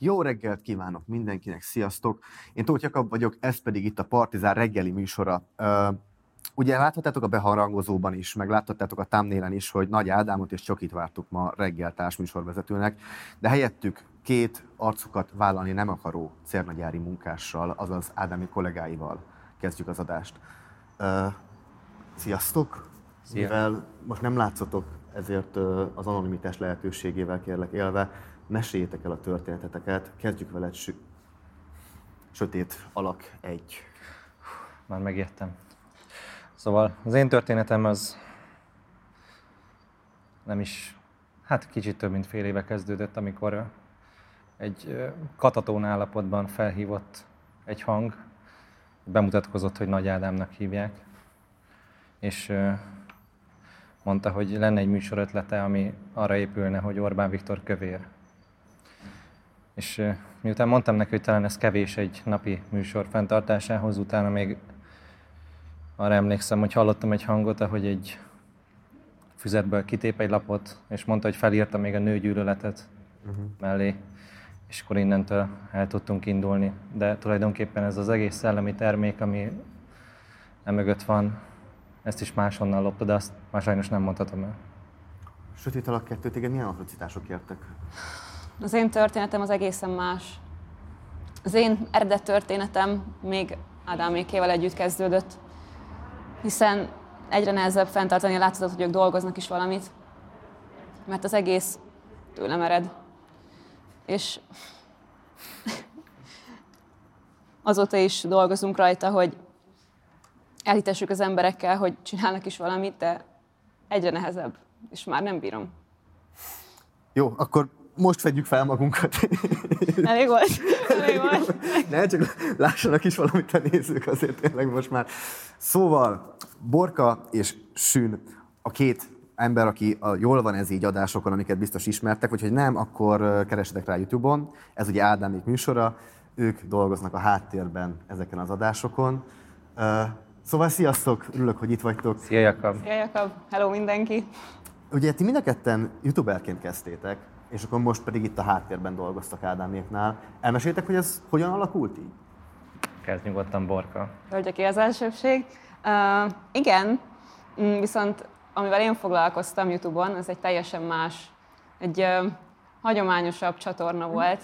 Jó reggelt kívánok mindenkinek, sziasztok! Én Tóth Jakab vagyok, ez pedig itt a Partizán reggeli műsora. Ugye láthattátok a beharangozóban is, meg láthattátok a thumbnailen is, hogy Nagy Ádámot és Csokit vártuk ma reggel társműsorvezetőnek, de helyettük két arcukat vállalni nem akaró cérnagyári munkással, azaz Ádámi kollégáival kezdjük az adást. Sziasztok! Szia. Mivel most nem látszotok, ezért az anonimitás lehetőségével kérlek élve, meséljétek el a történeteteket, kezdjük veled, Sötét Alak 1. Már megijedtem. Szóval az én történetem az nem is, kicsit több mint fél éve kezdődött, amikor egy katatón állapotban felhívott egy hang, bemutatkozott, hogy Nagy Ádámnak hívják, és mondta, hogy lenne egy műsorötlete, ami arra épülne, hogy Orbán Viktor kövér. És miután mondtam neki, hogy talán ez kevés egy napi műsor fenntartásához, utána még arra emlékszem, hogy hallottam egy hangot, ahogy egy füzetből kitép egy lapot, és mondta, hogy felírta még a nőgyűlöletet mellé, és akkor innentől el tudtunk indulni. De tulajdonképpen ez az egész szellemi termék, ami emögött van, ezt is máshonnan lopta, de azt már sajnos nem mondhatom el. Sötét Alak 2, téged milyen atrocitások értek? Az én történetem az egészen más. Az én eredet történetem még Ádámékével együtt kezdődött, hiszen egyre nehezebb fenntartani a látszatot, hogy ők dolgoznak is valamit, mert az egész tőlem ered. És azóta is dolgozunk rajta, hogy elhitessük az emberekkel, hogy csinálnak is valamit, de egyre nehezebb, és már nem bírom. Jó, akkor most fedjük fel magunkat. Elég volt. Ne, csak lássanak is valamit a nézők azért tényleg most már. Szóval Borka és Sün, a két ember, aki a Jól van ez így adásokon, amiket biztos ismertek, vagy hogy nem, akkor keresetek rá YouTube-on. Ez ugye Ádámék műsora, ők dolgoznak a háttérben ezeken az adásokon. Szóval sziasztok, örülök, hogy itt vagytok. Szia Jakab! Szia Jakab, hello mindenki! Ugye ti mind a ketten youtuberként kezdtétek, és akkor most pedig itt a háttérben dolgoztak Ádáméknál. Elmeséljétek, hogy ez hogyan alakult így? Kezd nyugodtan, Borka. Hölgyeké az elsőbség. Igen, viszont amivel én foglalkoztam YouTube-on, az egy teljesen más, egy hagyományosabb csatorna volt.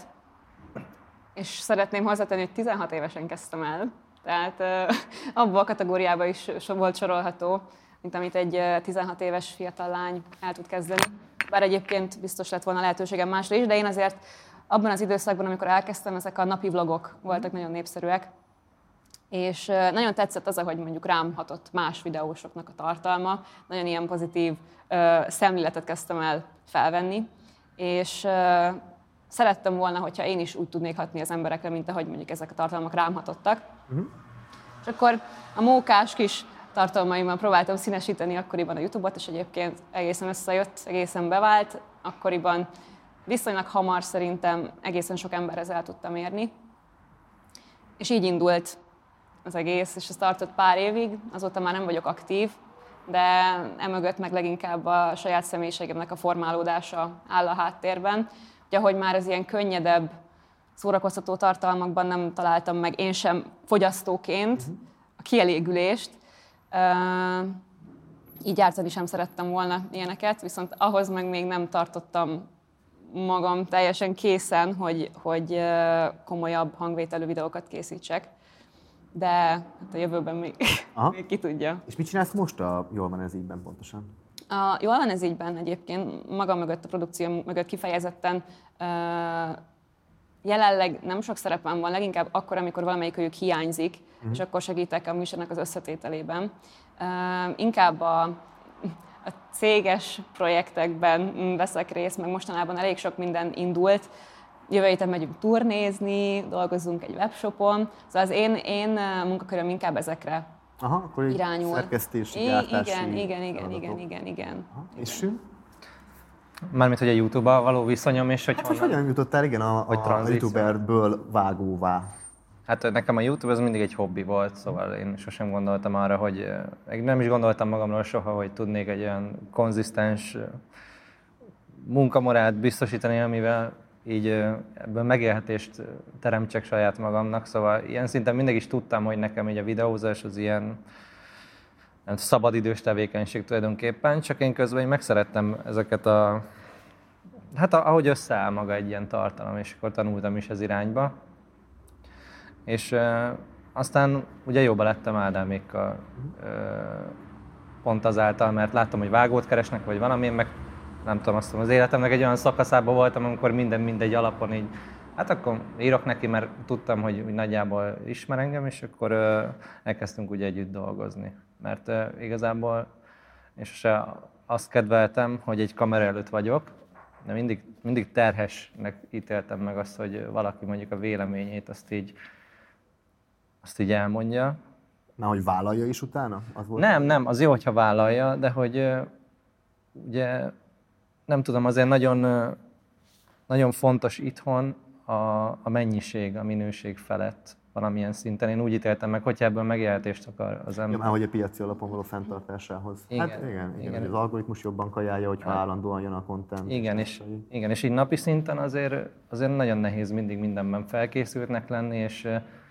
És szeretném hozzátenni, hogy 16 évesen kezdtem el. Tehát abban a kategóriában is volt sorolható, mint amit egy 16 éves fiatal lány el tud kezdeni. Bár egyébként biztos lett volna lehetőségem másra is, de én azért abban az időszakban, amikor elkezdtem, ezek a napi vlogok voltak nagyon népszerűek. És nagyon tetszett az, ahogy mondjuk rám hatott más videósoknak a tartalma. Nagyon ilyen pozitív szemléletet kezdtem el felvenni. És szerettem volna, hogyha én is úgy tudnék hatni az emberekre, mint ahogy mondjuk ezek a tartalmak rám hatottak. És akkor a mókás kis tartalmaimmal próbáltam színesíteni akkoriban a YouTube-ot, és egyébként egészen összejött, egészen bevált. Akkoriban viszonylag hamar szerintem egészen sok emberhez el tudtam érni. És így indult az egész, és ez tartott pár évig, azóta már nem vagyok aktív, de emögött meg leginkább a saját személyiségemnek a formálódása áll a háttérben. Ugye, ahogy már az ilyen könnyedebb, szórakoztató tartalmakban nem találtam meg én sem fogyasztóként a kielégülést, így játszani sem szerettem volna ilyeneket, viszont ahhoz meg még nem tartottam magam teljesen készen, hogy komolyabb hangvételű videókat készítsek. De hát a jövőben még ki tudja. És mit csinálsz most a Jól van ez ígyben pontosan? A Jól van ez ígyben egyébként magam mögött, a produkció mögött kifejezetten jelenleg nem sok szerepem van, leginkább akkor, amikor valamelyikőjük hiányzik, és akkor segítek a műsornak az összetételében. Inkább a céges projektekben veszek részt, meg mostanában elég sok minden indult. Jövő héten megyünk turnézni, dolgozunk egy webshopon, szóval az én munkaköröm inkább ezekre akkor irányul. Szerkesztési, gyártási igen. És Sün? Mármint, hogy a YouTube-a való viszonyom, és hogy Hát hogyan jutottál a youtuberből vágóvá? Hát nekem a YouTube az mindig egy hobbi volt, szóval én sosem gondoltam arra, hogy nem is gondoltam magamról soha, hogy tudnék egy olyan konzisztens munkamorált biztosítani, amivel így ebből megélhetést teremtsek saját magamnak, szóval ilyen szinten mindig is tudtam, hogy nekem így a videózás az ilyen szabadidős tevékenység tulajdonképpen, csak én közben megszerettem ezeket hát ahogy összeáll maga egy ilyen tartalom, és akkor tanultam is ez irányba. És aztán ugye jóba lettem Ádámékkal pont azáltal, mert láttam, hogy vágót keresnek, vagy valami, én meg nem tudom, azt mondom, az életemnek egy olyan szakaszában voltam, amikor minden mindegy alapon így, hát akkor írok neki, mert tudtam, hogy nagyjából ismer engem, és akkor elkezdtünk ugye együtt dolgozni. Mert igazából én sose azt kedveltem, hogy egy kamera előtt vagyok, de mindig terhesnek ítéltem meg azt, hogy valaki mondjuk a véleményét azt így elmondja. Már hogy vállalja is utána? Az volt? Nem, az jó, hogyha vállalja, de hogy ugye nem tudom, azért nagyon fontos itthon a mennyiség, a minőség felett valamilyen szinten. Én úgy ítéltem meg, hogyha ebből megélhetést akar az ember. Ja, már hogy a piaci alapon való fenntartásához. Igen, hát igen. Az algoritmus jobban kajálja, hogyha állandóan jön a content. Igen, és így napi szinten azért nagyon nehéz mindig mindenben felkészültnek lenni, és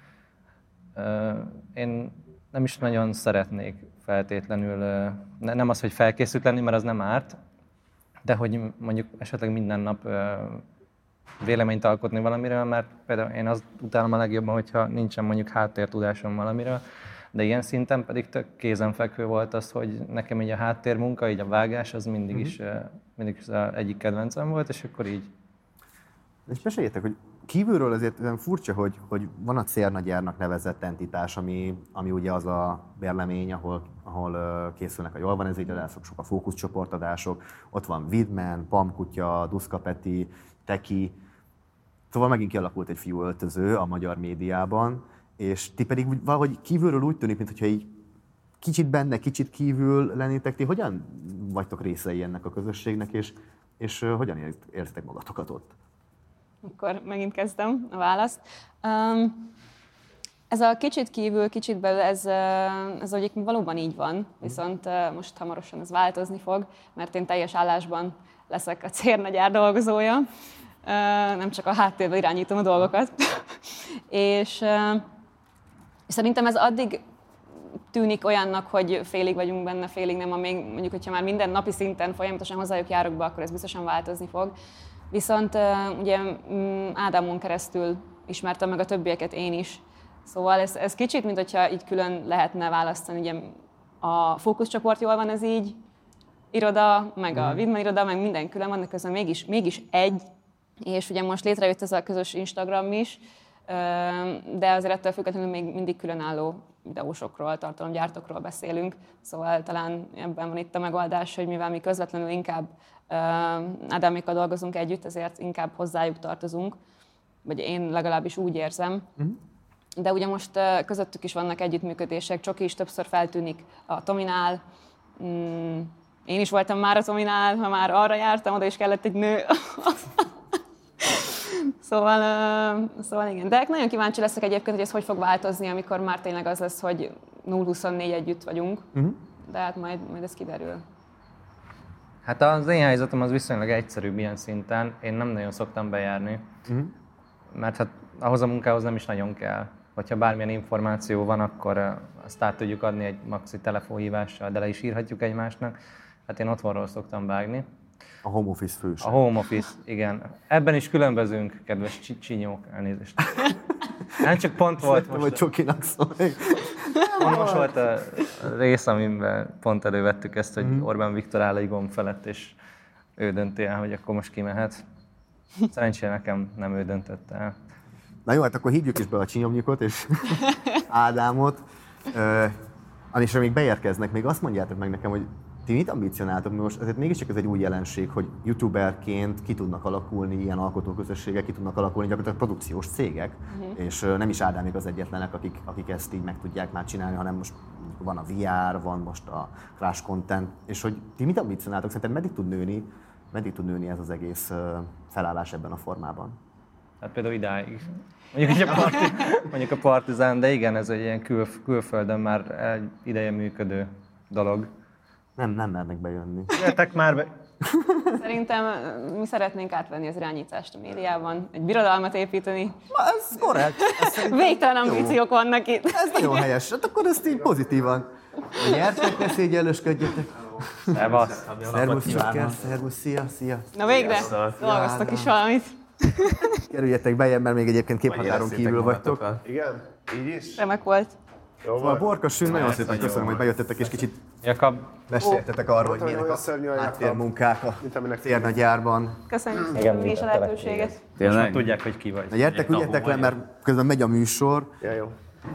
én nem is nagyon szeretnék feltétlenül, nem az, hogy felkészült lenni, mert az nem árt, de hogy mondjuk esetleg minden nap véleményt alkotni valamiről, mert például én azt utálom a legjobban, hogyha nincsen mondjuk háttértudásom valamiről, de ilyen szinten pedig tök kézenfekvő volt az, hogy nekem így a háttérmunka, így a vágás, az mindig is az egyik kedvencem volt, és akkor így. És meséljetek, hogy kívülről azért furcsa, hogy van a Cérnagyárnak nevezett entitás, ami ugye az a bérlemény, ahol készülnek a Jól van ez így adások, sok a fókuszcsoportadások, ott van Vidman, Pamkutya, Duszkapeti, Teki, szóval megint kialakult egy fiú öltöző a magyar médiában, és ti pedig valahogy kívülről úgy tűnik, mintha így kicsit benne, kicsit kívül lennétek. Ti hogyan vagytok részei ennek a közösségnek, és hogyan érzitek magatokat ott? Akkor megint kezdem a választ. Ez a kicsit kívül, kicsit belül, ez egyik valóban így van, viszont most hamarosan ez változni fog, mert én teljes állásban leszek a Cérnagyár dolgozója, nem csak a háttérben irányítom a dolgokat. és szerintem ez addig tűnik olyannak, hogy félig vagyunk benne, félig nem, amíg mondjuk, hogyha már minden napi szinten folyamatosan hozzájuk járok be, akkor ez biztosan változni fog. Viszont ugye Ádámon keresztül ismertem meg a többieket én is. Szóval ez kicsit, mint hogyha így külön lehetne választani. Ugye a fókuszcsoport Jól van ez így, iroda, meg a Vidman iroda, meg minden külön van, de közben mégis egy. És ugye most létrejött ez a közös Instagram is, de azért ettől függetlenül még mindig különálló videósokról, tartalomgyártókról beszélünk. Szóval talán ebben van itt a megoldás, hogy mivel mi közvetlenül inkább Ádámékkal dolgozunk együtt, ezért inkább hozzájuk tartozunk, vagy én legalábbis úgy érzem. De ugye most közöttük is vannak együttműködések, Csoki is többször feltűnik a Tominál. Én is voltam már a Tominál, ha már arra jártam, oda is kellett egy nő. Szóval igen. De nagyon kíváncsi leszek egyébként, hogy ez hogy fog változni, amikor már tényleg az lesz, hogy 0-24 együtt vagyunk. De hát majd ez kiderül. Hát az én helyzetem az viszonylag egyszerűbb ilyen szinten. Én nem nagyon szoktam bejárni, mert hát ahhoz a munkához nem is nagyon kell. Hogyha bármilyen információ van, akkor azt át tudjuk adni egy maxi telefonhívással, de le is írhatjuk egymásnak. Hát én otthonról szoktam vágni. A home office fős. A home office, igen. Ebben is különbözünk, kedves csinyók, elnézést. Nem csak pont volt most. Vagy Csokinak szól. Most volt a rész, amiben pont elővettük ezt, hogy Orbán Viktor áll egy gomb felett, és ő dönti el, hogy akkor most kimehet. Szerencsére nekem nem ő döntött el. Na jó, hát akkor hívjuk is be a Csinyomnyikot és Ádámot. És még beérkeznek, még azt mondjátok meg nekem, hogy ti mit ambicionáltok? Most azért mégiscsak ez egy új jelenség, hogy youtuberként ki tudnak alakulni ilyen alkotóközösségek, ki tudnak alakulni gyakorlatilag produkciós cégek, és nem is Ádámék az egyetlenek, akik ezt így meg tudják már csinálni, hanem most van a VR, van most a Crash Content, és hogy ti mit ambicionáltok? Szerintem meddig tud nőni ez az egész felállás ebben a formában? Hát például idáig. Mondjuk a Partizán, de igen, ez egy ilyen külföldön már egy ideje működő dolog. Nem mernek bejönni. Szerintem mi szeretnénk átvenni az irányítást a médiában, egy birodalmat építeni. Na, ez korrekt. Végtelen ambíciók vannak itt. Ez nagyon helyes. Hát akkor ezt így pozitívan. Gyertek, ne szégyellősködjetek. Szevasz. Szervusz, Csakker, szervusz, szia. Na végre, dolgoztak is valamit. Kerüljetek bejebb, mert még egyébként képhatáron kívül vagytok. Igen? Így is? Remek volt. Szóval Borka Sün, nagyon szépen köszönöm, hogy bejöttetek, és kicsit Jakab, meséltetek arról, hogy milyenek olyan a szörnyű a Jakab. háttérmunkák a Mint aminek Köszönjük Térnagyárban. szépen mi is a lehetőséget. most már tudják, hogy ki vagy. Na gyertek, üljetek le, mert közben megy a műsor, Ja, jó.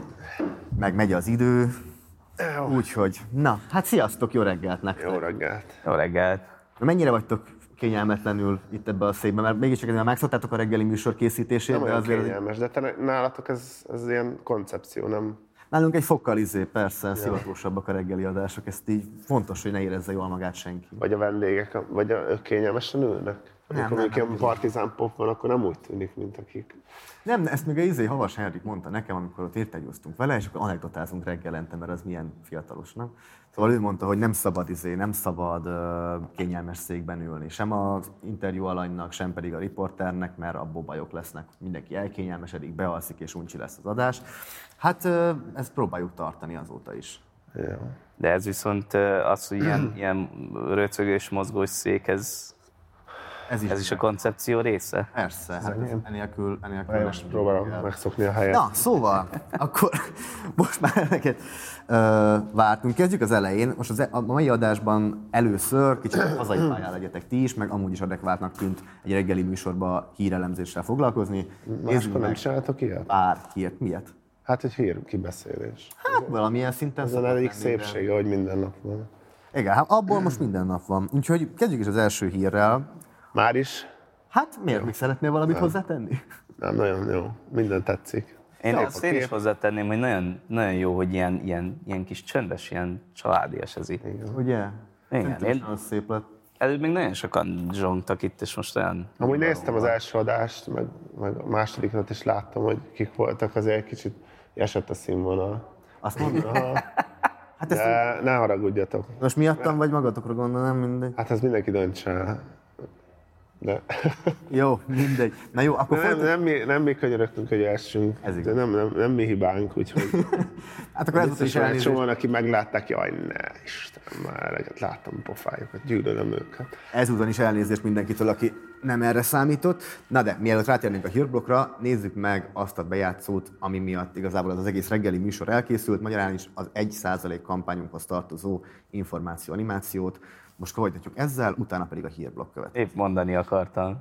meg megy az idő. Úgyhogy, na, hát sziasztok, jó reggelt nektek. Jó reggelt. Jó reggelt. Mennyire vagytok kényelmetlenül itt ebbe a székben, mert mégiscsak megszoktátok a reggeli műsor készítését, Nem de olyan azért kényelmes, de nálatok ez ilyen koncepció, nem? nálunk egy fokkal persze, szivatósabbak a reggeli adások, ezt így fontos, hogy ne érezze jól magát senki. Vagy a vendégek, vagy ők kényelmesen ülnek? Amikor nem, ilyen partizán pop van, akkor nem úgy tűnik, mint akik. Nem, ezt még a Havas Henrik mondta nekem, amikor ott interjúztunk vele, és akkor anekdotázunk reggelente, mert az milyen fiatalos, nem? Szóval ő mondta, hogy nem szabad kényelmes székben ülni, sem az interjú alanynak, sem pedig a riporternek, mert abból bajok lesznek. Mindenki elkényelmesedik, bealszik, és uncsi lesz az adás. Hát ezt próbáljuk tartani azóta is. Ja. De ez viszont az, hogy ilyen röcögős, mozgós szék, ez is a koncepció része? Persze, hát enélkül Most próbálom megszokni a helyet. Na, szóval, akkor most már neked vártunk. Kezdjük az elején. Most a mai adásban először kicsit hazai pályán legyetek ti is, meg amúgy is adekvátnak tűnt egy reggeli műsorba hírelemzéssel foglalkozni. Máskor nem csináltok ilyet? Pár hírt. Miért? Hát egy hír kibeszélés. Hát valamilyen szinten Ez a szokott egyik lenni, de- szépsége, hogy minden nap van. Igen, hát abból most minden nap van. Úgyhogy kezdjük is az első hírrel. Már is? Hát miért? Még szeretnél valamit hozzátenni? Nem, nagyon jó. Minden tetszik. Én Szép azt a én is kép. hozzátenném, hogy nagyon, nagyon jó, hogy ilyen kis csöndes, ilyen családias ez itt. Ugye? Igen, Szerintem az szép lett. Előbb még nagyon sokan zsongtak itt, és most olyan... Amúgy néztem az első adást, meg a másodikat is láttam, hogy kik voltak, azért egy kicsit esett a színvonal. Azt mondom. Hát ezt De ne haragudjatok. most miattam vagy magatokra gondolom, mindegy. Hát ez mindenki döntse el. De Jó, mindegy. Na jó, akkor nem mi könyörögtünk, hogy essünk. Ez De igaz. nem mi hibánk, úgyhogy Hát akkor ezúttal biztos is van egy elnézést. csomóan, aki meglátták, jaj, ne, Istenem, már eleget láttam pofájukat, gyűlölöm őket. Ezúton is elnézést mindenkitől, aki nem erre számított. Na de, mielőtt rátérnénk a hírblokkra, nézzük meg azt a bejátszót, ami miatt igazából az egész reggeli műsor elkészült. Magyarán is az 1% kampányunkhoz tartozó információ-animációt. Most folytatjuk ezzel, utána pedig a hírblokk következik. Épp mondani akartam.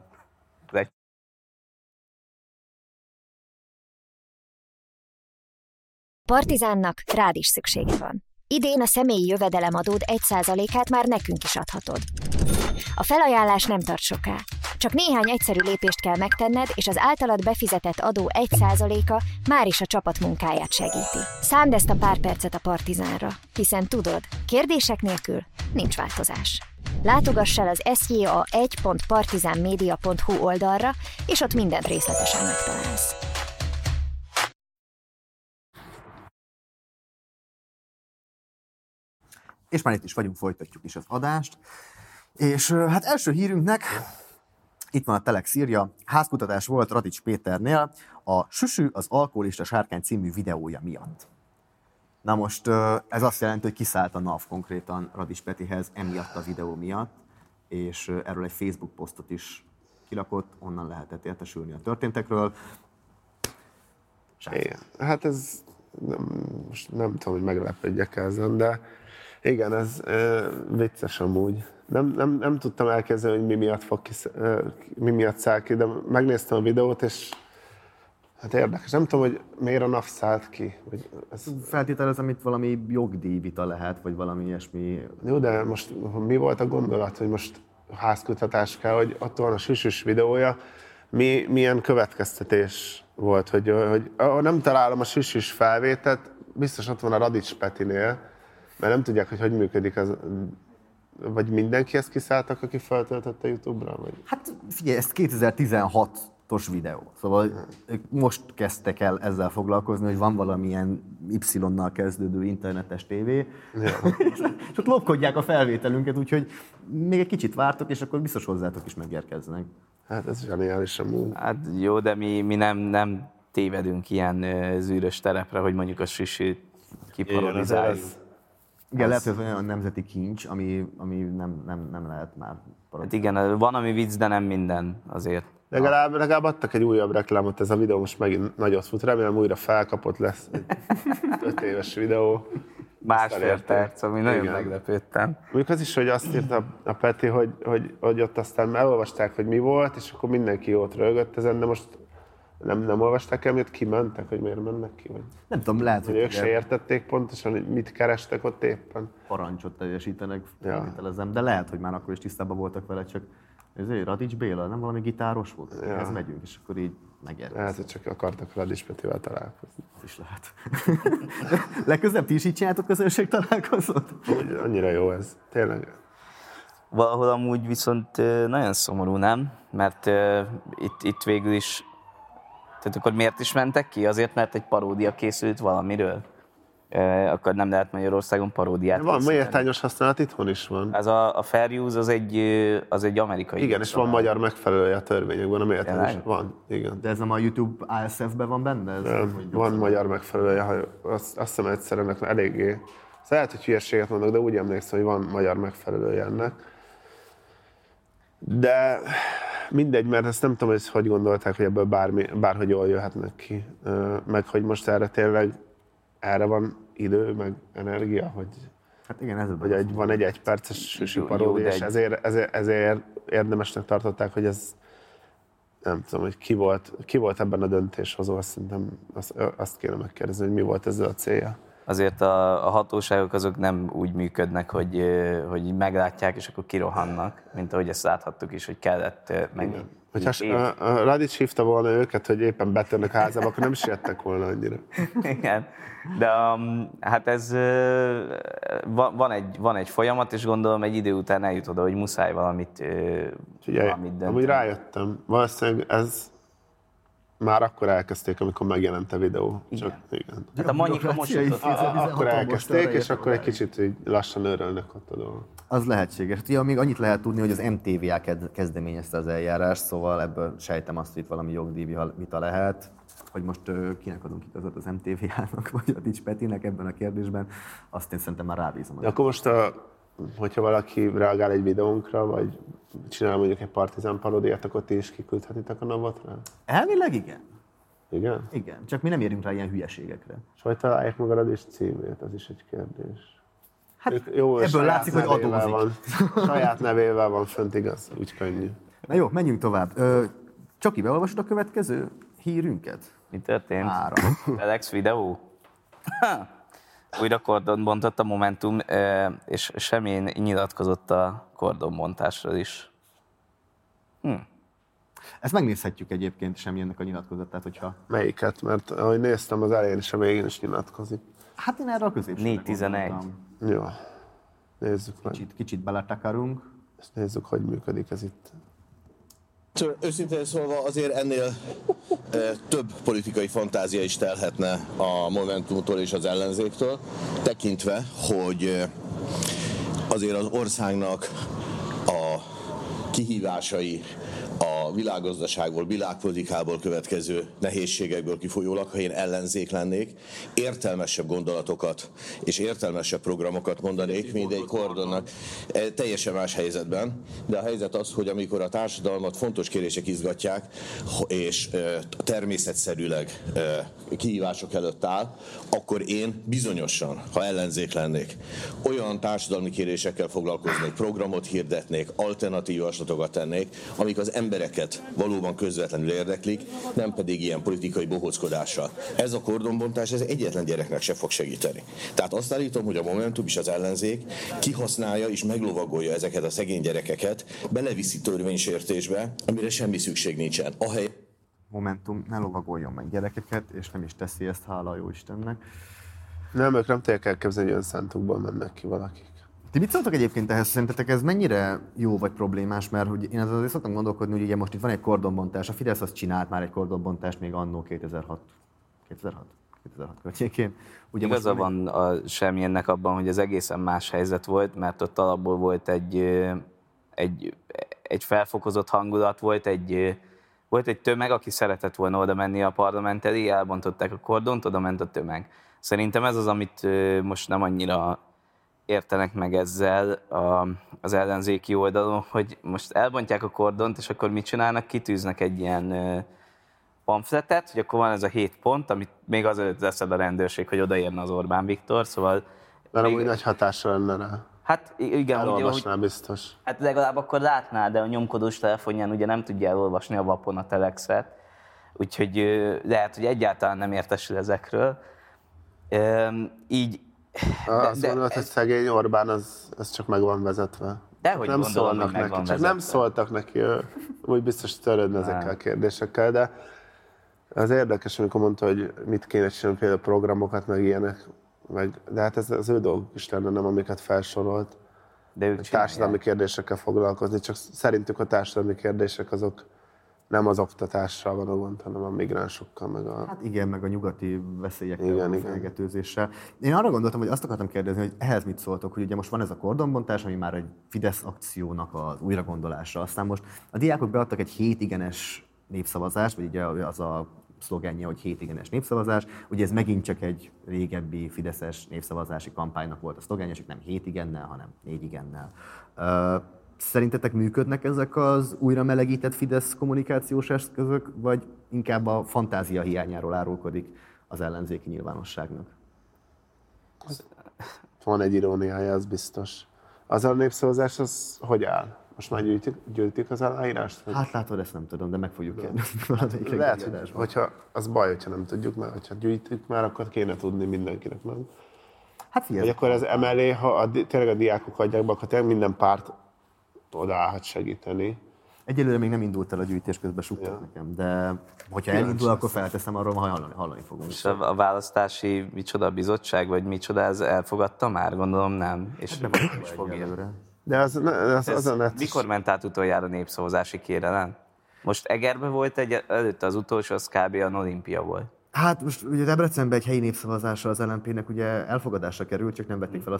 Partizánnak rád is szüksége van. Idén a személyi jövedelemadód 1%-át már nekünk is adhatod. A felajánlás nem tart soká. Csak néhány egyszerű lépést kell megtenned, és az általad befizetett adó 1%-a már is a csapat munkáját segíti. Szánd ezt a pár percet a Partizánra, hiszen tudod, kérdések nélkül nincs változás. Látogass el az sja1.partizanmedia.hu oldalra, és ott mindent részletesen megtalálsz. És már itt is vagyunk, folytatjuk is az adást. És hát első hírünknek, itt van a Telex írja, házkutatás volt Radics Péternél a Süsű az alkoholista sárkány című videója miatt. Na most ez azt jelenti, hogy kiszállt a NAV konkrétan Radics Petihez emiatt a videó miatt, és erről egy Facebook posztot is kirakott, onnan lehetett értesülni a történtekről. Igen. Hát ez most nem tudom, hogy meglepődjek ezen, de igen, ez vicces amúgy. Nem tudtam elképzelni, hogy mi miatt száll ki, de megnéztem a videót, és hát érdekes. Nem tudom, hogy miért a NAV szállt ki. Vagy ez... Feltételezem, itt valami jogdíjvita lehet, vagy valami ilyesmi. Jó, de most mi volt a gondolat, hogy most házkutatás kell, hogy ott van a Süsüs videója, milyen következtetés volt, hogy nem találom a Süsüs felvételt, biztos ott van a Radics Petinél, mert nem tudják, hogy működik az, vagy mindenki ezt kiszálltak, aki feltöltötte YouTube-ra? Vagy? Hát figyelj, ezt 2016-tól videó. Szóval ők most kezdtek el ezzel foglalkozni, hogy van valamilyen Y-nal kezdődő internetes tévé, és ott lopkodják a felvételünket, úgyhogy még egy kicsit vártok, és akkor biztos hozzátok is megérkeznek. Hát ez zseniális amúgy. Hát jó, de mi nem tévedünk ilyen zűrös terepre, hogy mondjuk a Sissit kiparodizáljuk. Igen, lehet, hogy olyan nemzeti kincs, ami nem lehet már parodizálni. Hát igen, van, ami vicc, de nem minden azért. Legalább adtak egy újabb reklámot, ez a videó most megint nagyot fut, remélem újra felkapott lesz egy 5 éves videó. Másfél perc, ami nagyon meglepődtem. Mondjuk az is, hogy azt írta a Peti, hogy ott aztán elolvasták, hogy mi volt, és akkor mindenki ott rögött ezen, de most nem olvasták el, miért kimentek, hogy miért mennek ki? Vagy? Nem tudom, lehet, hogy ők se értették pontosan, hogy mit kerestek ott éppen. Parancsot teljesítenek, feltételezem, de lehet, hogy már akkor is tisztában voltak vele, csak ezért Radics Béla, nem valami gitáros volt? Ja. Ez megyünk, és akkor így megérkezik. Lehet, hogy csak akartak Radics Petivel találkozni. Ez is lehet. Legközelebb ti is így csináltok közönség találkozót? Annyira jó ez, tényleg. Valahol amúgy viszont nagyon szomorú, nem? Mert itt végül is... Tehát akkor miért is mentek ki? Azért, mert egy paródia készült valamiről? Akkor nem lehet Magyarországon paródiát van, méltányos használat itthon is van. Ez a fair use az egy amerikai. Igen, és van magyar megfelelője a törvényekben, a méltányos. Van, igen. De ez nem a YouTube ASF-ben van benne? Ez van magyar megfelelője, azt hiszem egyszerűen eléggé. Szóval lehet, hogy hülyeséget mondok, de úgy emlékszem, hogy van magyar megfelelője ennek. De mindegy, mert ezt nem tudom, hogy gondolták, hogy ebből bárhogy jól jöhetnek ki. Meg hogy most erre van idő, meg energia, hogy, hát igen, hogy van egy egyperces paródia, és ezért érdemesnek tartották, hogy ez nem tudom, hogy ki volt ebben a döntéshozó, szerintem azt kéne megkérdezni, hogy mi volt ezzel a célja. Azért a hatóságok azok nem úgy működnek, hogy meglátják, és akkor kirohannak, mint ahogy ezt láthattuk is, hogy kellett meg. Hogyha a Radics hívta volna őket, hogy éppen betörnek házába, akkor nem is jöttek volna annyira. Igen, de hát ez van egy folyamat, és gondolom egy idő után eljut oda, hogy muszáj valamit dönteni. Amúgy rájöttem, valószínűleg ez már akkor elkezdték, amikor megjelent a videó. Igen. Igen. Hát a Monika most akkor elkezdték, és akkor egy kicsit így lassan örülnek ott a dolgok. Az lehetséges. Ja, még annyit lehet tudni, hogy az MTVA kezdeményezte az eljárást, szóval ebből sejtem azt, hogy itt valami jogdíj vita lehet. Hogy most kinek adunk igazat, az MTVA-nak vagy a Radics Petinek ebben a kérdésben, azt én szerintem már rábízom. De akkor most, hogyha valaki reagál egy videónkra, vagy csinál mondjuk egy Partizán paródiát, akkor ti is kiküldhetitek a Novatra? Elvileg igen. Igen? Igen, csak mi nem érünk rá ilyen hülyeségekre. És hogy találják meg a Radics címét, az is egy kérdés. Hát jó, ebből látszik, hogy adózik. Van. Saját nevével van fönt, igaz? Úgy könnyű. Na jó, menjünk tovább. Csoki, beolvasod a következő hírünket? Mi történt? 3. Telex videó? Újra kordon bontott a Momentum, és Semjén nyilatkozott a kordonbontásról is. Ezt megnézhetjük egyébként Semjénnek a nyilatkozatát, hogyha... Melyiket? Mert ahogy néztem, az elején és a végén is nyilatkozik. Hát én erre a középsőnek 4-11. Jó. Nézzük meg. Kicsit beletakarunk. Ezt nézzük, hogy működik ez itt. Őszintén szólva azért ennél több politikai fantázia is telhetne a Momentumtól és az ellenzéktől, tekintve, hogy azért az országnak a kihívásai a világgazdaságból, világpolitikából következő nehézségekből kifolyólag, ha én ellenzék lennék, értelmesebb gondolatokat és értelmesebb programokat mondanék, mint egy Kordonnak teljesen más helyzetben. De a helyzet az, hogy amikor a társadalmat fontos kérdések izgatják, és természetszerűleg kihívások előtt áll, akkor én bizonyosan, ha ellenzék lennék, olyan társadalmi kérdésekkel foglalkoznék, programot hirdetnék, alternatív javaslatokat tennék, amik az embereket valóban közvetlenül érdeklik, nem pedig ilyen politikai bohóckodással. Ez a kordonbontás, ez egyetlen gyereknek se fog segíteni. Tehát azt állítom, hogy a Momentum és az ellenzék kihasználja és meglovagolja ezeket a szegény gyerekeket, beleviszi törvénysértésbe, amire semmi szükség nincsen. Momentum ne lovagoljon meg gyerekeket, és nem is teszi ezt, hála a jó Istennek. Nem, ők nem tudják elképzelni, hogy önszántukból mennek ki valakik. Ti mit szóltok egyébként ehhez? Szerintetek ez mennyire jó vagy problémás? Mert hogy én azért szoktam gondolkodni, hogy ugye most itt van egy kordonbontás. A Fidesz azt csinált már egy kordonbontást még annó 2006 környékén. Ugye Igaza van a Semjénnek abban, hogy az egészen más helyzet volt, mert ott alapból volt egy felfokozott hangulat, volt egy tömeg, aki szeretett volna oda menni a parlament elé, elbontották a kordont, oda ment a tömeg. Szerintem ez az, amit most nem annyira értenek meg ezzel az ellenzéki oldalon, hogy most elbontják a kordont, és akkor mit csinálnak? Kitűznek egy ilyen pamfletet, hogy akkor van ez a 7 pont, amit még azelőtt leszed a rendőrség, hogy odaérne az Orbán Viktor, szóval... Mert amúgy nagy hatása lenne rá. Hát igen, elolvasná biztos. Hát legalább akkor látná, de a nyomkodós telefonján ugye nem tudja elolvasni a Vapon a telexet, úgyhogy lehet, hogy egyáltalán nem értesül ezekről. Így... Azt mondod, hogy szegény Orbán, az csak meg van vezetve. Dehogy nem gondolom, szólnak hogy meg neki, van csak vezetve. nem szóltak neki, úgy biztos törődne ezekkel a kérdésekkel, de az érdekes, amikor mondta, hogy mit kéne csinálni, például programokat, meg ilyenek, de hát ez az ő dolguk is lenne, nem amiket felsorolt. De ők társadalmi kérdésekkel foglalkozni, csak szerintük a társadalmi kérdések azok nem az oktatással van a gond, hanem a migránsokkal, meg a... Hát igen, meg a nyugati veszélyekkel, Igen, a igen. fenyegetőzéssel. Én arra gondoltam, hogy azt akartam kérdezni, hogy ehhez mit szóltok, hogy ugye most van ez a kordonbontás, ami már egy Fidesz akciónak az újragondolása. Aztán most a diákok beadtak egy 7 igenes népszavazást, vagy ugye az a szlogenje, hogy 7 igenes népszavazás. Ugye ez megint csak egy régebbi fideszes népszavazási kampánynak volt a szlogenje, csak nem 7 igennel, hanem 4 igennel. Szerintetek működnek ezek az újra melegített Fidesz kommunikációs eszközök, vagy inkább a fantázia hiányáról árulkodik az ellenzéki nyilvánosságnak? Van egy iróniája, az biztos. Az a népszavazás, az hogy áll? Most már gyűjtik az aláírást? Hát látod, ezt nem tudom, de meg fogjuk kérdezni valamelyik Lehet, reggeli adásban. hogyha az baj, hogyha nem tudjuk, mert hogyha gyűjtjük már, akkor kéne tudni mindenkinek, nem? Hát Vagy figyelj, akkor ez emellé, ha tényleg a diákok adják be, akkor tényleg minden párt odaállhat segíteni. egyelőre még nem indult el a gyűjtés, közben súgtak nekem, de hogyha elindul, akkor felteszem, arról majd hallani fogunk. És a választási bizottság, vagy micsoda, ez elfogadta már? Gondolom nem. És nem is fogja. Egyelőre. De az a net... Mikor ment át utoljára népszavazási kérelem? Most Egerben volt előtte az utolsó, az kb. A Olimpia volt. Hát most ugye Debrecenben egy helyi népszavazásra az LMP-nek ugye elfogadásra került, csak nem vették fel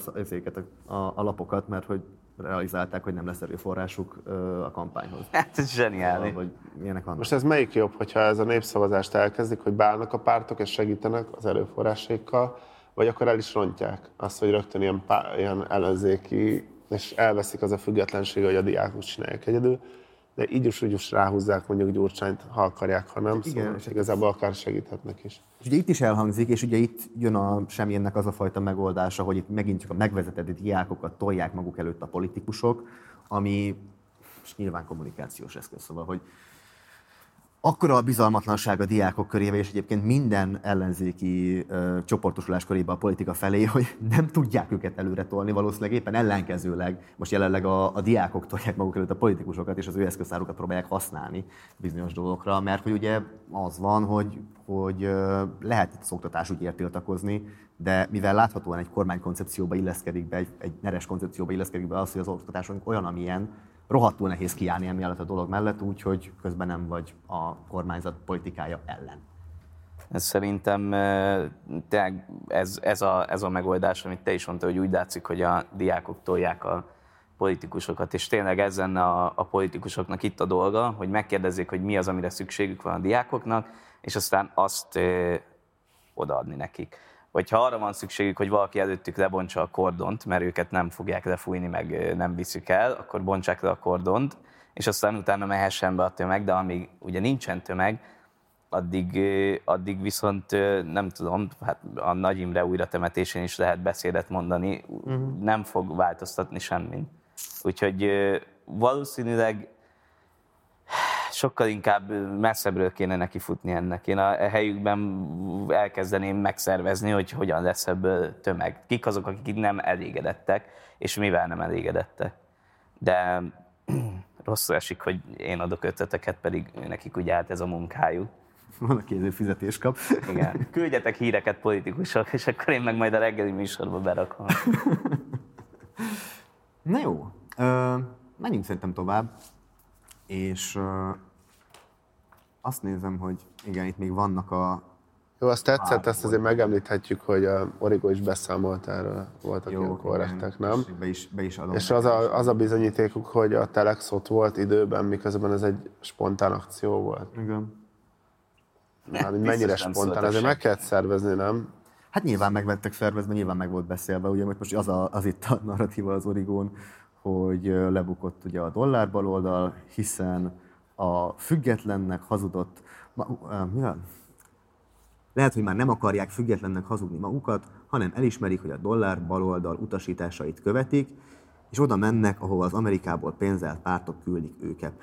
a lapokat, mert hogy realizálták, hogy nem lesz erőforrásuk a kampányhoz. Hát ez zseniális. Vagy milyenek vannak. Most ez melyik jobb, hogyha ez a népszavazást elkezdik, hogy beállnak a pártok és segítenek az erőforrásaikkal, vagy akkor el is rontják azt, hogy rögtön ilyen ellenzéki, és elveszik az a függetlenség, hogy a diákok csinálják egyedül, de így is ráhúzzák mondjuk Gyurcsányt, ha akarják, ha nem, Igen, szóval és igazából akár segíthetnek is. És ugye itt is elhangzik, és ugye itt jön a Semjénnek az a fajta megoldása, hogy itt megint csak a megvezetett diákokat tolják maguk előtt a politikusok, ami és nyilván kommunikációs eszköz, szóval, hogy akkora a bizalmatlanság a diákok körébe, és egyébként minden ellenzéki csoportosulás körébe a politika felé, hogy nem tudják őket előre tolni, valószínűleg éppen ellenkezőleg most jelenleg a diákok tolják maguk előtt a politikusokat, és az ő eszköztárukat próbálják használni bizonyos dolgokra, mert hogy ugye az van, hogy lehet itt az oktatásügyért tiltakozni, de mivel láthatóan egy kormánykoncepcióba illeszkedik be, egy neres koncepcióba illeszkedik be az, hogy az oktatásunk olyan, amilyen, rohadtul nehéz kiállni emiatt a dolog mellett, úgyhogy közben nem vagy a kormányzat politikája ellen. Ez szerintem tényleg ez a megoldás, amit te is mondtad, hogy úgy látszik, hogy a diákok tolják a politikusokat, és tényleg ez lenne a politikusoknak itt a dolga, hogy megkérdezzék, hogy mi az, amire szükségük van a diákoknak, és aztán azt odaadni nekik. Vagy ha arra van szükségük, hogy valaki előttük lebontsa a kordont, mert őket nem fogják lefújni, meg nem viszik el, akkor bontsák le a kordont, és aztán utána mehessen be a tömeg, de amíg ugye nincsen tömeg, addig viszont nem tudom, hát a Nagy Imre újratemetésén is lehet beszédet mondani, nem fog változtatni semmin. Úgyhogy valószínűleg sokkal inkább messzebbről kéne neki futni ennek. Én a helyükben elkezdeném megszervezni, hogy hogyan lesz ebből tömeg. Kik azok, akik nem elégedettek, és mivel nem elégedettek. De rosszul esik, hogy én adok ötleteket, pedig nekik ugye ez a munkájuk. Van, aki ezért fizetést kap. Igen. Küldjetek híreket politikusok, és akkor én meg majd a reggeli műsorba berakom. Na jó, menjünk szerintem tovább, és azt nézem, hogy igen, itt még vannak a... Jó, azt tetszett, ezt azért megemlíthetjük, hogy a Origo is beszámolt erről, voltak ilyen korrektek, nem? Be is adom. És az a bizonyítékuk, hogy a Telex ott volt időben, miközben ez egy spontán akció volt. Igen. Mennyire spontán, ezért meg kellett szervezni, nem? Hát nyilván meg lettek szervezve, nyilván meg volt beszélve, ugye most az itt a narratíva az Origón, hogy lebukott ugye a dollár baloldal, hiszen a függetlennek hazudott, lehet, hogy már nem akarják függetlennek hazudni magukat, hanem elismerik, hogy a dollár baloldal utasításait követik, és oda mennek, ahova az Amerikából pénzelt pártok küldik őket.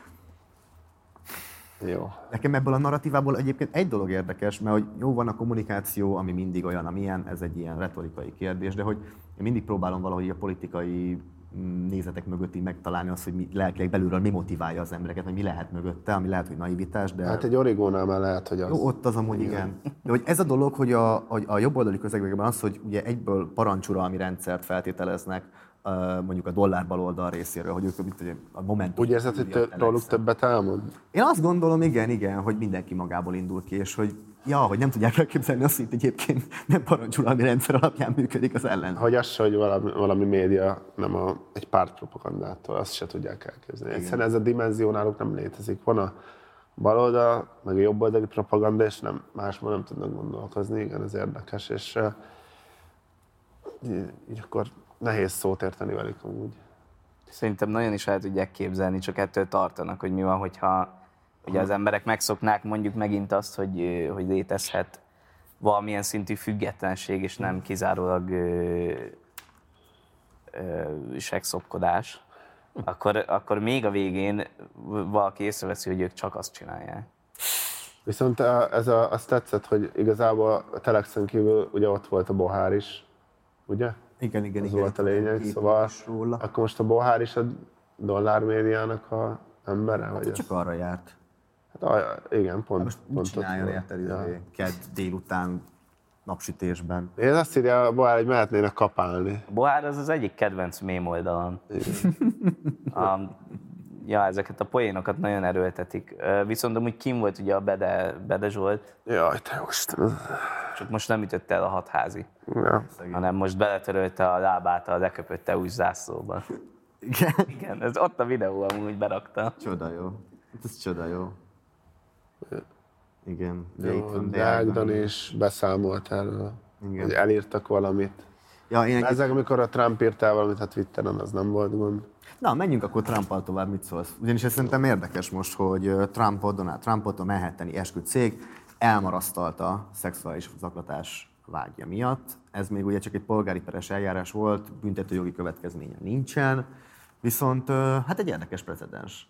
Jó. Nekem ebből a narratívából egyébként egy dolog érdekes, mert hogy jó, van a kommunikáció, ami mindig olyan, amilyen, ez egy ilyen retorikai kérdés, de hogy én mindig próbálom valahogy a politikai nézetek mögött így megtalálni azt, hogy mi, lelkileg belülről mi motiválja az embereket, vagy mi lehet mögötte, ami lehet, hogy naivitás, de... Hát egy Origónál már lehet, hogy az... Jó, ott az amúgy igen. De hogy ez a dolog, hogy a jobboldali közegben az, hogy ugye egyből parancsuralmi rendszert feltételeznek, mondjuk a dollár baloldal részéről, hogy ők a Momentum... Úgy érzed, hogy róluk többet elmond? Én azt gondolom, igen, hogy mindenki magából indul ki, és hogy hogy nem tudják elképzelni azt, hogy egyébként nem parancsuralmi rendszer alapján működik az ellenzék. Hogy az, hogy valami média nem egy pártpropagandától, azt se tudják elképzelni. Egyszerűen ez a dimenzió náluk nem létezik. Van a baloldal, meg a jobboldali propaganda, és másban nem tudnak gondolkozni, igen, ez érdekes, és így akkor nehéz szót érteni velük amúgy. Szerintem nagyon is el tudják képzelni, csak ettől tartanak, hogy mi van, hogyha ugye az emberek megszoknák mondjuk megint azt, hogy létezhet valamilyen szintű függetlenség, és nem kizárólag sekszopkodás, akkor még a végén valaki észreveszi, hogy ők csak azt csinálják. Viszont azt tetszett, hogy igazából a Telexen kívül ugye ott volt a Bohár is, ugye? Igen. Az volt a lényeg, szóval akkor most a Bohár is a dollár médiának a embere? Hát vagy csak arra járt. Hát igen, pont. Most mit csináljon, érted, kedd délután napsütésben. Én azt írja a Bohár, hogy mehetnének kapálni. A Bohár az egyik kedvenc mém oldalon. Ezeket a poénokat nagyon erőltetik. Viszont amúgy kim volt ugye a Bede Zsolt. Jaj, te Istenem. Csak most nem ütötte el a hatházi. Ja. Hanem most beletörölte a lábát a leköpött EU-s zászlóba. Igen, ez ott a videó amúgy berakta. Csoda jó. Ez csoda jó. Igen. De Ágdan is beszámolt erről, hogy elírtak valamit. Ja, ezek, amikor a Trump írt el valamit a Twitteren, az nem volt gond. Na, menjünk akkor Trumpal tovább, mit szólsz? Ugyanis ez szerintem érdekes most, hogy Donald Trumpot a manhattani esküdtcég elmarasztalta szexuális zaklatás vágya miatt. Ez még ugye csak egy polgári peres eljárás volt, büntetőjogi következménye nincsen, viszont hát egy érdekes precedens.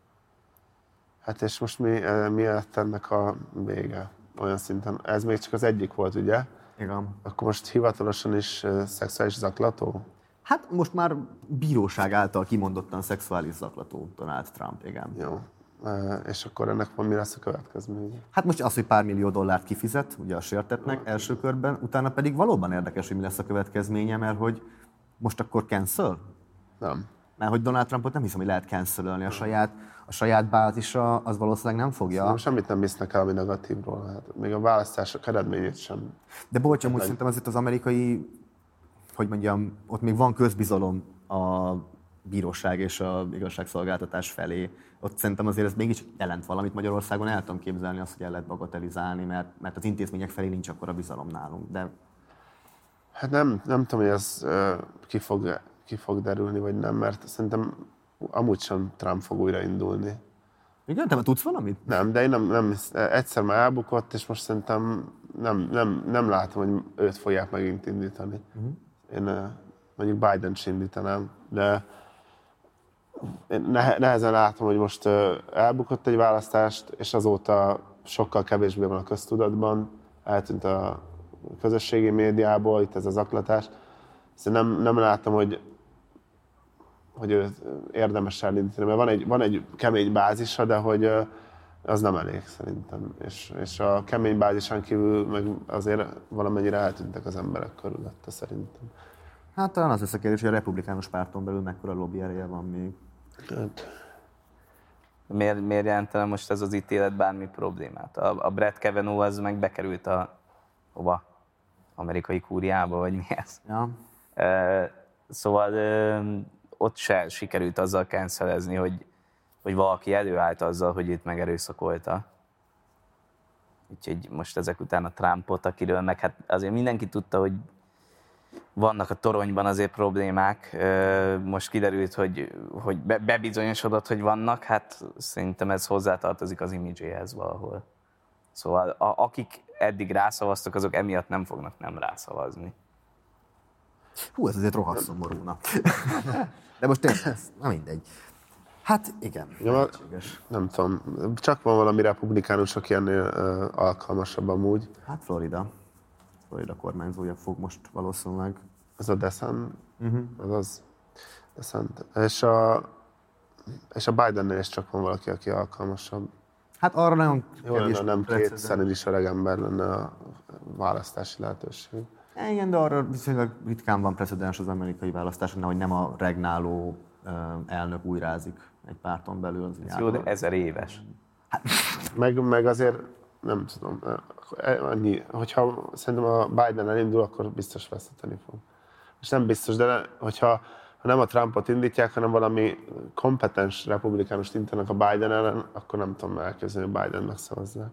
Hát és most mi lett ennek a vége? Olyan szinten, ez még csak az egyik volt, ugye? Igen. Akkor most hivatalosan is szexuális zaklató? Hát most már bíróság által kimondottan szexuális zaklató Donald Trump, igen. Jó. És akkor ennek mi lesz a következménye? Hát most az, hogy pár millió dollárt kifizet, ugye a sértettnek első körben, utána pedig valóban érdekes, hogy mi lesz a következménye, mert hogy most akkor cancel? Nem. Mert hogy Donald Trumpot nem hiszem, hogy lehet cancelölni a saját bázisa, az valószínűleg nem fogja. Nem, semmit nem visznek el, ami negatívról. Hát még a választások eredményét sem. De bocs, amúgy szerintem azért az amerikai, hogy mondjam, ott még van közbizalom a bíróság és a igazságszolgáltatás felé. Ott szerintem azért ez mégis jelent valamit. Magyarországon el tudom képzelni azt, hogy el lehet bagatelizálni, mert az intézmények felé nincs akkora bizalom nálunk. De... Hát nem tudom, hogy ez ki fog derülni, vagy nem, mert szerintem amúgy sem Trump fog újraindulni. Igen? Te már tudsz valamit? Nem, de én nem egyszer már elbukott, és most szerintem nem látom, hogy őt fogják megint indítani. Én mondjuk Biden-t sem indítanám, de én nehezen látom, hogy most elbukott egy választást, és azóta sokkal kevésbé van a köztudatban, eltűnt a közösségi médiából, itt ez az zaklatás. Szóval nem látom, hogy őt érdemes elindítani, mert van egy kemény bázisa, de hogy az nem elég szerintem. És a kemény bázisán kívül meg azért valamennyire eltűntek az emberek körülötte szerintem. Hát talán az lesz a kérdés, hogy a republikánus párton belül mekkora lobby ereje van még. Hát, Miért jelentene most ez az ítélet bármi problémát? A Brett Kavanaugh az meg bekerült hova? Amerikai kúriába, vagy mi ez? Ja. Szóval ott se sikerült azzal cancelezni, hogy valaki előállt azzal, hogy őt megerőszakolta. Úgyhogy most ezek után a Trumpot, akiről meg hát azért mindenki tudta, hogy vannak a toronyban azért problémák. Most kiderült, hogy bebizonyosodott, hogy vannak, hát szerintem ez hozzátartozik az imidzséhez valahol. Szóval akik eddig rászavaztak, azok emiatt nem fognak nem rászavazni. Hú, ez azért rohadt szomorú, na. De most tényleg, na mindegy. Hát igen. Ja, nem tudom, csak van valami republikánus, aki ennél alkalmasabb amúgy. Hát Florida kormányzója fog most valószínűleg. Ez a DeSantis, azaz DeSantis. És a Bidennél is csak van valaki, aki alkalmasabb. Hát arra nagyon jó lenne, nem két szenidis öregember lenne a választási lehetőség. Igen, de arra viszonylag ritkán van precedens az amerikai választáson, hogy nem a regnáló elnök újrázik egy párton belül. Az jó, de 1000 éves. Meg azért, nem tudom, annyi, hogyha szerintem a Biden elindul, akkor biztos veszíteni fog. És nem biztos, de hogyha nem a Trumpot indítják, hanem valami kompetens republikánust indítanak a Biden ellen, akkor nem tudom elképzelni, hogy Biden megszavazzák.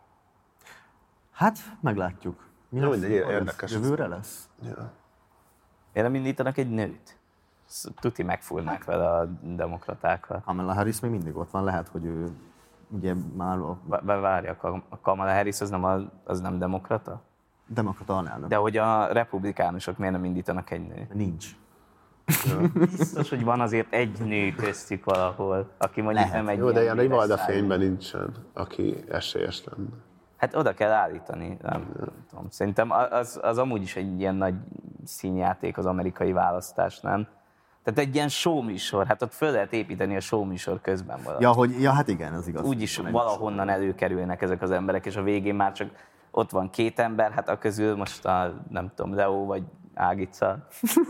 Hát, meglátjuk. Mi nem, lesz? érdekes. Jövőre lesz? Ja. Én nem indítanak egy nőt. Tuti megfúrnák vele a demokratákkal. Kamala Harris még mindig ott van, lehet, hogy ő ugye már Várjak, a Kamala Harris az nem demokrata? Demokrata alelnök. De hogy a republikánusok miért nem indítanak egy nőt? Nincs. Ja. Biztos, hogy van azért egy nő köztük valahol, aki mondjuk lehet. nem egy jó, de ilyen egy üres valdafényben nincsen, aki esélyes lenne. Hát oda kell állítani, nem tudom. Szerintem az amúgy is egy ilyen nagy színjáték az amerikai választás, nem? Tehát egy ilyen showműsor, hát ott föl lehet építeni a showműsor közben valamit. Ja, hát igen, ez igaz. Úgyis valahonnan előkerülnek ezek az emberek, és a végén már csak ott van két ember, hát a közül most nem tudom, Leo vagy Ágica.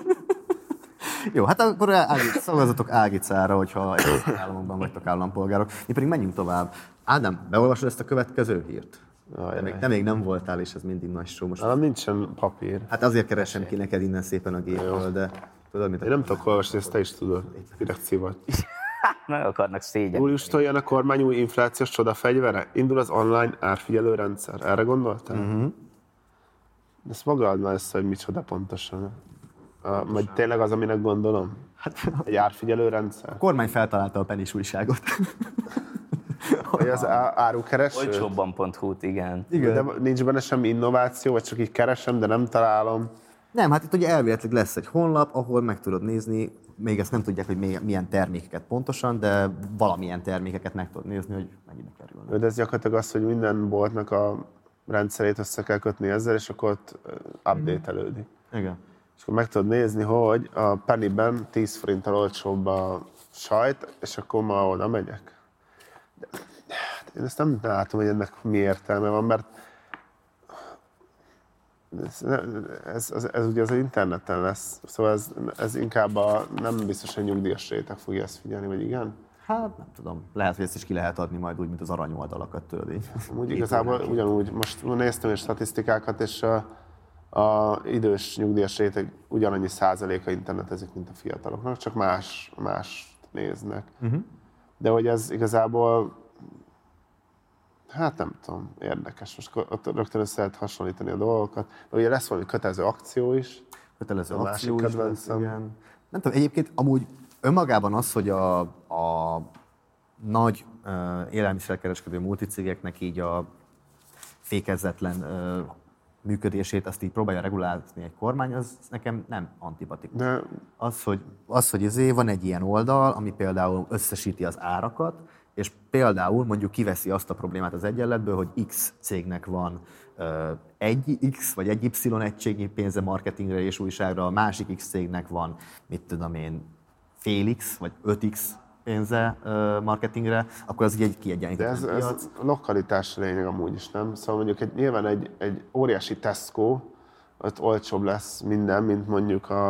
Jó, hát akkor szavazatok Ágicára, hogyha egy államokban vagytok állampolgárok. Mi pedig menjünk tovább. Ádám, beolvasod ezt a következő hírt? Te még nem voltál, és ez mindig nagy show. Most Nincsen papír. Hát azért keresem ki neked innen szépen a gépről, de tudod, mit én nem tudok olvasni, ezt te is tudod. Direkt szívat. Meg akarnak szégyen. Júliustól jön a kormány új inflációs csodafegyvere? Indul az online árfigyelő rendszer. Erre gondoltál? De ezt maga már össze, hogy micsoda pontosan. Majd tényleg az, aminek gondolom? Egy árfigyelő rendszer? A kormány feltalálta a Pennis újságot. Vagy az árukereső? Olcsóbban.hu-t, igen. De nincs benne semmi innováció, vagy csak így keresem, de nem találom. Nem, hát itt ugye elvileg lesz egy honlap, ahol meg tudod nézni, még ezt nem tudják, hogy milyen termékeket pontosan, de valamilyen termékeket meg tudod nézni, hogy mennyibe kerülnek. De ez gyakorlatilag az, hogy minden boltnak a rendszerét össze kell kötni ezzel, és akkor ott update-elődik. Igen. És akkor meg tudod nézni, hogy a Pennyben 10 forinttal olcsóbb a sajt, és akkor ma oda megyek. De én ezt nem látom, hogy ennek mi értelme van, mert ez ugye az interneten lesz, szóval ez inkább nem biztos, hogy nyugdíjas réteg fogja ezt figyelni, vagy igen? Hát nem tudom, lehet, hogy ezt is ki lehet adni majd úgy, mint az aranyoldalakat, tudod így. Úgy igazából ugyanúgy, most néztem is statisztikákat, és a idős nyugdíjas réteg ugyanannyi százaléka internetezik, mint a fiataloknak, csak mást néznek. De hogy ez igazából, hát nem tudom, érdekes. Most ott rögtön össze lehet hasonlítani a dolgokat. De ugye lesz valami kötelező akció is. Kötelező akció is lesz, igen. Nem tudom, egyébként amúgy önmagában az, hogy a nagy élelmiszerkereskedő multicégeknek így a fékezetlen működését, azt így próbálja regulálni egy kormány, az nekem nem antipatikus. De Az, hogy van egy ilyen oldal, ami például összesíti az árakat, és például mondjuk kiveszi azt a problémát az egyenletből, hogy X cégnek van egy X vagy egy Y egységnyi pénze marketingre és újságra, a másik X cégnek van, mit tudom én, fél X vagy 5X pénze marketingre, akkor az így egy kiegyenlített piac. Ez lokalitás lényeg amúgy is, nem? Szóval mondjuk nyilván egy óriási Tesco, ott olcsóbb lesz minden, mint mondjuk a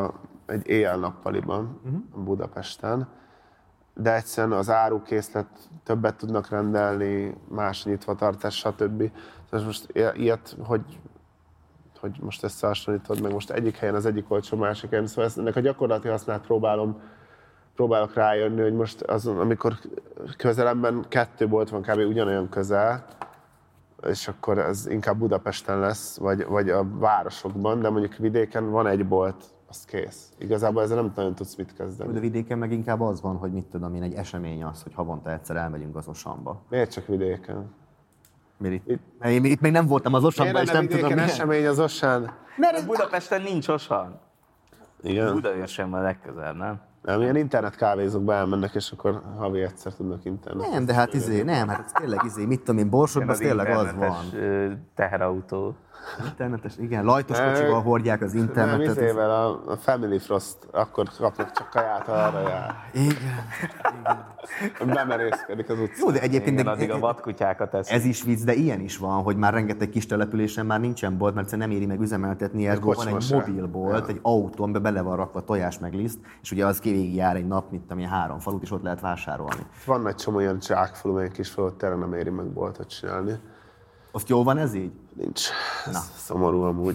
egy éjjel-nappaliban Budapesten, de egyszerűen az árukészlet többet tudnak rendelni, más nyitvatartás, stb. Tehát most ilyet, hogy most összehasonlítod, meg most egyik helyen az egyik olcsó, másik helyen, szóval ennek a gyakorlati hasznát próbálok rájönni, hogy most azon, amikor közelemben 2 bolt van kb. Ugyanolyan közel, és akkor ez inkább Budapesten lesz, vagy a városokban, de mondjuk vidéken van egy bolt, az kész. Igazából ezzel nem nagyon tudsz mit kezdeni. De vidéken meg inkább az van, hogy mit tudom én, egy esemény az, hogy havonta egyszer elmegyünk az Osamba. Miért csak vidéken? Miért itt még nem voltam az Osamban, és nem tudom milyen. Esemény az Osán? Mert Budapesten nincs Osan. Igen. Budaörsön van legközelebb, nem? Nem, ilyen internetkávézókba elmennek, és akkor havi egyszer tudnak internet. Nem, de hát hát ez tényleg mit tudom én, Borsodban az tényleg az van. Teherautó. Internetes, igen, lajtos kocsival hordják az internetet. Nem, a Family Frost, akkor kapnak csak kaját arra jár. Igen. Bemerészkedik az utcán. Jó, de egyébként Igen, addig a vadkutyákat eszik. ez is vicc, de ilyen is van, hogy már rengeteg kis településen már nincsen bolt, mert nem éri meg üzemeltetni, ergo van egy mobilbolt, egy autó, amiben bele van rakva tojás meg liszt, és ugye az végig jár egy nap, mint amilyen 3 falut, és ott lehet vásárolni. Van egy csomó ilyen zsákfalu, egy kis falu, tényleg nem éri meg boltot csinálni. Azt jól van ez így? Nincs. Szomorú amúgy.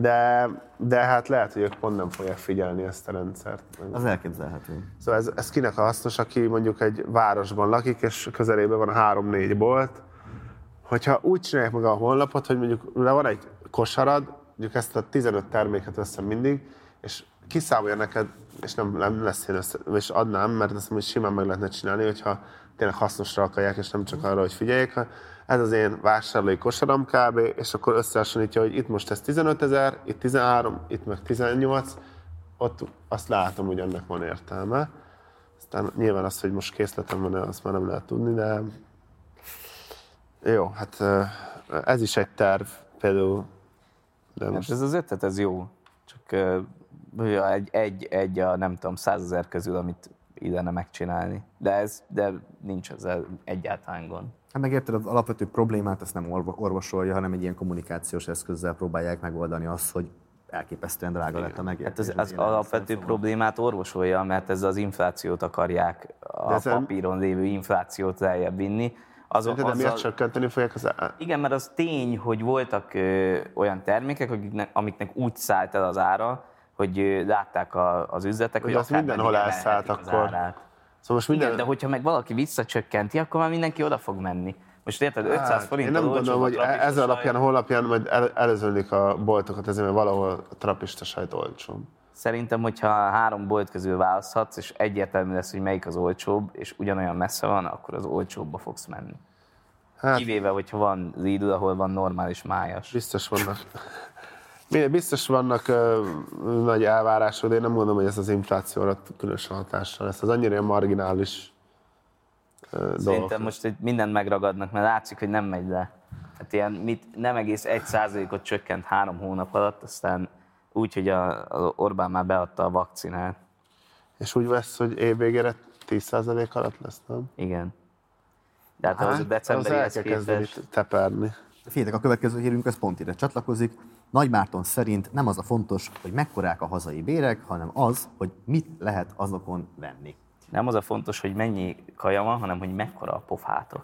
De hát lehet, hogy ők pont nem fogják figyelni ezt a rendszert. Az elképzelhető. Szóval ez kinek a hasznos, aki mondjuk egy városban lakik, és közelében van 3-4 bolt. Hogyha úgy csinálják meg a honlapot, hogy mondjuk van egy kosarad, mondjuk ezt a 15 terméket veszem mindig, és kiszámolja neked, és nem lesz én össze, és adnám, mert ezt hogy simán meg lehetne csinálni, hogyha tényleg hasznosra akarják, és nem csak arra, hogy figyeljék. Ez az én vásárlói kosaram kb. És akkor összehasonlítja, hogy itt most ez 15 000, itt 13, itt meg 18, ott azt látom, hogy ennek van értelme. Aztán nyilván az, hogy most készletem van, azt már nem lehet tudni, de jó, hát ez is egy terv például. De most... Ez az ötlet, ez jó. Csak egy a nem tudom, 100 000 közül, amit illene megcsinálni. De nincs ezzel egyáltalán gond. Hát megérted, az alapvető problémát ezt nem orvosolja, hanem egy ilyen kommunikációs eszközzel próbálják megoldani azt, hogy elképesztően drága lett a megértés. Hát az alapvető problémát orvosolja, mert ez az inflációt akarják, a papíron lévő inflációt lejjebb vinni. De miért csökkenteni fogják az Igen, mert az tény, hogy voltak olyan termékek, amiknek úgy szállt el az ára, hogy látták az üzletek, hogy azt mindenhol elszállt akkor. Szóval most igen, de hogyha meg valaki visszacsökkenti, akkor már mindenki oda fog menni. Most érted, 500 forint. Én nem gondolom, hogy ez alapján, honlapján majd előzönlik a boltokat, ezért mert valahol a trapista sajt olcsó. Szerintem, hogyha 3 bolt közül választhatsz, és egyértelmű lesz, hogy melyik az olcsóbb, és ugyanolyan messze van, akkor az olcsóbbba fogsz menni. Hát, kivéve, hogyha van Lidl, ahol van normális májas. Biztos vannak nagy elvárások, de én nem gondolom, hogy ez az inflációra különösen hatással lesz. Ez annyira ilyen marginális dolog. Szerintem most mindent megragadnak, mert látszik, hogy nem megy le. Hát ilyen nem egész 1%-ot csökkent 3 hónap alatt, aztán úgy, hogy az Orbán már beadta a vakcinát. És úgy vesz, hogy évvégére 10% alatt lesz, nem? Igen. De hát az decemberihez képest... teperni. Figyeljetek, a következő hírünk ez pont ide csatlakozik. Nagy Márton szerint nem az a fontos, hogy mekkorák a hazai bérek, hanem az, hogy mit lehet azokon venni. Nem az a fontos, hogy mennyi kaja van, hanem hogy mekkora a pofátok.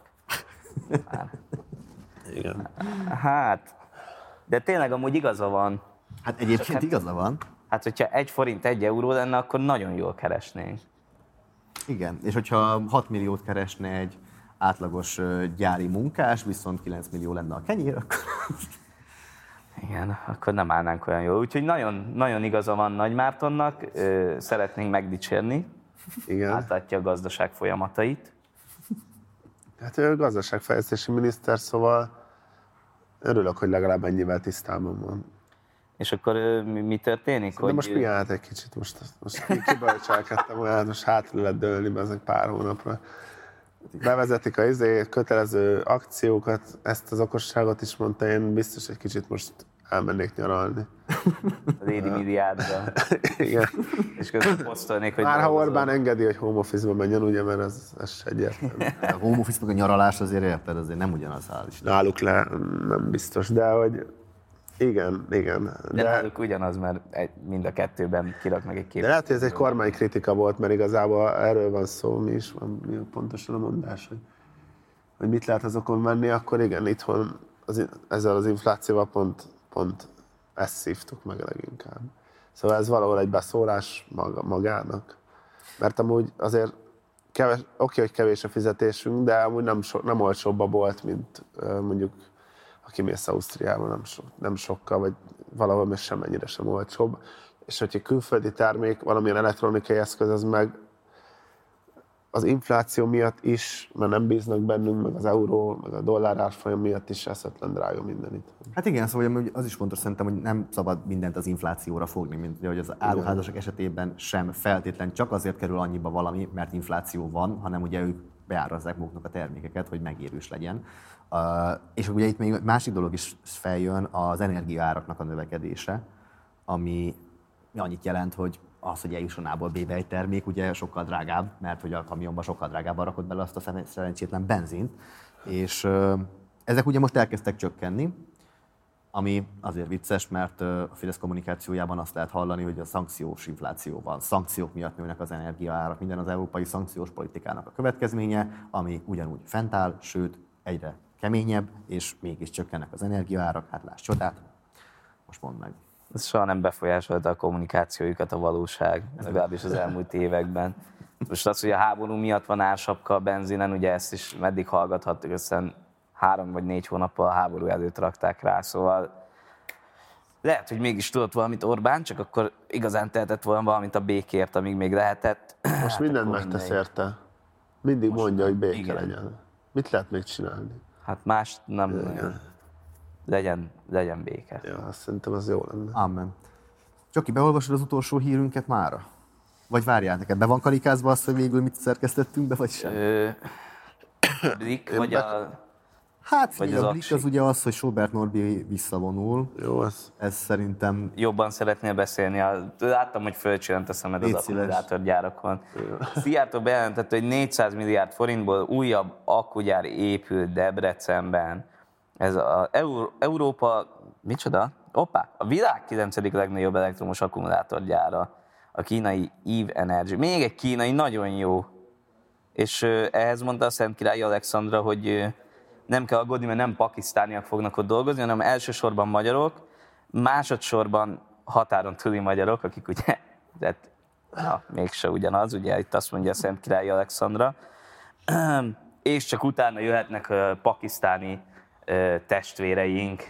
Igen. Hát, de tényleg amúgy igaza van. Hát egyébként igaza van. Hát, hogyha 1 forint 1 euró lenne, akkor nagyon jól keresnénk. Igen, és hogyha 6 milliót keresne egy átlagos gyári munkás, viszont 9 millió lenne a kenyér, akkor... Igen, akkor nem állnánk olyan jól. Úgyhogy nagyon, nagyon igaza van Nagy Mártonnak, szeretnénk megdicsérni. Igen. Átlátja a gazdaság folyamatait. Hát ő gazdaságfejlesztési miniszter, szóval örülök, hogy legalább ennyivel tisztában van. És akkor mi történik? De most mi állt egy kicsit? Most kibölcselkedtem olyan, most hátra lehet dőlni ezek pár hónapra. Bevezetik a kötelező akciókat, ezt az okosságot is mondta, én biztos egy kicsit most elmennék nyaralni. Az édi milliárdra. Igen. És közben posztolnék, hogy... Már ha Orbán engedi, hogy home office-ba menjen, ugye, mert ez se egyértelmű. A home office-ban a nyaralás azért érted, azért nem ugyanaz áll is. Náluk nem biztos, de hogy Igen. De náluk ugyanaz, mert mind a kettőben kiraknak egy képet. De lehet, hogy ez egy kormánykritika volt, mert igazából erről van szó, mi a pontosan a mondás, hogy mit lehet azokon venni, akkor igen, itthon ezzel az inflációval pont ezt szívtuk meg leginkább. Szóval ez valahol egy beszólás magának. Mert amúgy azért oké, hogy kevés a fizetésünk, de amúgy nem olcsóbb a bolt, mint mondjuk aki mész Ausztriában, nem sokkal, vagy valahol még semmennyire sem olcsóbb. És hogyha külföldi termék, valamilyen elektronikai eszköz, az meg az infláció miatt is, mert nem bíznak bennünk, meg az euró, meg a dollár árfolyam miatt is eszetlen drága minden itt. Hát igen, szóval az is fontos szerintem, hogy nem szabad mindent az inflációra fogni, mint hogy az áruházasok esetében sem feltétlen csak azért kerül annyiba valami, mert infláció van, hanem ugye ők beárazzák maguknak a termékeket, hogy megérős legyen. És ugye itt még másik dolog is feljön, az energiaáraknak a növekedése, ami annyit jelent, hogy az, hogy eljusson A-ból B-be egy termék, ugye sokkal drágább, mert hogy a kamionba sokkal drágábban rakod bele azt a szerencsétlen benzint. És ezek ugye most elkezdtek csökkenni, ami azért vicces, mert a Fidesz kommunikációjában azt lehet hallani, hogy a szankciós infláció van. Szankciók miatt nőnek az energiaárak, minden az európai szankciós politikának a következménye, ami ugyanúgy fent áll, sőt egyre keményebb, és mégis csökkennek az energiaárak. Hát láss csodát, most mondd meg. Ez soha nem befolyásolta a kommunikációjukat a valóság, legalábbis az elmúlt években. Most az, hogy a háború miatt van ársapka a benzinen, ugye ezt is meddig hallgathattuk, aztán 3 vagy 4 hónappal a háború előtt rakták rá, szóval lehet, hogy mégis tudott valamit Orbán, csak akkor igazán tehetett volna valamit a békért, amíg még lehetett. Most mindent megtesz érte. Mindig most mondja, hogy béke legyen. Mit lehet még csinálni? Hát mást nem legyen béke. Ja, azt szerintem az jó lenne. Amen. Csoki, beolvasod az utolsó hírünket mára? Vagy várjál, neked be van karikázva azt, hogy végül mit szerkesztettünk be, vagy sem? Blik, vagy a... Hát vagy a Blik az ugye az, hogy Sobert Norbi visszavonul. Jó, az. Ez szerintem... Jobban szeretnél beszélni. Láttam, hogy fölcsillant a szemed az akkumulátorgyárakon. Szijjártó bejelentette, hogy 400 milliárd forintból újabb akkugyár épül Debrecenben. Ez az Európa... Micsoda? Hoppá! A világ 9. legnagyobb elektromos akkumulátorgyára. A kínai Eve Energy. Még egy kínai, nagyon jó. És ehhez mondta a Szentkirályi Alexandra, hogy nem kell aggódni, mert nem pakisztániak fognak ott dolgozni, hanem elsősorban magyarok, másodszorban határon túli magyarok, akik ugye, mégse ugyanaz, ugye itt azt mondja a Szentkirályi Alexandra, és csak utána jöhetnek a pakisztáni testvéreink.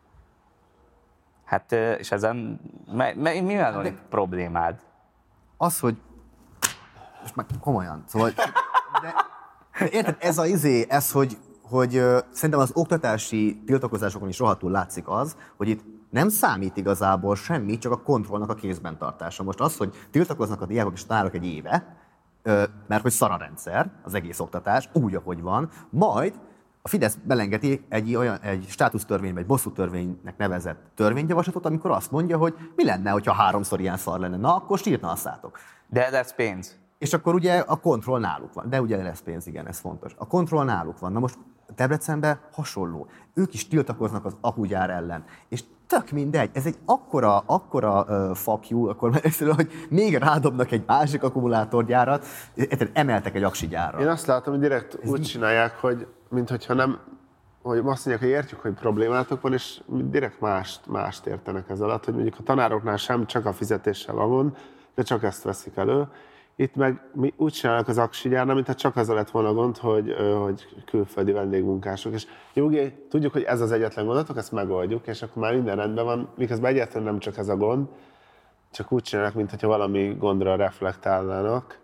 Hát, és ezen mivel van itt problémád? Az, hogy... Most már komolyan, szóval... De érted, ez hogy szerintem az oktatási tiltakozásokon is rohadtul látszik az, hogy itt nem számít igazából semmi, csak a kontrollnak a kézben tartása. Most az, hogy tiltakoznak a diákok és tanárok egy éve, mert hogy szar a rendszer, az egész oktatás, úgy, ahogy van, majd a Fidesz belengeti egy státusztörvény vagy bosszútörvénynek nevezett törvényjavaslatot, amikor azt mondja, hogy mi lenne, hogyha 3-szor ilyen szar lenne. Na, akkor sírnalszátok. De lesz pénz. És akkor ugye a kontroll náluk van. De ugye lesz pénz, igen, ez fontos. A kontroll náluk van. Na most Debrecenben hasonló. Ők is tiltakoznak az akugyár ellen. És tök mindegy. Ez egy akkora fuck you, akkor egyszerűen, hogy még rádobnak egy másik akkumulátorgyárat, emeltek egy aksigyárra. Én azt látom, hogy direkt úgy csinálják, hogy minthogyha nem, hogy azt mondják, hogy értjük, hogy problémátok van, és direkt mást értenek ez alatt, hogy mondjuk a tanároknál sem csak a fizetéssel van gond, de csak ezt veszik elő. Itt meg mi úgy csinálnak az aksigyárnál, mintha csak az lett volna gond, hogy külföldi vendégmunkások. És nyugi, tudjuk, hogy ez az egyetlen gondotok, ezt megoldjuk, és akkor már minden rendben van, miközben egyáltalán nem csak ez a gond, csak úgy csinálnak, mintha valami gondra reflektálnának.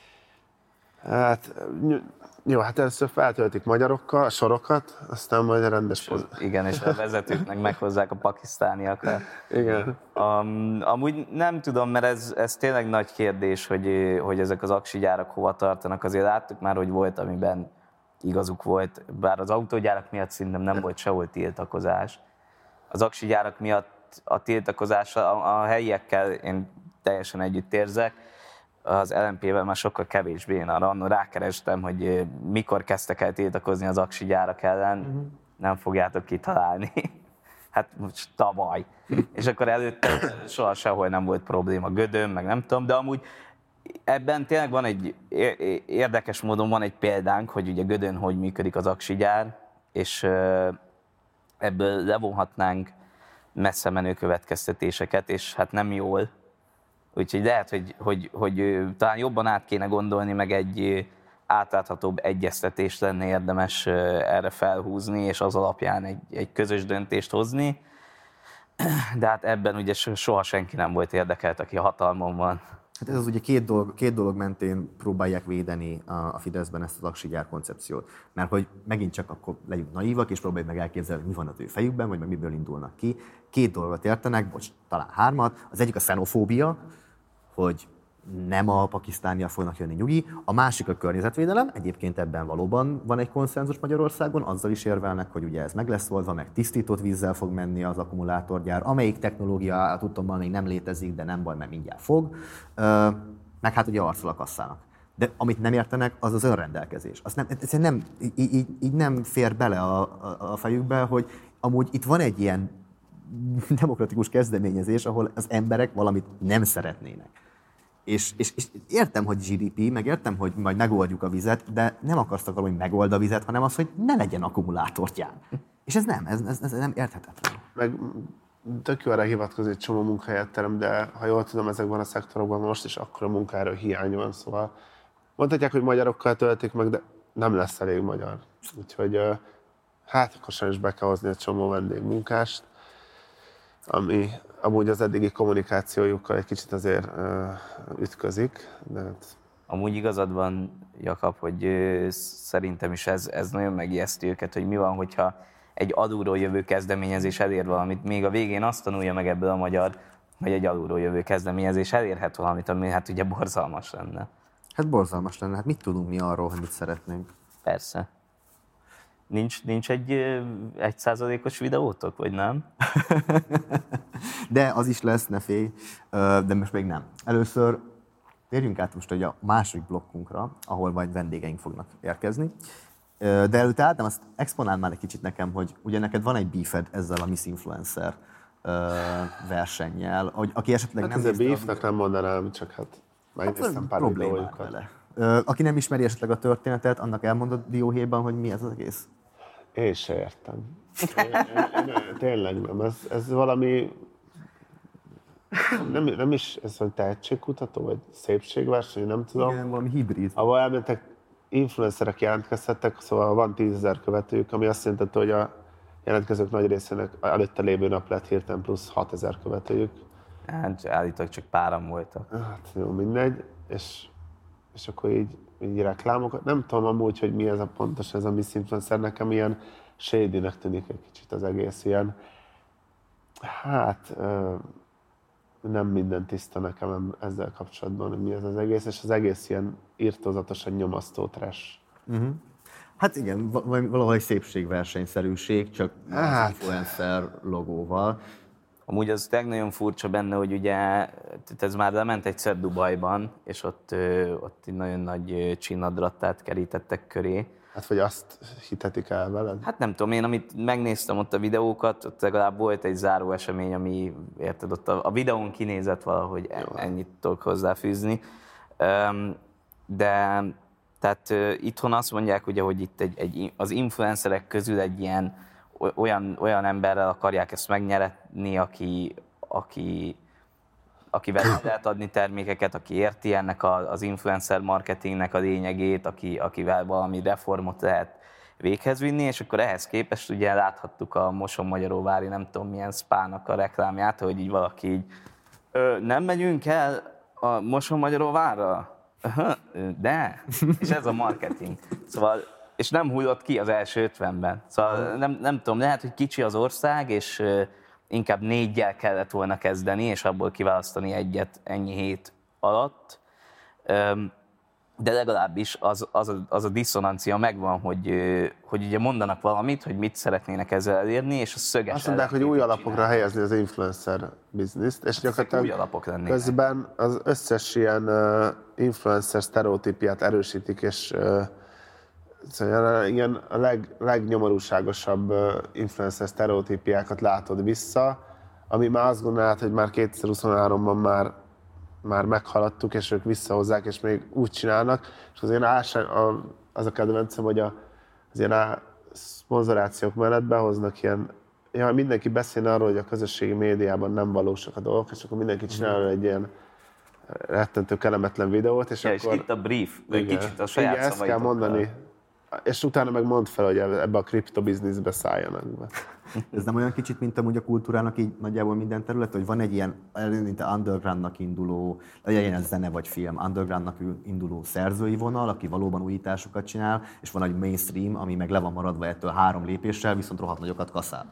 Hát, jó, hát először feltöltik magyarokkal a sorokat, aztán majd a rendes... Igen, és a vezetőknek meghozzák a pakisztániakat. Igen. Amúgy nem tudom, mert ez tényleg nagy kérdés, hogy ezek az aksigyárak hova tartanak. Azért láttuk már, hogy volt, amiben igazuk volt, bár az autógyárak miatt szerintem nem volt sehol tiltakozás. Az aksigyárak miatt a tiltakozás a helyiekkel én teljesen együtt érzek. Az LMP-vel már sokkal kevésbé. Én arra rákerestem, hogy mikor kezdtek el tiltakozni az aksigyárak ellen. Nem fogjátok kitalálni. Hát most tavaly. És akkor előtte soha sehol nem volt probléma, Gödön, meg nem tudom, de amúgy ebben tényleg van egy, érdekes módon van egy példánk, hogy ugye Gödön hogy működik az aksigyár, és ebből levonhatnánk messze menő következtetéseket, és hát nem jól. Úgyhogy lehet, hogy talán jobban át kéne gondolni, meg egy átláthatóbb egyeztetést lenne érdemes erre felhúzni, és az alapján egy közös döntést hozni. De hát ebben ugye soha senki nem volt érdekelt, aki a hatalmon van. Hát ez az ugye két dolog mentén próbálják védeni a Fideszben ezt az aksigyár koncepciót. Mert hogy megint csak akkor legyünk naívak, és próbáljuk meg elképzelni, hogy mi van az ő fejükben, vagy meg miből indulnak ki. Két dolgot értenek, talán hármat. Az egyik a xenofóbia, hogy nem a pakisztániak fognak jönni nyugi. A másik a környezetvédelem, egyébként ebben valóban van egy konszenzus Magyarországon, azzal is érvelnek, hogy ugye ez meg lesz oldva, meg tisztított vízzel fog menni az akkumulátorgyár, amelyik technológia tudtommal még nem létezik, de nem baj, mert mindjárt fog. Meg hát ugye arccal a kasszának. De amit nem értenek, az az önrendelkezés. Azt így nem fér bele a fejükbe, hogy amúgy itt van egy ilyen demokratikus kezdeményezés, ahol az emberek valamit nem szeretnének. És értem, hogy GDP, meg értem, hogy majd megoldjuk a vizet, de nem akarsz valami, hogy megold a vizet, hanem az, hogy ne legyen akkumulátorgyár. És ez nem érthetetlen. Meg tök jó arra hivatkozni, egy csomó munkahelyet terem, de ha jól tudom, ezekben a szektorokban most is akkora munkára hiány van, szóval mondhatják, hogy magyarokkal töltik meg, de nem lesz elég magyar. Úgyhogy hát akkor sajnos be kell hozni egy csomó vendégmunkást, ami amúgy az eddigi kommunikációjukkal egy kicsit azért ütközik. De hát... Amúgy igazad van, Jakab, hogy szerintem is ez nagyon megijeszti őket, hogy mi van, hogyha egy alulról jövő kezdeményezés elér valamit, még a végén azt tanulja meg ebből a magyar, hogy egy alulról jövő kezdeményezés elérhet valamit, ami hát ugye borzalmas lenne. Hát borzalmas lenne, hát mit tudunk mi arról, hogy mit szeretnénk? Persze. Nincs egy 1%-os videótok, vagy nem? De az is lesz, ne félj, de most még nem. Először térjünk át most a második blokkunkra, ahol majd vendégeink fognak érkezni. De előtte Ádám, azt exponáld már egy kicsit nekem, hogy ugye neked van egy beefed ezzel a Miss Influencer versennyel, aki esetleg hát nem nézte... beefnek nem mondanám, csak hát megnéztem pár videójukat. Aki nem ismeri esetleg a történetet, annak elmondod dióhéjban, hogy mi ez az egész? Én se értem. Tényleg nem. Ez valami... Nem is ez, hogy tehetségkutató, vagy szépségverseny, nem tudom. Igen, valami hibrid. Ahol elmentek, influencerek jelentkezhettek, szóval van 10 000 követőjük, ami azt jelenti, hogy a jelentkezők nagy részének előtte lévő nap lett hirtelen plusz 6 000 követőjük. Hát állítólag csak páran voltak. Hát jó, mindegy. És akkor így reklámokat. Nem tudom amúgy, hogy mi ez a pontos, ez a Miss Influencer, nekem ilyen shady-nek tűnik egy kicsit az egész ilyen. Hát nem minden tiszta nekem ezzel kapcsolatban, hogy mi ez az egész, és az egész ilyen irtózatosan nyomasztó trash. Uh-huh. Hát igen, valahol egy szépségversenyszerűség, csak az influencer logóval. Amúgy az tényleg nagyon furcsa benne, hogy ugye ez már lement egyszer Dubajban, és ott nagyon nagy csinnadrattát kerítettek köré. Hát vagy azt hitetik el veled? Hát nem tudom, én amit megnéztem ott a videókat, ott legalább volt egy záró esemény, ami, érted, ott a videón kinézett valahogy, ennyit tudok hozzáfűzni. De tehát itthon azt mondják, ugye, hogy itt az influencerek közül egy ilyen olyan emberrel akarják ezt megnyeretni, akivel lehet adni termékeket, aki érti ennek az influencer marketingnek a lényegét, akivel valami reformot lehet véghez vinni, és akkor ehhez képest ugye láthattuk a Mosonmagyaróvári nem tudom milyen spának a reklámját, hogy így valaki így nem megyünk el a Mosonmagyaróvárra? De, és ez a marketing. Szóval, és nem hullott ki az első 50-ben. Szóval nem tudom, lehet, hogy kicsi az ország, és inkább 4-jel kellett volna kezdeni, és abból kiválasztani egyet ennyi hét alatt. De legalábbis az a diszonancia megvan, hogy ugye mondanak valamit, hogy mit szeretnének ezzel elérni, és a szöges. Azt mondják, hogy új alapokra helyezni az influencer bizniszt, és gyakorlatilag közben az összes ilyen influencer sztereotípiát erősítik, és Szóval igen, a legnyomorúságosabb influencer sztereotípiákat látod vissza, ami már azt gondolnád, hogy már 2023-ban már meghaladtuk, és ők visszahozzák, és még úgy csinálnak, és azért az a kedvencem, hogy az ilyen szponzorációk mellett behoznak ilyen, mindenki beszél arról, hogy a közösségi médiában nem valósak a dolgok, és akkor mindenki csinál egy ilyen rettentő kellemetlen videót, és akkor... És itt a brief, egy kicsit a saját igen, ezt kell mondani. És utána meg mondd fel, hogy ebbe a kriptobizniszbe szálljanak be. Ez nem olyan kicsit, mint amúgy a kultúrának így nagyjából minden terület, hogy van egy ilyen undergroundnak induló, legyen ez zene vagy film, undergroundnak induló szerzői vonal, aki valóban újításokat csinál, és van egy mainstream, ami meg le van maradva ettől 3 lépéssel, viszont rohadt nagyokat kaszál.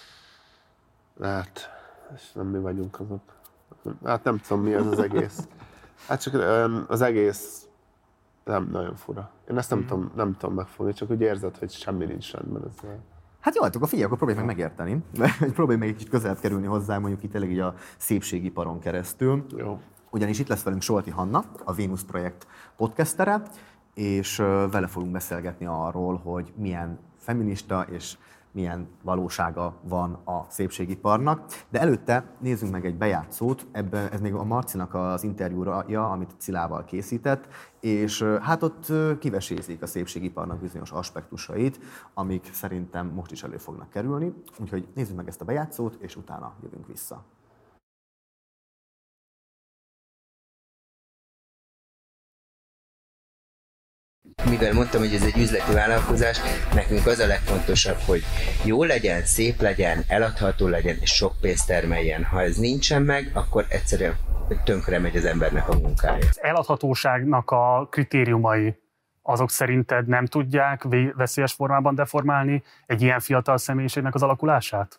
Hát, és nem mi vagyunk azok. Hát nem tudom, mi az egész. Hát csak az egész nem nagyon fura. Én ezt nem tudom megfogni, csak úgy érzed, hogy semmi nincs rendben ezzel. Hát jó, akkor figyelj, akkor próbálj meg megérteni. Próbálj meg egy kicsit közelebb kerülni hozzá, mondjuk itt tényleg így a szépségiparon keresztül. Jó. Ugyanis itt lesz velünk Solti Hanna, a Vénusz Projekt podcastere, és vele fogunk beszélgetni arról, hogy milyen feminista és milyen valósága van a szépségiparnak. De előtte nézzünk meg egy bejátszót, ez még a Marcinak az interjúja, amit Cilával készített, és hát ott kivesézik a szépségiparnak bizonyos aspektusait, amik szerintem most is elő fognak kerülni. Úgyhogy nézzük meg ezt a bejátszót, és utána jövünk vissza. Mivel mondtam, hogy ez egy üzleti vállalkozás, nekünk az a legfontosabb, hogy jó legyen, szép legyen, eladható legyen, és sok pénzt termeljen. Ha ez nincsen meg, akkor egyszerűen tönkre megy az embernek a munkája. Az eladhatóságnak a kritériumai, azok szerinted nem tudják veszélyes formában deformálni egy ilyen fiatal személyiségnek az alakulását?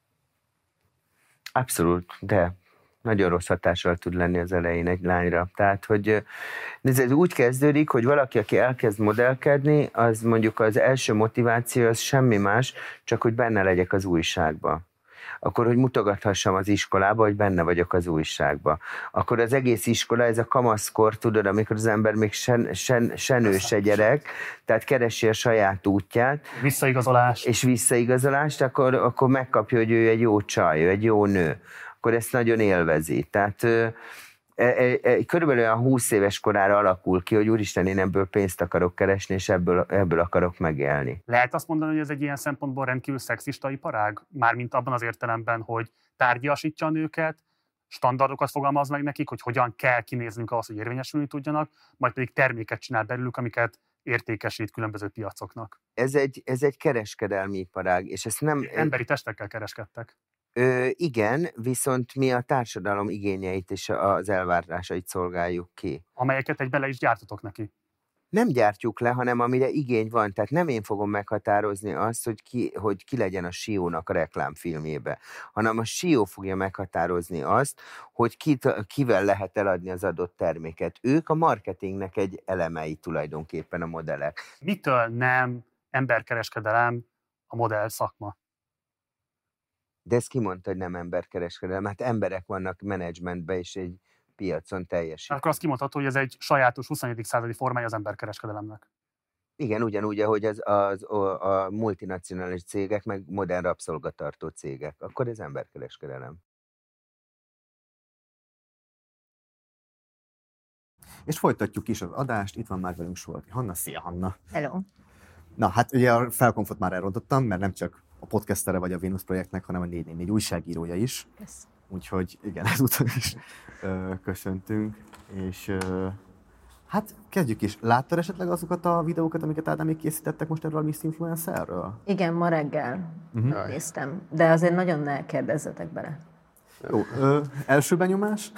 Abszolút, de nagyon rossz hatással tud lenni az elején egy lányra. Tehát, hogy ez úgy kezdődik, hogy valaki, aki elkezd modellkedni, az mondjuk az első motiváció az semmi más, csak hogy benne legyek az újságba. Akkor, hogy mutogathassam az iskolába, hogy benne vagyok az újságba. Akkor az egész iskola, ez a kamaszkor, tudod, amikor az ember még se nő, se gyerek, tehát keresi a saját útját. Visszaigazolás. És visszaigazolást, akkor megkapja, hogy ő egy jó csaj, ő egy jó nő. Akkor ezt nagyon élvezi. Tehát körülbelül olyan 20 éves korára alakul ki, hogy úristen, én ebből pénzt akarok keresni, és ebből akarok megélni. Lehet azt mondani, hogy ez egy ilyen szempontból rendkívül szexista iparág? Mármint abban az értelemben, hogy tárgyasítja a nőket, standardokat fogalmaz meg nekik, hogy hogyan kell kinéznünk ahhoz, hogy érvényesülni tudjanak, majd pedig terméket csinál belőlük, amiket értékesít különböző piacoknak. Ez egy kereskedelmi iparág, és ezt nem... Emberi testekkel kereskedtek. Igen, viszont mi a társadalom igényeit és az elvárásait szolgáljuk ki. Amelyeket egy bele is gyártotok neki. Nem gyártjuk le, hanem amire igény van. Tehát nem én fogom meghatározni azt, hogy ki legyen a Sió-nak a reklámfilmjébe, hanem a Sió fogja meghatározni azt, hogy kivel lehet eladni az adott terméket. Ők a marketingnek egy elemei tulajdonképpen a modellek. Mitől nem emberkereskedelem a modell szakma? De ezt ki mondta, hogy nem emberkereskedelem? Hát emberek vannak menedzsmentben és egy piacon teljesít. Akkor azt kimondható, hogy ez egy sajátos 21. századi formája az emberkereskedelemnek. Igen, ugyanúgy, ahogy a multinacionális cégek, meg modern rabszolgatartó cégek. Akkor ez emberkereskedelem. És folytatjuk is az adást, itt van már velünk Solti Hanna. Szia, Hanna! Hello! Na, hát ugye a felkonfot már elrontottam, mert nem csak a podcastere vagy a Vénusz Projektnek, hanem a 444 újságírója is. Yes. Úgyhogy igen, ezúttal is köszöntünk. És hát kezdjük is. Láttad esetleg azokat a videókat, amiket Ádám még készítettek most erről a Miss Influencerről? Igen, ma reggel néztem, de azért nagyon ne kérdezzetek bele. Jó, első benyomás?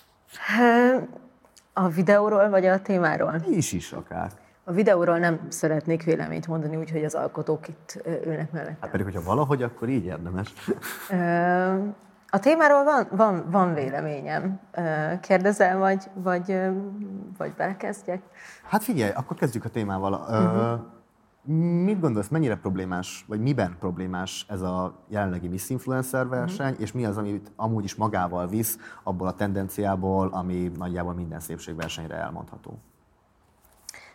A videóról vagy a témáról? Is akár. A videóról nem szeretnék véleményt mondani, úgyhogy az alkotók itt ülnek mellettem. Hát pedig, hogyha valahogy, akkor így érdemes. A témáról van véleményem. Kérdezel, vagy belekezdjek? Hát figyelj, akkor kezdjük a témával. Mit gondolsz, mennyire problémás, vagy miben problémás ez a jelenlegi Miss Influencer verseny, és mi az, amit amúgy is magával visz abból a tendenciából, ami nagyjából minden szépségversenyre elmondható?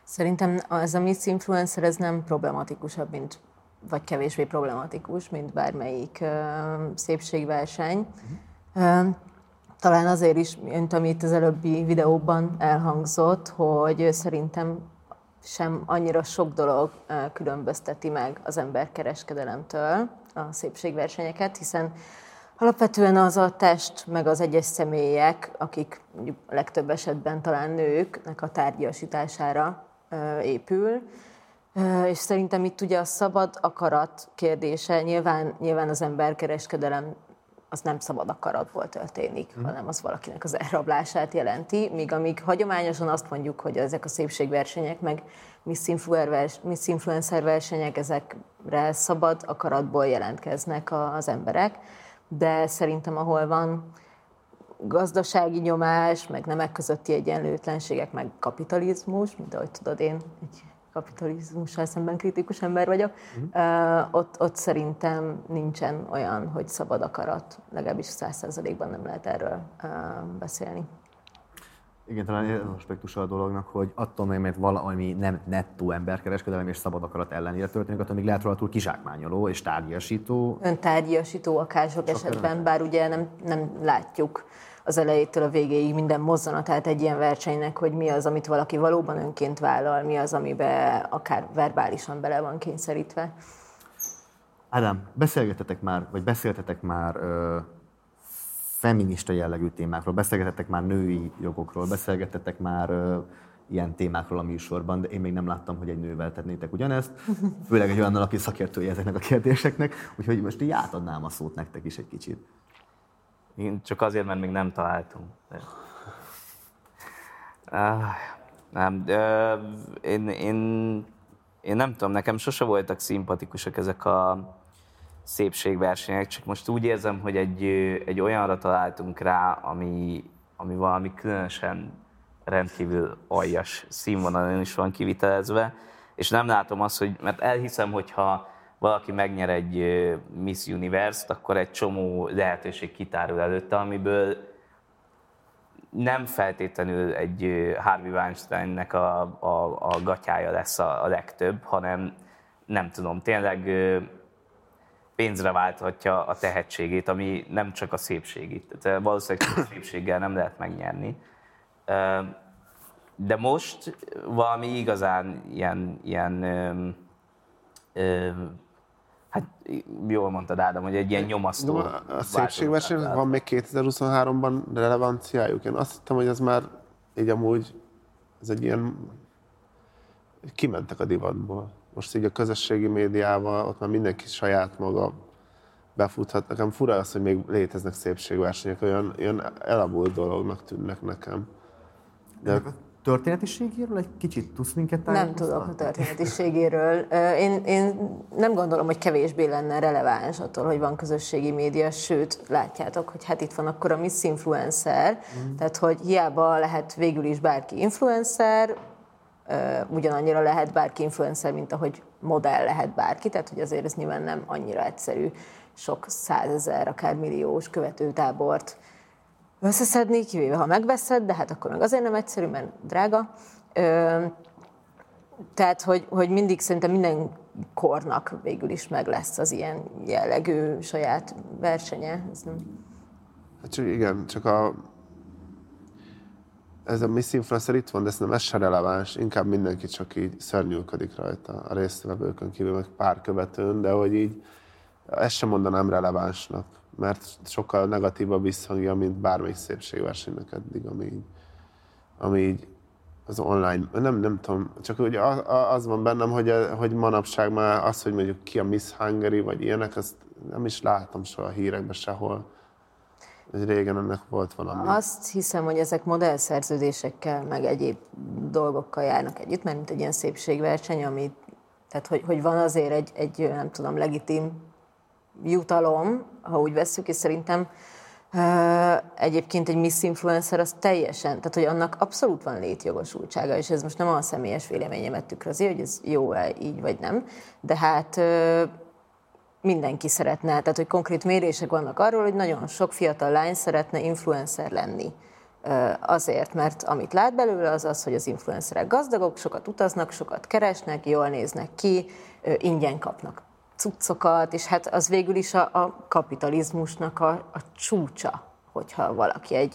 Szerintem ez a Miss Influencer ez nem problematikusabb, vagy kevésbé problematikus, mint bármelyik szépségverseny. Talán azért is, mint amit az előbbi videóban elhangzott, hogy szerintem sem annyira sok dolog különbözteti meg az emberkereskedelemtől a szépségversenyeket, hiszen alapvetően az a test, meg az egyes személyek, akik mondjuk legtöbb esetben talán nőknek a tárgyasítására épül, és szerintem itt ugye a szabad akarat kérdése, nyilván az emberkereskedelem az nem szabad akaratból történik, hanem az valakinek az elrablását jelenti, míg amíg hagyományosan azt mondjuk, hogy ezek a szépségversenyek, meg Miss Influencer versenyek, ezekre szabad akaratból jelentkeznek az emberek, de szerintem ahol van gazdasági nyomás, meg nemek közötti egyenlőtlenségek, meg kapitalizmus, mint ahogy tudod, én egy kapitalizmussal szemben kritikus ember vagyok, ott szerintem nincsen olyan, hogy szabad akarat, legalábbis 100%-ban nem lehet erről beszélni. Igen, talán ez az aspektusa a dolognak, hogy attól még, mert valami nem nettó emberkereskedelem és szabad akarat ellenére történik, attól még lehet róla túl kizsákmányoló és tárgyasító. Öntárgyasító akár sok esetben, bár ugye nem látjuk az elejétől a végéig minden mozzanatát egy ilyen versenynek, hogy mi az, amit valaki valóban önként vállal, mi az, amiben akár verbálisan bele van kényszerítve. Ádám, beszéltetek már feminista jellegű témákról, beszélgetettek már női jogokról, beszélgetettek már ilyen témákról a műsorban, de én még nem láttam, hogy egy nővel tennétek ugyanezt, főleg egy olyannal, aki szakértője ezeknek a kérdéseknek, úgyhogy most így átadnám a szót nektek is egy kicsit. Én csak azért, mert még nem találtunk. Én nem tudom, nekem sose voltak szimpatikusak ezek a szépségversenyek, csak most úgy érzem, hogy egy olyanra találtunk rá, ami valami különösen rendkívül aljas színvonalon is van kivitelezve, és nem látom azt, hogy, mert elhiszem, hogyha valaki megnyer egy Miss Universe-t, akkor egy csomó lehetőség kitárul előtte, amiből nem feltétlenül egy Harvey Weinsteinnek a gatyája lesz a legtöbb, hanem nem tudom, tényleg pénzre válthatja a tehetségét, ami nem csak a szépségét. Tehát valószínűleg a szépséggel nem lehet megnyerni. De most valami igazán hát jól mondtad, Ádám, hogy egy ilyen nyomasztó. A szépségversenynek van még 2023-ban relevanciájuk? Én azt hittem, hogy ez már így amúgy, ez egy ilyen, kimentek a divatból. Most így a közösségi médiával, ott már mindenki saját maga befuthat. Nekem fura az, hogy még léteznek szépségversenyek, olyan elavult dolognak tűnnek nekem. De a történetiségéről egy kicsit tudsz minket tájékoztatni? Nem tudok a történetiségéről. Én nem gondolom, hogy kevésbé lenne releváns attól, hogy van közösségi média, sőt, látjátok, hogy hát itt van akkor a Miss Influencer, tehát hogy hiába lehet végül is bárki influencer, ugyanannyira lehet bárki influencer, mint ahogy modell lehet bárki, tehát hogy azért ez nyilván nem annyira egyszerű sok 100 000, akár milliós követőtábort összeszedni, kivéve ha megveszed, de hát akkor meg azért nem egyszerű, mert drága. Tehát, hogy mindig szerintem minden kornak végül is meg lesz az ilyen jellegű saját versenye. Ez nem... Hát csak igen, csak ez a Miss Influencer itt van, de szerintem ez se releváns, inkább mindenki csak így szörnyűködik rajta a résztvevőkön kívül, meg pár követőn, de hogy így ezt sem mondanám relevánsnak, mert sokkal negatívabb visszhangja, mint bármelyik szépségversenynek eddig, ami így az online, nem tudom, csak ugye az van bennem, hogy manapság már az, hogy mondjuk ki a Miss Hungary, vagy ilyenek, azt nem is látom soha a hírekben sehol. Régen ennek volt valami. Azt hiszem, hogy ezek modellszerződésekkel, meg egyéb dolgokkal járnak együtt, mert mint egy ilyen szépségverseny, tehát hogy van azért egy nem tudom, legitim jutalom, ha úgy vesszük, és szerintem egyébként egy Miss Influencer az teljesen, tehát hogy annak abszolút van létjogosultsága, és ez most nem a személyes véleményemet tükrözi, hogy ez jó-e így vagy nem, de hát mindenki szeretne, tehát hogy konkrét mérések vannak arról, hogy nagyon sok fiatal lány szeretne influencer lenni. Azért, mert amit lát belőle, az az, hogy az influencerek gazdagok, sokat utaznak, sokat keresnek, jól néznek ki, ingyen kapnak cuccokat, és hát az végül is a kapitalizmusnak a csúcsa, hogyha valaki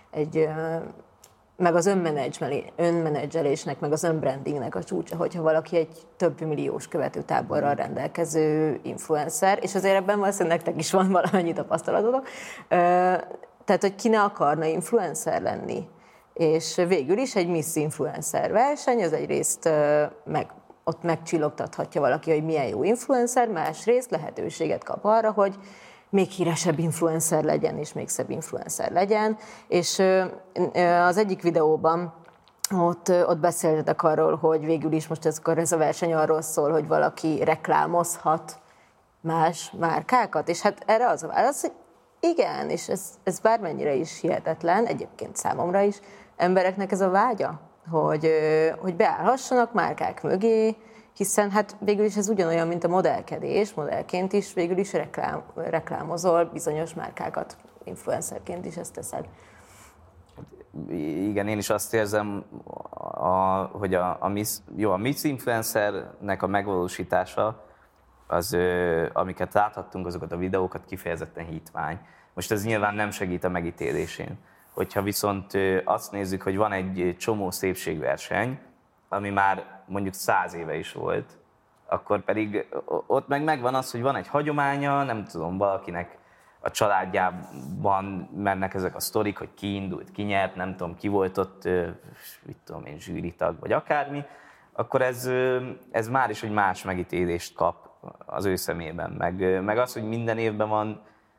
meg az önmenedzselésnek, meg az önbrandingnek a csúcsa, hogyha valaki egy több milliós követőtáborral rendelkező influencer, és azért ebben valószínűleg nektek is van valamennyi tapasztalatotok, tehát, hogy ki ne akarna influencer lenni. És végül is egy Miss Influencer verseny, az egyrészt ott megcsillogtathatja valaki, hogy milyen jó influencer, másrészt lehetőséget kap arra, hogy még híresebb influencer legyen, és még szebb influencer legyen. És az egyik videóban ott beszéltetek arról, hogy végül is most ez a verseny arról szól, hogy valaki reklámozhat más márkákat, és hát erre az a válasz, hogy igen, és ez bármennyire is hihetetlen, egyébként számomra is, embereknek ez a vágya, hogy beállhassanak márkák mögé, hiszen hát végül is ez ugyanolyan, mint a modellkedés, modellként is végül is reklámozol bizonyos márkákat, influencerként is ezt teszed. Igen, én is azt érzem, hogy a Miss Influencernek a megvalósítása, amiket láthattunk, azokat a videókat kifejezetten hitvány. Most ez nyilván nem segít a megítélésén. Hogyha viszont azt nézzük, hogy van egy csomó szépségverseny, ami már mondjuk 100 éve is volt, akkor pedig ott megvan az, hogy van egy hagyománya, nem tudom, valakinek a családjában mennek ezek a sztorik, hogy ki indult, ki nyert, nem tudom, ki volt ott, mit tudom én, zsűritag, vagy akármi, akkor ez már is egy más megítélést kap az ő szemében. Meg az, hogy minden évben van,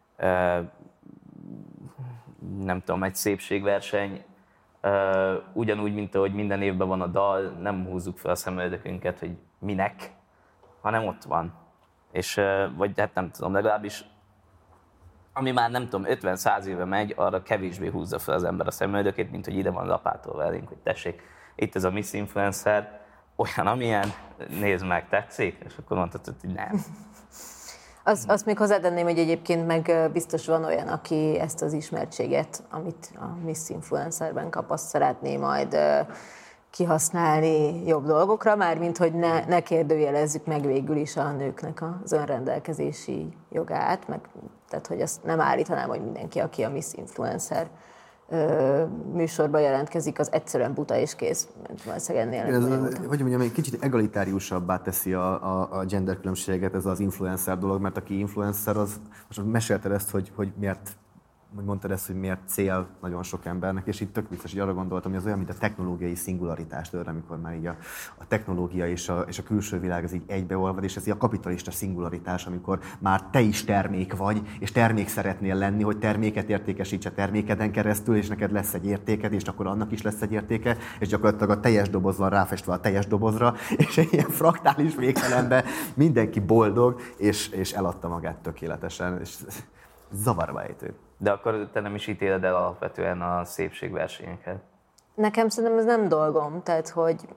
nem tudom, egy szépségverseny, ugyanúgy, mint ahogy minden évben van a dal, nem húzzuk fel a szemöldökünket, hogy minek, hanem ott van. És, vagy hát nem tudom, legalábbis ami már nem tudom, 50-100 éve megy, arra kevésbé húzza fel az ember a szemöldökét, mint hogy ide van lapátolva elénk, hogy tessék, itt ez a Miss Influencer, olyan, amilyen, nézd meg, tetszik? És akkor mondhatod, hogy nem. Azt még hozzátenném, hogy egyébként meg biztos van olyan, aki ezt az ismertséget, amit a Miss Influencerben kap, azt szeretné majd kihasználni jobb dolgokra, mármint hogy ne kérdőjelezzük meg végül is a nőknek az önrendelkezési jogát, tehát hogy azt nem állítanám, hogy mindenki, aki a Miss Influencer műsorba jelentkezik, az egyszerűen buta és kész. Hogy mondjam, egy kicsit egalitáriusabbá teszi a gender különbséget ez az influencer dolog, mert aki influencer, az most mesélted ezt, hogy miért, hogy mondtad ezt, hogy miért cél nagyon sok embernek, és itt tök vicces, hogy arra gondoltam, hogy az olyan, mint a technológiai szingularitás, amikor már így a technológia és a külső világ az így egybeolvad, és ez így a kapitalista szingularitás, amikor már te is termék vagy, és termék szeretnél lenni, hogy terméket értékesíts a termékeden keresztül, és neked lesz egy értéked, és akkor annak is lesz egy értéke, és gyakorlatilag a teljes doboz van ráfestve a teljes dobozra, és egy ilyen fraktális végtelenben mindenki boldog, és eladta magát tökéletesen, és zavarba ejtő. De akkor te nem is ítéled el alapvetően a szépségversenyeket? Nekem szerintem ez nem dolgom, tehát hogy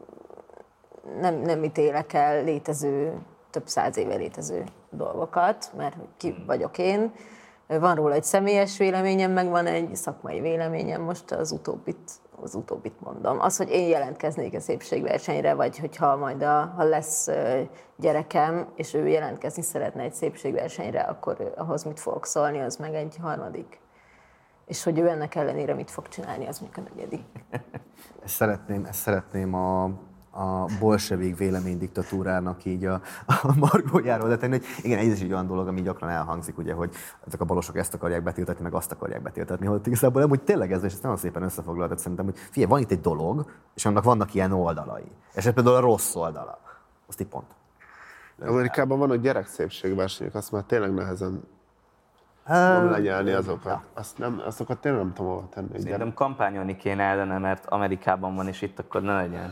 nem ítélek el több 100 éve létező dolgokat, mert ki vagyok én. Van róla egy személyes véleményem, meg van egy szakmai véleményem, most az utóbbit mondom. Az, hogy én jelentkeznék a szépségversenyre, vagy hogyha majd ha lesz gyerekem, és ő jelentkezni szeretne egy szépségversenyre, akkor ahhoz mit fogok szólni, az meg egy harmadik. És hogy ő ennek ellenére mit fog csinálni, az még a negyedik. Ezt szeretném a bolsevik véleménydiktatúrának így a margójáról tenni, hogy igen, ez is egy olyan dolog, ami gyakran elhangzik, ugye, hogy ezek a balosok ezt akarják betiltatni, meg azt akarják betiltatni, hogy igazából nem, hogy tényleg ez, és ezt nagyon szépen összefoglaltad szerintem, hogy figyelj, van itt egy dolog, és annak vannak ilyen oldalai. És ez például a rossz oldala. Azt így pont. Amerikában vannak gyerekszépségversenyek, azt már tényleg nehezen lenyelni azokat. Azokat tényleg nem tudom hova tenni. Szerintem kampányolni kéne ellene, mert Amerikában van, és itt akkor ne legyen.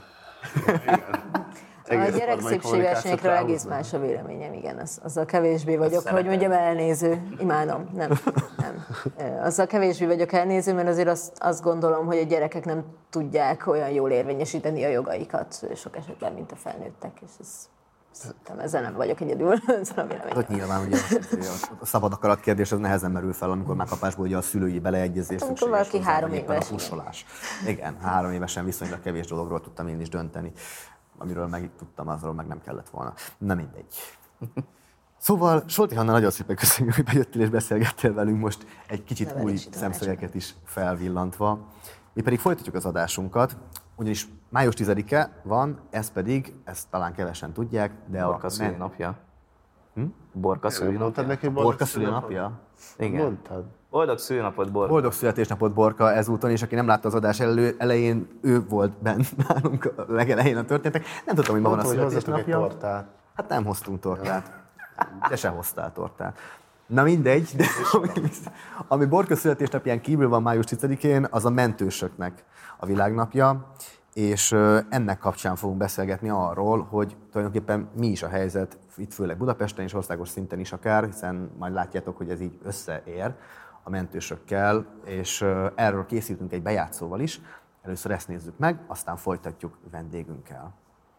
A gyerekszépségversenyekről egész más a véleményem, igen. Azzal kevésbé vagyok, hogy mondjam, elnéző. Imádom, nem. Azzal kevésbé vagyok elnéző, mert azért azt gondolom, hogy a gyerekek nem tudják olyan jól érvényesíteni a jogaikat sok esetben, mint a felnőttek, és ez Szerintem ezzel nem vagyok egyedül. Ott nyilván ugye a szabad akarat kérdés az nehezen merül fel, amikor már kapásból ugye a szülői beleegyezés amikor valaki 3 éves. A pusolás. Igen, 3 évesen viszonylag kevés dologról tudtam én is dönteni. Amiről meg tudtam, azról meg nem kellett volna. Na mindegy. Szóval Solti Hanna, nagyon szépen köszönjük, hogy bejöttél és beszélgettél velünk most egy kicsit új szemszögeket is felvillantva. Mi pedig folytatjuk az adásunkat, ugyanis május 10-e van, ez pedig, ezt talán kevesen tudják, de Borka szülinapja. Borka szülinapja. Borka szülinapja? Igen. Mondtad. Boldog szülinapot, Borka. Boldog születésnapot, Borka, ezúton, és aki nem látta az adás elején, ő volt bent nálunk a legelején a történetek. Nem tudtam, hogy ma van a születésnapja. Hát nem hoztunk tortát. De se hoztál tortát. Na mindegy, de ami Borka születésnapján kívül van május 10-én, az a mentősöknek a világnapja, és ennek kapcsán fogunk beszélgetni arról, hogy tulajdonképpen mi is a helyzet, itt főleg Budapesten és országos szinten is akár, hiszen majd látjátok, hogy ez így összeér a mentősökkel, és erről készítünk egy bejátszóval is. Először ezt nézzük meg, aztán folytatjuk vendégünkkel.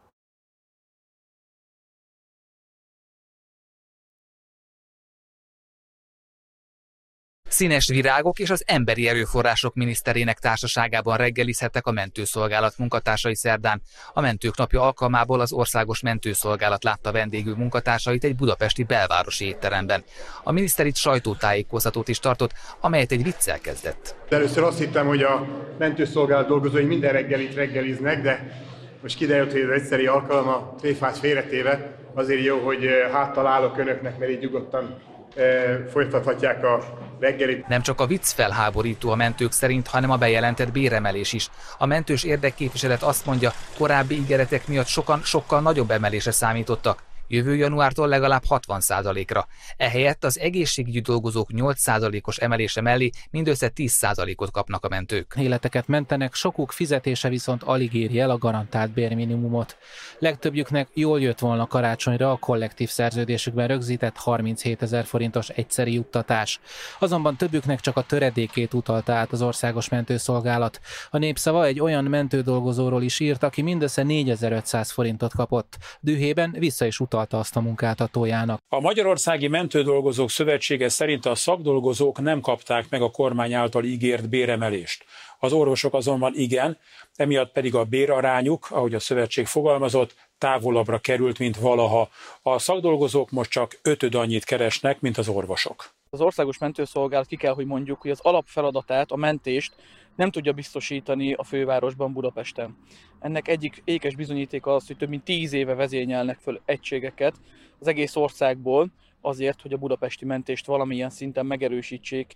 Színes virágok és az Emberi Erőforrások Miniszterének társaságában reggelizhettek a mentőszolgálat munkatársai szerdán. A Mentők Napja alkalmából az Országos Mentőszolgálat látta vendégül munkatársait egy budapesti belvárosi étteremben. A miniszter itt sajtótájékoztatót is tartott, amelyet egy viccel kezdett. Először azt hittem, hogy a mentőszolgálat dolgozói minden reggel itt reggeliznek, de most kiderült, hogy ez egyszeri alkalom, a tréfát félretéve. Azért jó, hogy háttal állok önöknek, mert így nyugodtan folytathatják a reggelit. Nem csak a vicc felháborító a mentők szerint, hanem a bejelentett béremelés is. A mentős érdekképviselet azt mondja, korábbi ígéretek miatt sokan sokkal nagyobb emelésre számítottak. Jövő januártól legalább 60%-ra. Ehelyett az egészségügyi dolgozók 8%-os emelése mellé mindössze 10%-ot kapnak a mentők. Életeket mentenek, sokuk fizetése viszont alig éri el a garantált bérminimumot. Legtöbbjüknek jól jött volna karácsonyra a kollektív szerződésükben rögzített 37 000 forintos egyszeri juttatás. Azonban többüknek csak a töredékét utalta át az Országos Mentőszolgálat. A Népszava egy olyan mentődolgozóról is írt, aki mindössze 4500 forintot kapott. Dühében vissza is utalta azt a munkáltatójának. A Magyarországi Mentődolgozók Szövetsége szerint a szakdolgozók nem kapták meg a kormány által ígért béremelést. Az orvosok azonban igen, emiatt pedig a bérarányuk, ahogy a szövetség fogalmazott, távolabbra került, mint valaha. A szakdolgozók most csak 5-öd annyit keresnek, mint az orvosok. Az Országos Mentőszolgálat ki kell, hogy mondjuk, hogy az alapfeladatát, a mentést nem tudja biztosítani a fővárosban, Budapesten. Ennek egyik ékes bizonyítéka az, hogy több mint 10 éve vezényelnek föl egységeket az egész országból azért, hogy a budapesti mentést valamilyen szinten megerősítsék.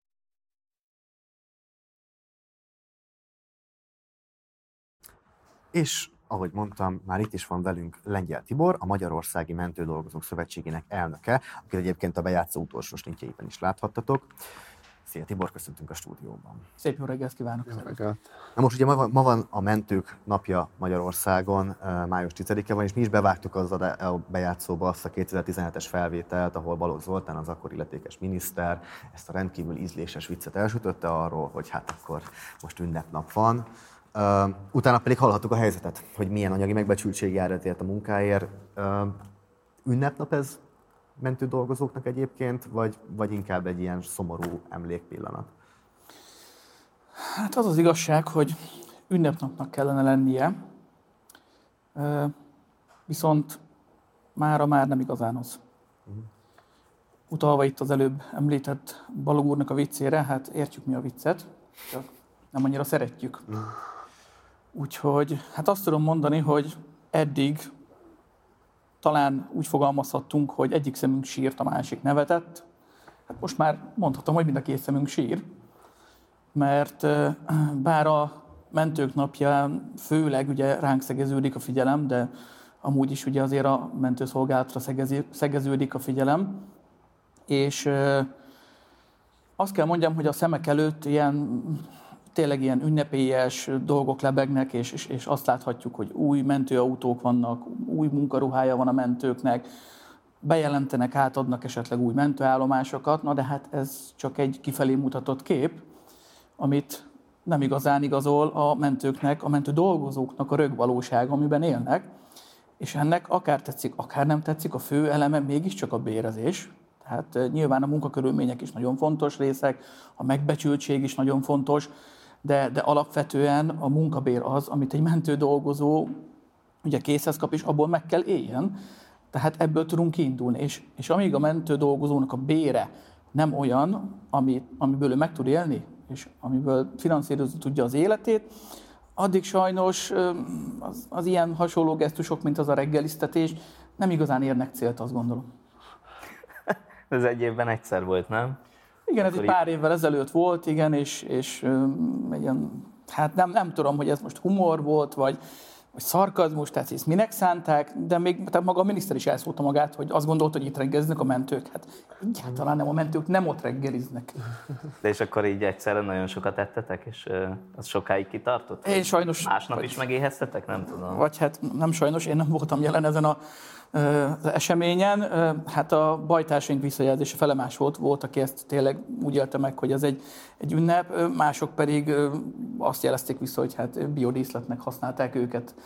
És ahogy mondtam, már itt is van velünk Lengyel Tibor, a Magyarországi Mentődolgozók Szövetségének elnöke, akit egyébként a bejátszó utolsó snitjeiben is láthattatok. Szia Tibor, köszöntünk a stúdióban. Szép jó reggelt kívánok! Jó reggelt. Na most ugye ma van a Mentők Napja Magyarországon, május 10-e van, és mi is bevágtuk a bejátszóba azt a 2017-es felvételt, ahol Balogh Zoltán, az akkor illetékes miniszter, ezt a rendkívül ízléses viccet elsütötte arról, hogy hát akkor most ünnepnap van. Utána pedig hallhattuk a helyzetet, hogy milyen anyagi megbecsültség jár ezért a munkáért. Ünnepnap ez mentődolgozóknak egyébként, vagy inkább egy ilyen szomorú emlékpillanat? Hát az az igazság, hogy ünnepnapnak kellene lennie, viszont mára már nem igazán az. Utalva itt az előbb említett Balogh úrnak a viccére, hát értjük mi a viccet, csak nem annyira szeretjük. Úgyhogy hát azt tudom mondani, hogy eddig talán úgy fogalmazhattunk, hogy egyik szemünk sírt, a másik nevetett. Hát most már mondhatom, hogy mind a két szemünk sír, mert bár a Mentők Napján főleg ugye ránk szegeződik a figyelem, de amúgy is ugye azért a mentőszolgálatra szegeződik a figyelem, és azt kell mondjam, hogy a szemek előtt tényleg ilyen ünnepélyes dolgok lebegnek, és azt láthatjuk, hogy új mentőautók vannak, új munkaruhája van a mentőknek, bejelentenek, átadnak esetleg új mentőállomásokat, na de hát ez csak egy kifelé mutatott kép, amit nem igazán igazol a mentőknek, a mentődolgozóknak a rögvalóság, amiben élnek, És ennek akár tetszik, akár nem tetszik, a fő eleme mégiscsak a bérezés. Tehát nyilván a munkakörülmények is nagyon fontos részek, a megbecsültség is nagyon fontos, de alapvetően a munkabér az, amit egy mentő dolgozó ugye készhez kap, és abból meg kell éljen. Tehát ebből tudunk kiindulni. És amíg a mentő dolgozónak a bére nem olyan, amiből ő meg tud élni, és amiből finanszírozni tudja az életét, addig sajnos az ilyen hasonló gesztusok, mint az a reggeliztetés, nem igazán érnek célt, azt gondolom. Ez egy évben egyszer volt, nem? Igen, ez egy pár évvel ezelőtt volt, igen, és ilyen, hát nem tudom, hogy ez most humor volt, vagy szarkazmus, tehát ezt minek szánták, de még tehát maga a miniszter is elszólta magát, hogy azt gondolta, hogy itt reggeliznek a mentők. Hát egyáltalán nem, a mentők nem ott reggeliznek. De és akkor így egyszerre nagyon sokat ettetek, és az sokáig kitartott? Én sajnos... Másnap is megéheztetek? Nem tudom. Vagy hát nem sajnos, én nem voltam jelen ezen az eseményen. Hát a bajtársaink visszajelzése felemás volt, aki ezt tényleg úgy élte meg, hogy ez egy ünnep, mások pedig azt jelezték vissza, hogy hát biodíszletnek használták őket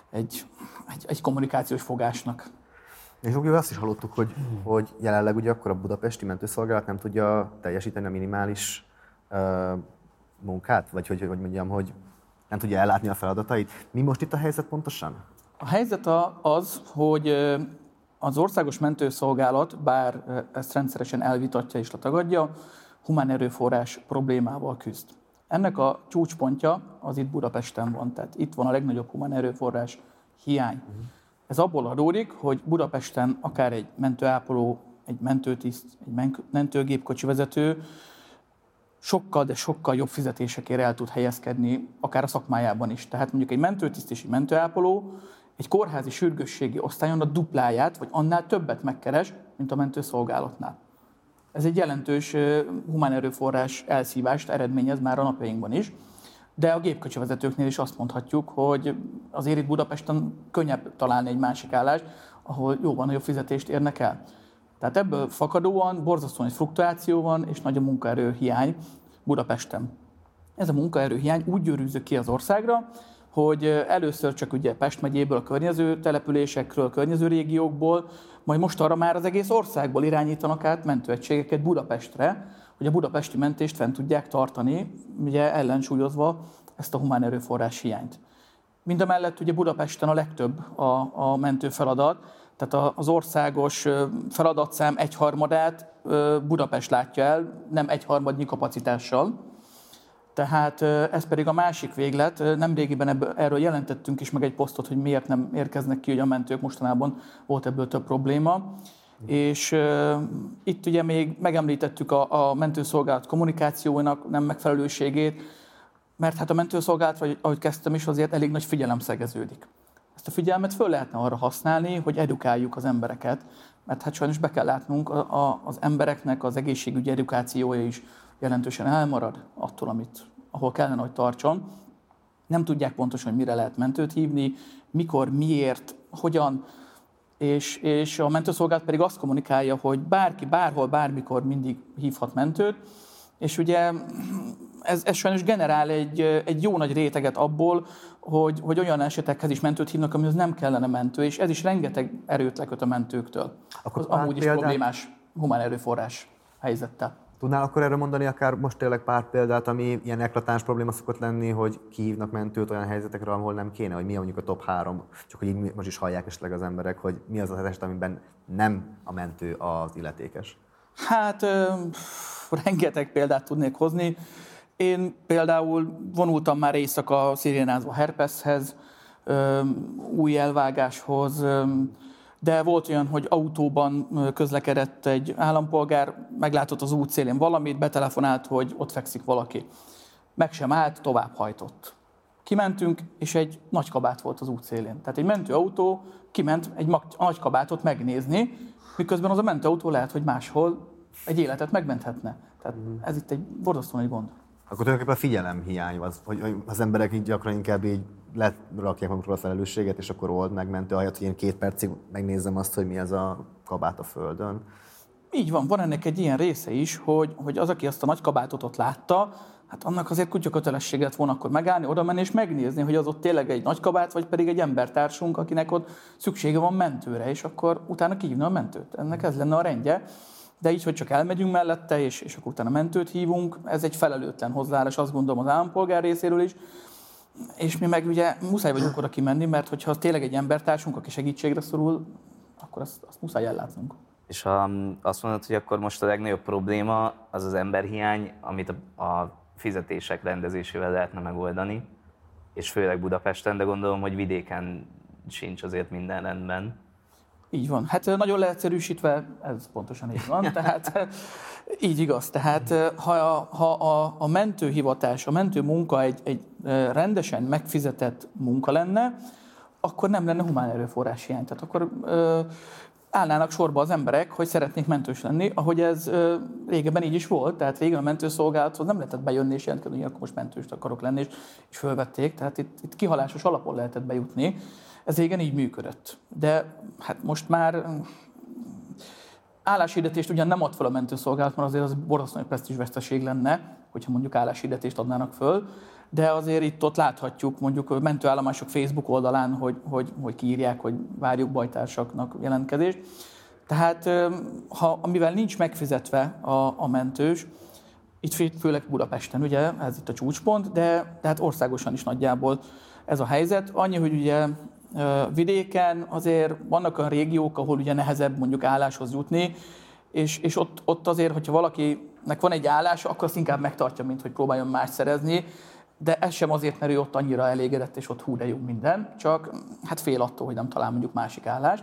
egy kommunikációs fogásnak. És ugye azt is hallottuk, hogy jelenleg ugye akkor a budapesti mentőszolgálat nem tudja teljesíteni a minimális munkát, vagy hogy mondjam, hogy nem tudja ellátni a feladatait. Mi most itt a helyzet pontosan? A helyzet az, hogy az Országos Mentőszolgálat, bár ezt rendszeresen elvitatja és letagadja, humán erőforrás problémával küzd. Ennek a csúcspontja az itt Budapesten van, tehát itt van a legnagyobb humán erőforrás hiány. Ez abból adódik, hogy Budapesten akár egy mentőápoló, egy mentőtiszt, egy mentőgépkocsi vezető sokkal, de sokkal jobb fizetésekért el tud helyezkedni, akár a szakmájában is. Tehát mondjuk egy mentőtiszt és egy mentőápoló egy kórházi sürgősségi osztályon a dupláját, vagy annál többet megkeres, mint a mentőszolgálatnál. Ez egy jelentős humán erőforrás elszívást eredményez már a napjainkban is, de a gépkocsivezetőknél is azt mondhatjuk, hogy azért itt Budapesten könnyebb találni egy másik állást, ahol jóval nagyobb fizetést érnek el. Tehát ebből fakadóan borzasztó nagy fluktuáció van, és nagy a munkaerő hiány Budapesten. Ez a munkaerő hiány úgy gyűrűzik ki az országra, hogy először csak ugye Pest megyéből, a környező településekről, a környező régiókból, majd most arra már az egész országból irányítanak át mentőegységeket Budapestre, hogy a budapesti mentést fent tudják tartani, ugye ellensúlyozva ezt a humán erőforrás hiányt. Mindamellett ugye Budapesten a legtöbb a mentő feladat, tehát az országos feladatszám 1/3 Budapest látja el, nem 1/3 kapacitással. Tehát ez pedig a másik véglet. Nemrégiben erről jelentettünk is meg egy posztot, hogy miért nem érkeznek ki a mentők, mostanában volt ebből több probléma. És itt ugye még megemlítettük a mentőszolgálat kommunikációjának nem megfelelőségét, mert hát a mentőszolgálat, vagy ahogy kezdtem is, azért elég nagy figyelem szegeződik. Ezt a figyelmet föl lehetne arra használni, hogy edukáljuk az embereket, mert hát sajnos be kell látnunk, az embereknek az egészségügyi edukációja is jelentősen elmarad attól, ahol kellene, hogy tartson. Nem tudják pontosan, hogy mire lehet mentőt hívni, mikor, miért, hogyan, és a mentőszolgálat pedig azt kommunikálja, hogy bárki, bárhol, bármikor mindig hívhat mentőt, és ugye ez sajnos generál egy jó nagy réteget abból, hogy olyan esetekhez is mentőt hívnak, amihoz nem kellene mentő, és ez is rengeteg erőt leköt a mentőktől. Az amúgy is problémás humán erőforrás helyzettel. Tudnál akkor erről mondani akár most tényleg pár példát, ami ilyen eklatáns probléma szokott lenni, hogy kihívnak mentőt olyan helyzetekre, ahol nem kéne, hogy mi mondjuk a top 3, csak hogy így most is hallják esetleg az emberek, hogy mi az az eset, amiben nem a mentő az illetékes? Hát rengeteg példát tudnék hozni. Én például vonultam már éjszaka szirénázva herpeshez, új elvágáshoz, de volt olyan, hogy autóban közlekedett egy állampolgár, meglátott az útszélén valamit, betelefonált, hogy ott fekszik valaki. Meg sem állt, továbbhajtott. Kimentünk, és egy nagy kabát volt az útszélén. Tehát egy mentőautó kiment egy nagy kabátot megnézni, miközben az a mentőautó lehet, hogy máshol egy életet megmenthetne. Tehát ez itt egy borzasztó nagy gond. Akkor tulajdonképpen a figyelemhiány, hogy az emberek így gyakran inkább így lerakják magukról a felelősséget, és akkor old meg mentő, ahelyett, hogy én 2 percig megnézem azt, hogy mi ez a kabát a földön. Így van ennek egy ilyen része is, hogy az, aki azt a nagy kabátot ott látta, hát annak azért kutya kötelessége lett volna akkor megállni, oda menni és megnézni, hogy az ott tényleg egy nagy kabát, vagy pedig egy embertársunk, akinek ott szüksége van mentőre, és akkor utána kihívni a mentőt. Ennek ez lenne a rendje. De így, hogy csak elmegyünk mellette, és akkor utána mentőt hívunk, ez egy felelőtlen hozzáállás, azt gondolom az állampolgár részéről is. És mi meg ugye muszáj vagyunk oda kimenni, mert hogyha az tényleg egy embertársunk, aki segítségre szorul, akkor azt muszáj ellátnunk. És azt mondod, hogy akkor most a legnagyobb probléma az az emberhiány, amit a fizetések rendezésével lehetne megoldani, és főleg Budapesten, de gondolom, hogy vidéken sincs azért minden rendben. Így van. Hát nagyon leegyszerűsítve, ez pontosan így van. Tehát így igaz. Tehát ha a mentőhivatás, a mentőmunka egy rendesen megfizetett munka lenne, akkor nem lenne humán erőforrás hiány. Tehát akkor állnának sorba az emberek, hogy szeretnék mentős lenni, ahogy ez régebben így is volt. Tehát régen a mentőszolgálathoz nem lehetett bejönni és jelentkezni, hogy akkor most mentőst akarok lenni, és fölvették. Tehát itt kihalásos alapon lehetett bejutni. Ez régen így működött. De hát most már álláshirdetést ugyan nem ad fel a mentőszolgálat, mert azért az borzasztó nagy presztízsveszteség lenne, hogyha mondjuk álláshirdetést adnának föl, de azért itt-ott láthatjuk mondjuk a mentőállomások Facebook oldalán, hogy kiírják, hogy várjuk bajtársaknak jelentkezést. Tehát mivel nincs megfizetve a mentős, itt főleg Budapesten, ugye ez itt a csúcspont, de hát országosan is nagyjából ez a helyzet. Annyi, hogy ugye vidéken azért vannak olyan régiók, ahol ugye nehezebb mondjuk álláshoz jutni, és ott azért, hogyha valakinek van egy állása, akkor azt inkább megtartja, mint hogy próbáljon más szerezni, de ez sem azért, mert ő ott annyira elégedett, és ott hú de jó minden, csak hát fél attól, hogy nem talál mondjuk másik állást.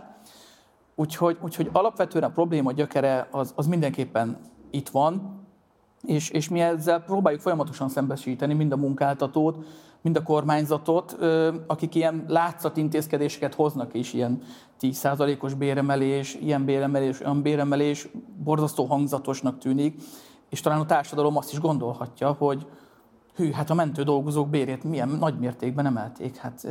Úgyhogy alapvetően a probléma gyökere az mindenképpen itt van, és mi ezzel próbáljuk folyamatosan szembesíteni mind a munkáltatót, mind a kormányzatot, akik ilyen látszatintézkedéseket hoznak is, ilyen 10%-os béremelés, ilyen béremelés, olyan béremelés, borzasztó hangzatosnak tűnik, és talán a társadalom azt is gondolhatja, hogy hát a mentő dolgozók bérét milyen nagy mértékben emelték, hát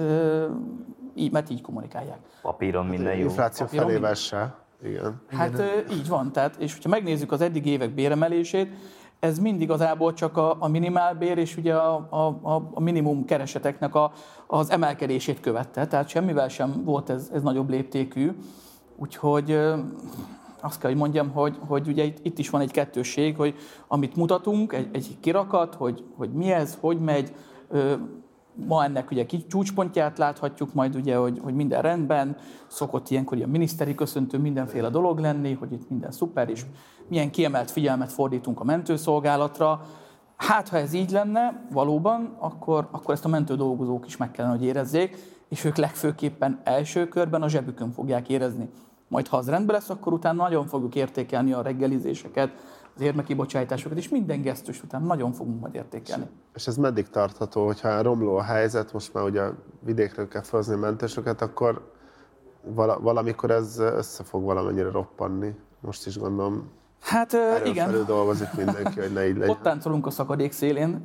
mert így kommunikálják. Papíron minden jó. Infláció felével se. Igen. Hát így van, tehát, és hogyha megnézzük az eddig évek béremelését, ez mind igazából csak a minimálbér és ugye a minimum kereseteknek az emelkedését követte, tehát semmivel sem volt ez nagyobb léptékű, úgyhogy azt kell, hogy mondjam, hogy ugye itt is van egy kettősség, hogy amit mutatunk, egy kirakat, hogy mi ez, hogy megy, ma ennek ugye csúcspontját láthatjuk majd ugye, hogy minden rendben, szokott ilyenkor ilyen miniszteri köszöntő, mindenféle dolog lenni, hogy itt minden szuper, és milyen kiemelt figyelmet fordítunk a mentőszolgálatra. Hát, ha ez így lenne valóban, akkor ezt a mentődolgozók is meg kellene, hogy érezzék, és ők legfőképpen első körben a zsebükön fogják érezni. Majd ha az rendben lesz, akkor utána nagyon fogjuk értékelni a reggelizéseket, az érmekibocsátásokat, és minden gesztus után nagyon fogunk majd értékelni. És ez meddig tartható, hogyha romló a helyzet, most már ugye vidékről kell felhozni a mentősöket, akkor valamikor ez össze fog valamennyire roppanni. Most is gondolom, hát igen. Felül dolgozik mindenki, hogy ne így legyen. Ott táncolunk a szakadék szélén,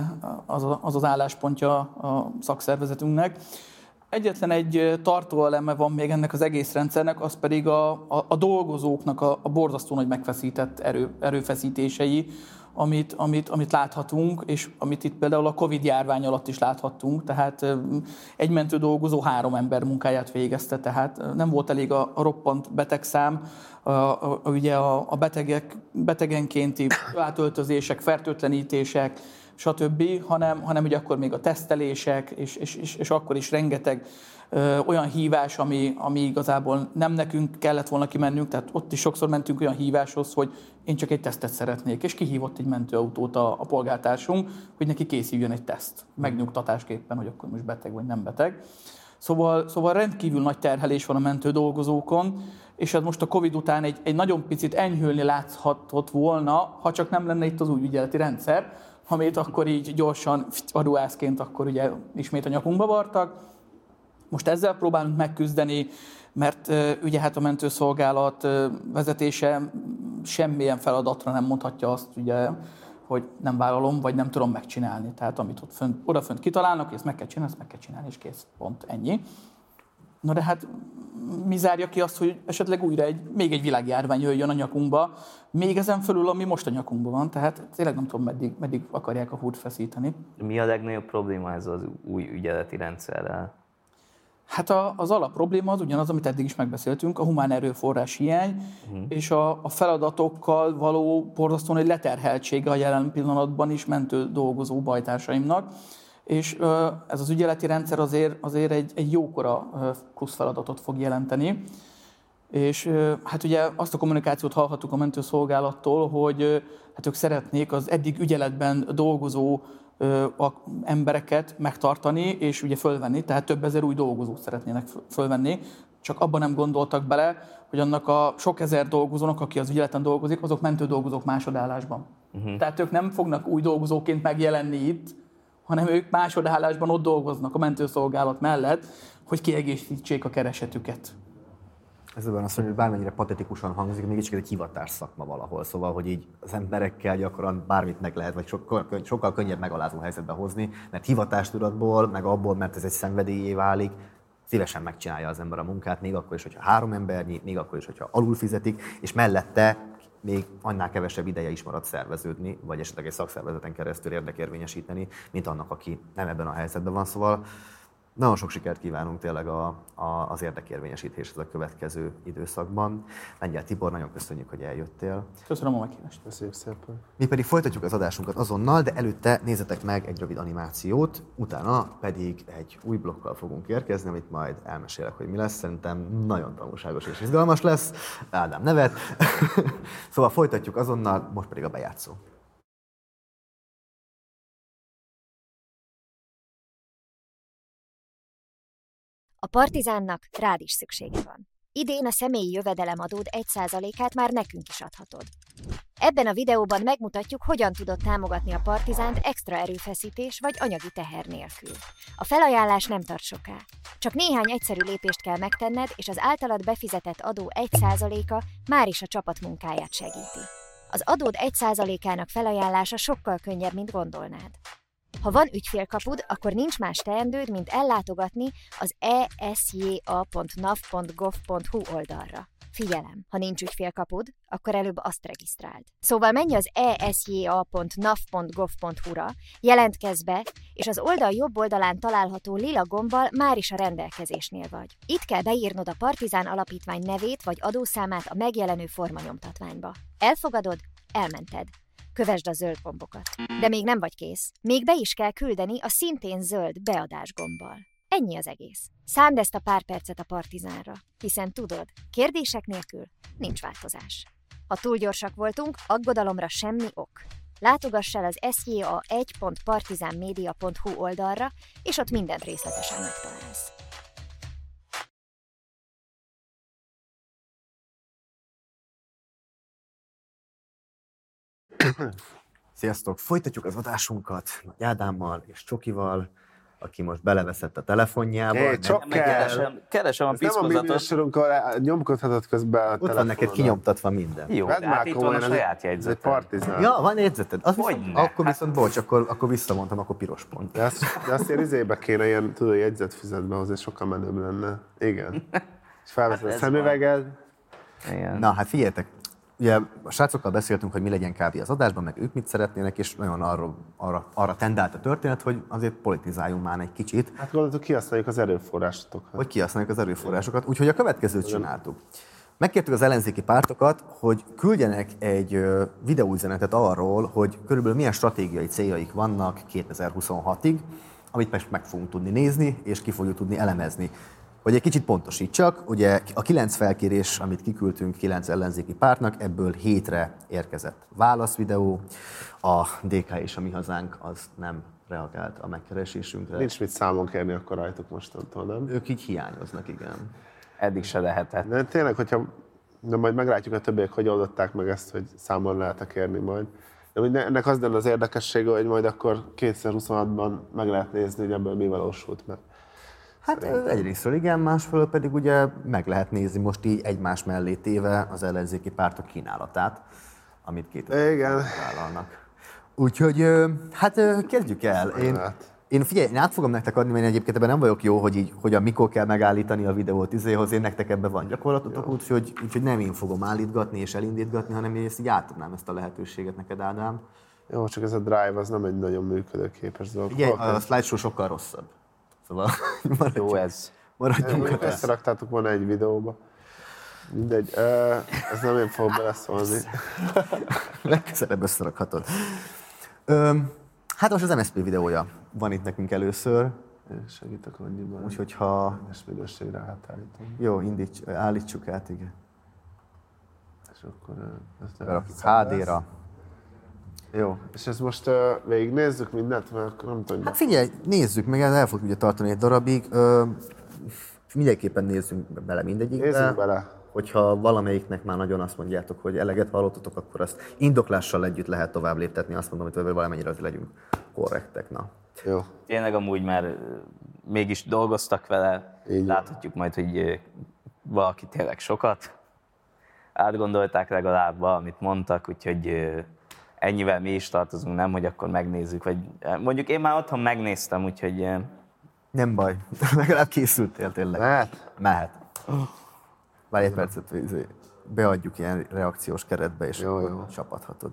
az álláspontja a szakszervezetünknek. Egyetlen egy tartóeleme van még ennek az egész rendszernek, az pedig a dolgozóknak a borzasztó nagy megfeszített erőfeszítései, amit láthatunk, és amit itt például a Covid-járvány alatt is láthattunk, tehát egy mentődolgozó 3 ember munkáját végezte, tehát nem volt elég a roppant betegszám, ugye a betegenkénti átöltözések, fertőtlenítések, stb., hanem ugye akkor még a tesztelések, és akkor is rengeteg olyan hívás, ami igazából nem nekünk kellett volna kimennünk, tehát ott is sokszor mentünk olyan híváshoz, hogy én csak egy tesztet szeretnék, és kihívott egy mentőautót a polgártársunk, hogy neki készüljön egy teszt, megnyugtatásképpen, hogy akkor most beteg vagy nem beteg. Szóval rendkívül nagy terhelés van a mentődolgozókon, és ez most a Covid után egy nagyon picit enyhülni láthatott volna, ha csak nem lenne itt az új ügyeleti rendszer, amit akkor így gyorsan aduászként akkor ugye ismét a nyakunkba vartak. Most ezzel próbálunk megküzdeni, mert ugye hát a mentőszolgálat vezetése semmilyen feladatra nem mondhatja azt, ugye, hogy nem vállalom, vagy nem tudom megcsinálni. Tehát amit odafönt kitalálnak, ezt meg kell csinálni, és kész. Pont ennyi. Na de hát mi zárja ki azt, hogy esetleg újra még egy világjárvány jöjjön a nyakunkba, még ezen fölül, ami most a nyakunkban van, tehát tényleg nem tudom, meddig akarják a húrt feszíteni. Mi a legnagyobb probléma ezzel az új ügyeleti rendszerrel? Hát az alapprobléma az ugyanaz, amit eddig is megbeszéltünk, a humán erőforrás hiány, és a feladatokkal való borzasztóan egy leterheltsége a jelen pillanatban is mentő dolgozó bajtársaimnak. És ez az ügyeleti rendszer azért egy jókora plusz feladatot fog jelenteni. És hát ugye azt a kommunikációt hallhattuk a mentőszolgálattól, hogy hát ők szeretnék az eddig ügyeletben dolgozó embereket megtartani, és ugye fölvenni, tehát több ezer új dolgozót szeretnének fölvenni. Csak abban nem gondoltak bele, hogy annak a sok ezer dolgozónak, aki az ügyeleten dolgozik, azok mentődolgozók másodállásban. Tehát ők nem fognak új dolgozóként megjelenni itt, hanem ők másodállásban ott dolgoznak a mentőszolgálat mellett, hogy kiegészítsék a keresetüket. Ez azt mondja, hogy bármennyire patetikusan hangzik, mégis egy hivatás szakma valahol. Szóval, hogy így az emberekkel gyakran bármit meg lehet, vagy sokkal könnyebb megalázó helyzetbe hozni, mert hivatástudatból, meg abból, mert ez egy szenvedélyé válik, szívesen megcsinálja az ember a munkát, még akkor is, hogyha 3 embernyi, még akkor is, hogyha alul fizetik, és mellette még annál kevesebb ideje is marad szerveződni, vagy esetleg egy szakszervezeten keresztül érdekérvényesíteni, mint annak, aki nem ebben a helyzetben van. Szóval nagyon sok sikert kívánunk tényleg az érdekérvényesítéshez a következő időszakban. Lengyel Tibor, nagyon köszönjük, hogy eljöttél. Köszönöm a meghívást. Köszönjük szépen. Mi pedig folytatjuk az adásunkat azonnal, de előtte nézzetek meg egy rövid animációt, utána pedig egy új blokkal fogunk érkezni, amit majd elmesélek, hogy mi lesz. Szerintem nagyon tanulságos és izgalmas lesz. Ádám nevet. Szóval folytatjuk azonnal, most pedig a bejátszó. A Partizánnak rád is szüksége van. Idén a személyi jövedelemadód 1%-át már nekünk is adhatod. Ebben a videóban megmutatjuk, hogyan tudod támogatni a Partizánt extra erőfeszítés vagy anyagi teher nélkül. A felajánlás nem tart soká. Csak néhány egyszerű lépést kell megtenned, és az általad befizetett adó 1%-a már is a csapat munkáját segíti. Az adód 1%-ának felajánlása sokkal könnyebb, mint gondolnád. Ha van ügyfélkapud, akkor nincs más teendőd, mint ellátogatni az esja.nav.gov.hu oldalra. Figyelem, ha nincs ügyfélkapud, akkor előbb azt regisztráld. Szóval menj az esja.nav.gov.hu-ra, jelentkezz be, és az oldal jobb oldalán található lila gombbal már is a rendelkezésnél vagy. Itt kell beírnod a Partizán Alapítvány nevét vagy adószámát a megjelenő formanyomtatványba. Elfogadod? Elmented. Kövesd a zöld gombokat. De még nem vagy kész. Még be is kell küldeni a szintén zöld beadás gombbal. Ennyi az egész. Szánd ezt a pár percet a Partizánra, hiszen tudod, kérdések nélkül nincs változás. Ha túl gyorsak voltunk, aggodalomra semmi ok. Látogass el az sja1.partizanmedia.hu oldalra, és ott mindent részletesen megtalálsz. Sziasztok! Folytatjuk az adásunkat Nagy Ádámmal és Csokival, aki most beleveszett a telefonjába. Hey, keresem a piszkozatot. Nem a mi műsorunkkal nyomkodhatod közben a telefonon. Ott van neked kinyomtatva minden. Jó, de hát itt van a saját jegyzeted. Ez egy Partizán. Ja, van jegyzeted. Akkor viszont, bocs, akkor visszamondtam, akkor piros pont. De azt ilyen izébe kéne, ilyen tudod, jegyzetfüzetbe hozni, sokkal menőbb lenne. Igen. És felveszed a szemüveged. Igen. Na, hát figyeljetek, ugye a srácokkal beszéltünk, hogy mi legyen kb. Az adásban, meg ők mit szeretnének, és nagyon arra tendált a történet, hogy azért politizáljunk már egy kicsit. Hát gondoltuk, kihasználjuk az erőforrásokat. Hogy kihasználjuk az erőforrásokat, úgyhogy a következőt csináltuk. Megkértük az ellenzéki pártokat, hogy küldjenek egy videóüzenetet arról, hogy körülbelül milyen stratégiai céljaik vannak 2026-ig, amit meg fogunk tudni nézni, és ki fogjuk tudni elemezni. Hogy egy kicsit pontosítsak, ugye a 9 felkérés, amit kiküldtünk 9 ellenzéki pártnak, ebből 7-re érkezett válaszvideó. A DK és a Mi Hazánk az nem reagált a megkeresésünkre. Nincs mit számon kérni akkor rajtuk mostantól, nem? Ők így hiányoznak, igen. Eddig se lehetett. De tényleg, de majd meglátjuk a többiek, hogy oldották meg ezt, hogy számon lehet kérni majd. De ennek az lenne az érdekessége, hogy majd akkor 2026-ban meg lehet nézni, hogy ebből mi valósult meg. Hát egyrésztről igen, másfelől pedig ugye meg lehet nézni most így egymás mellé téve az ellenzéki pártok kínálatát, amit 2000 vállalnak. Úgyhogy hát kezdjük el. Én át fogom nektek adni, mert egyébként ebben nem vagyok jó, hogy így, hogyan, mikor kell megállítani a videót izéhoz, én nektek ebben van gyakorlatotok, úgyhogy nem én fogom állítgatni és elindítgatni, hanem én ezt így átadnám ezt a lehetőséget neked, Ádám. Jó, csak ez a drive az nem egy nagyon működőképes dolog. Igen, a slideshow sokkal rosszabb. Szóval jó ez. Maradjunk. Összeraktátok volna egy videóba. Mindegy, ez nem én fogok beleszólni. Legközelebb összerakhatod. Hát most az MSZP videója van itt nekünk először. Én segítek annyiban. Úgyhogy ha... És minőségre átállítom. Jó, állítsuk át, igen. És akkor... Berakjuk HD-ra. Jó, és ezt most végignézzük mindent, mert akkor nem tudom. Hát figyelj, nézzük meg, el fog ugye tartani egy darabig. Mindenképpen nézzünk bele mindegyikbe. Nézzünk bele. Hogyha valamelyiknek már nagyon azt mondjátok, hogy eleget hallottatok, akkor azt indoklással együtt lehet tovább léptetni. Azt mondom, hogy valamennyire azért legyünk korrektek. Na. Jó. Tényleg amúgy már mégis dolgoztak vele, láthatjuk majd, hogy valaki tényleg sokat átgondolták legalább, amit mondtak, úgyhogy ennyivel mi is tartozunk, nem, hogy akkor megnézzük, vagy mondjuk én már otthon megnéztem, úgyhogy... Nem baj, legalább készültél tényleg. Mehet. Várj egy percet, beadjuk ilyen reakciós keretbe, és jó. Csapathatod.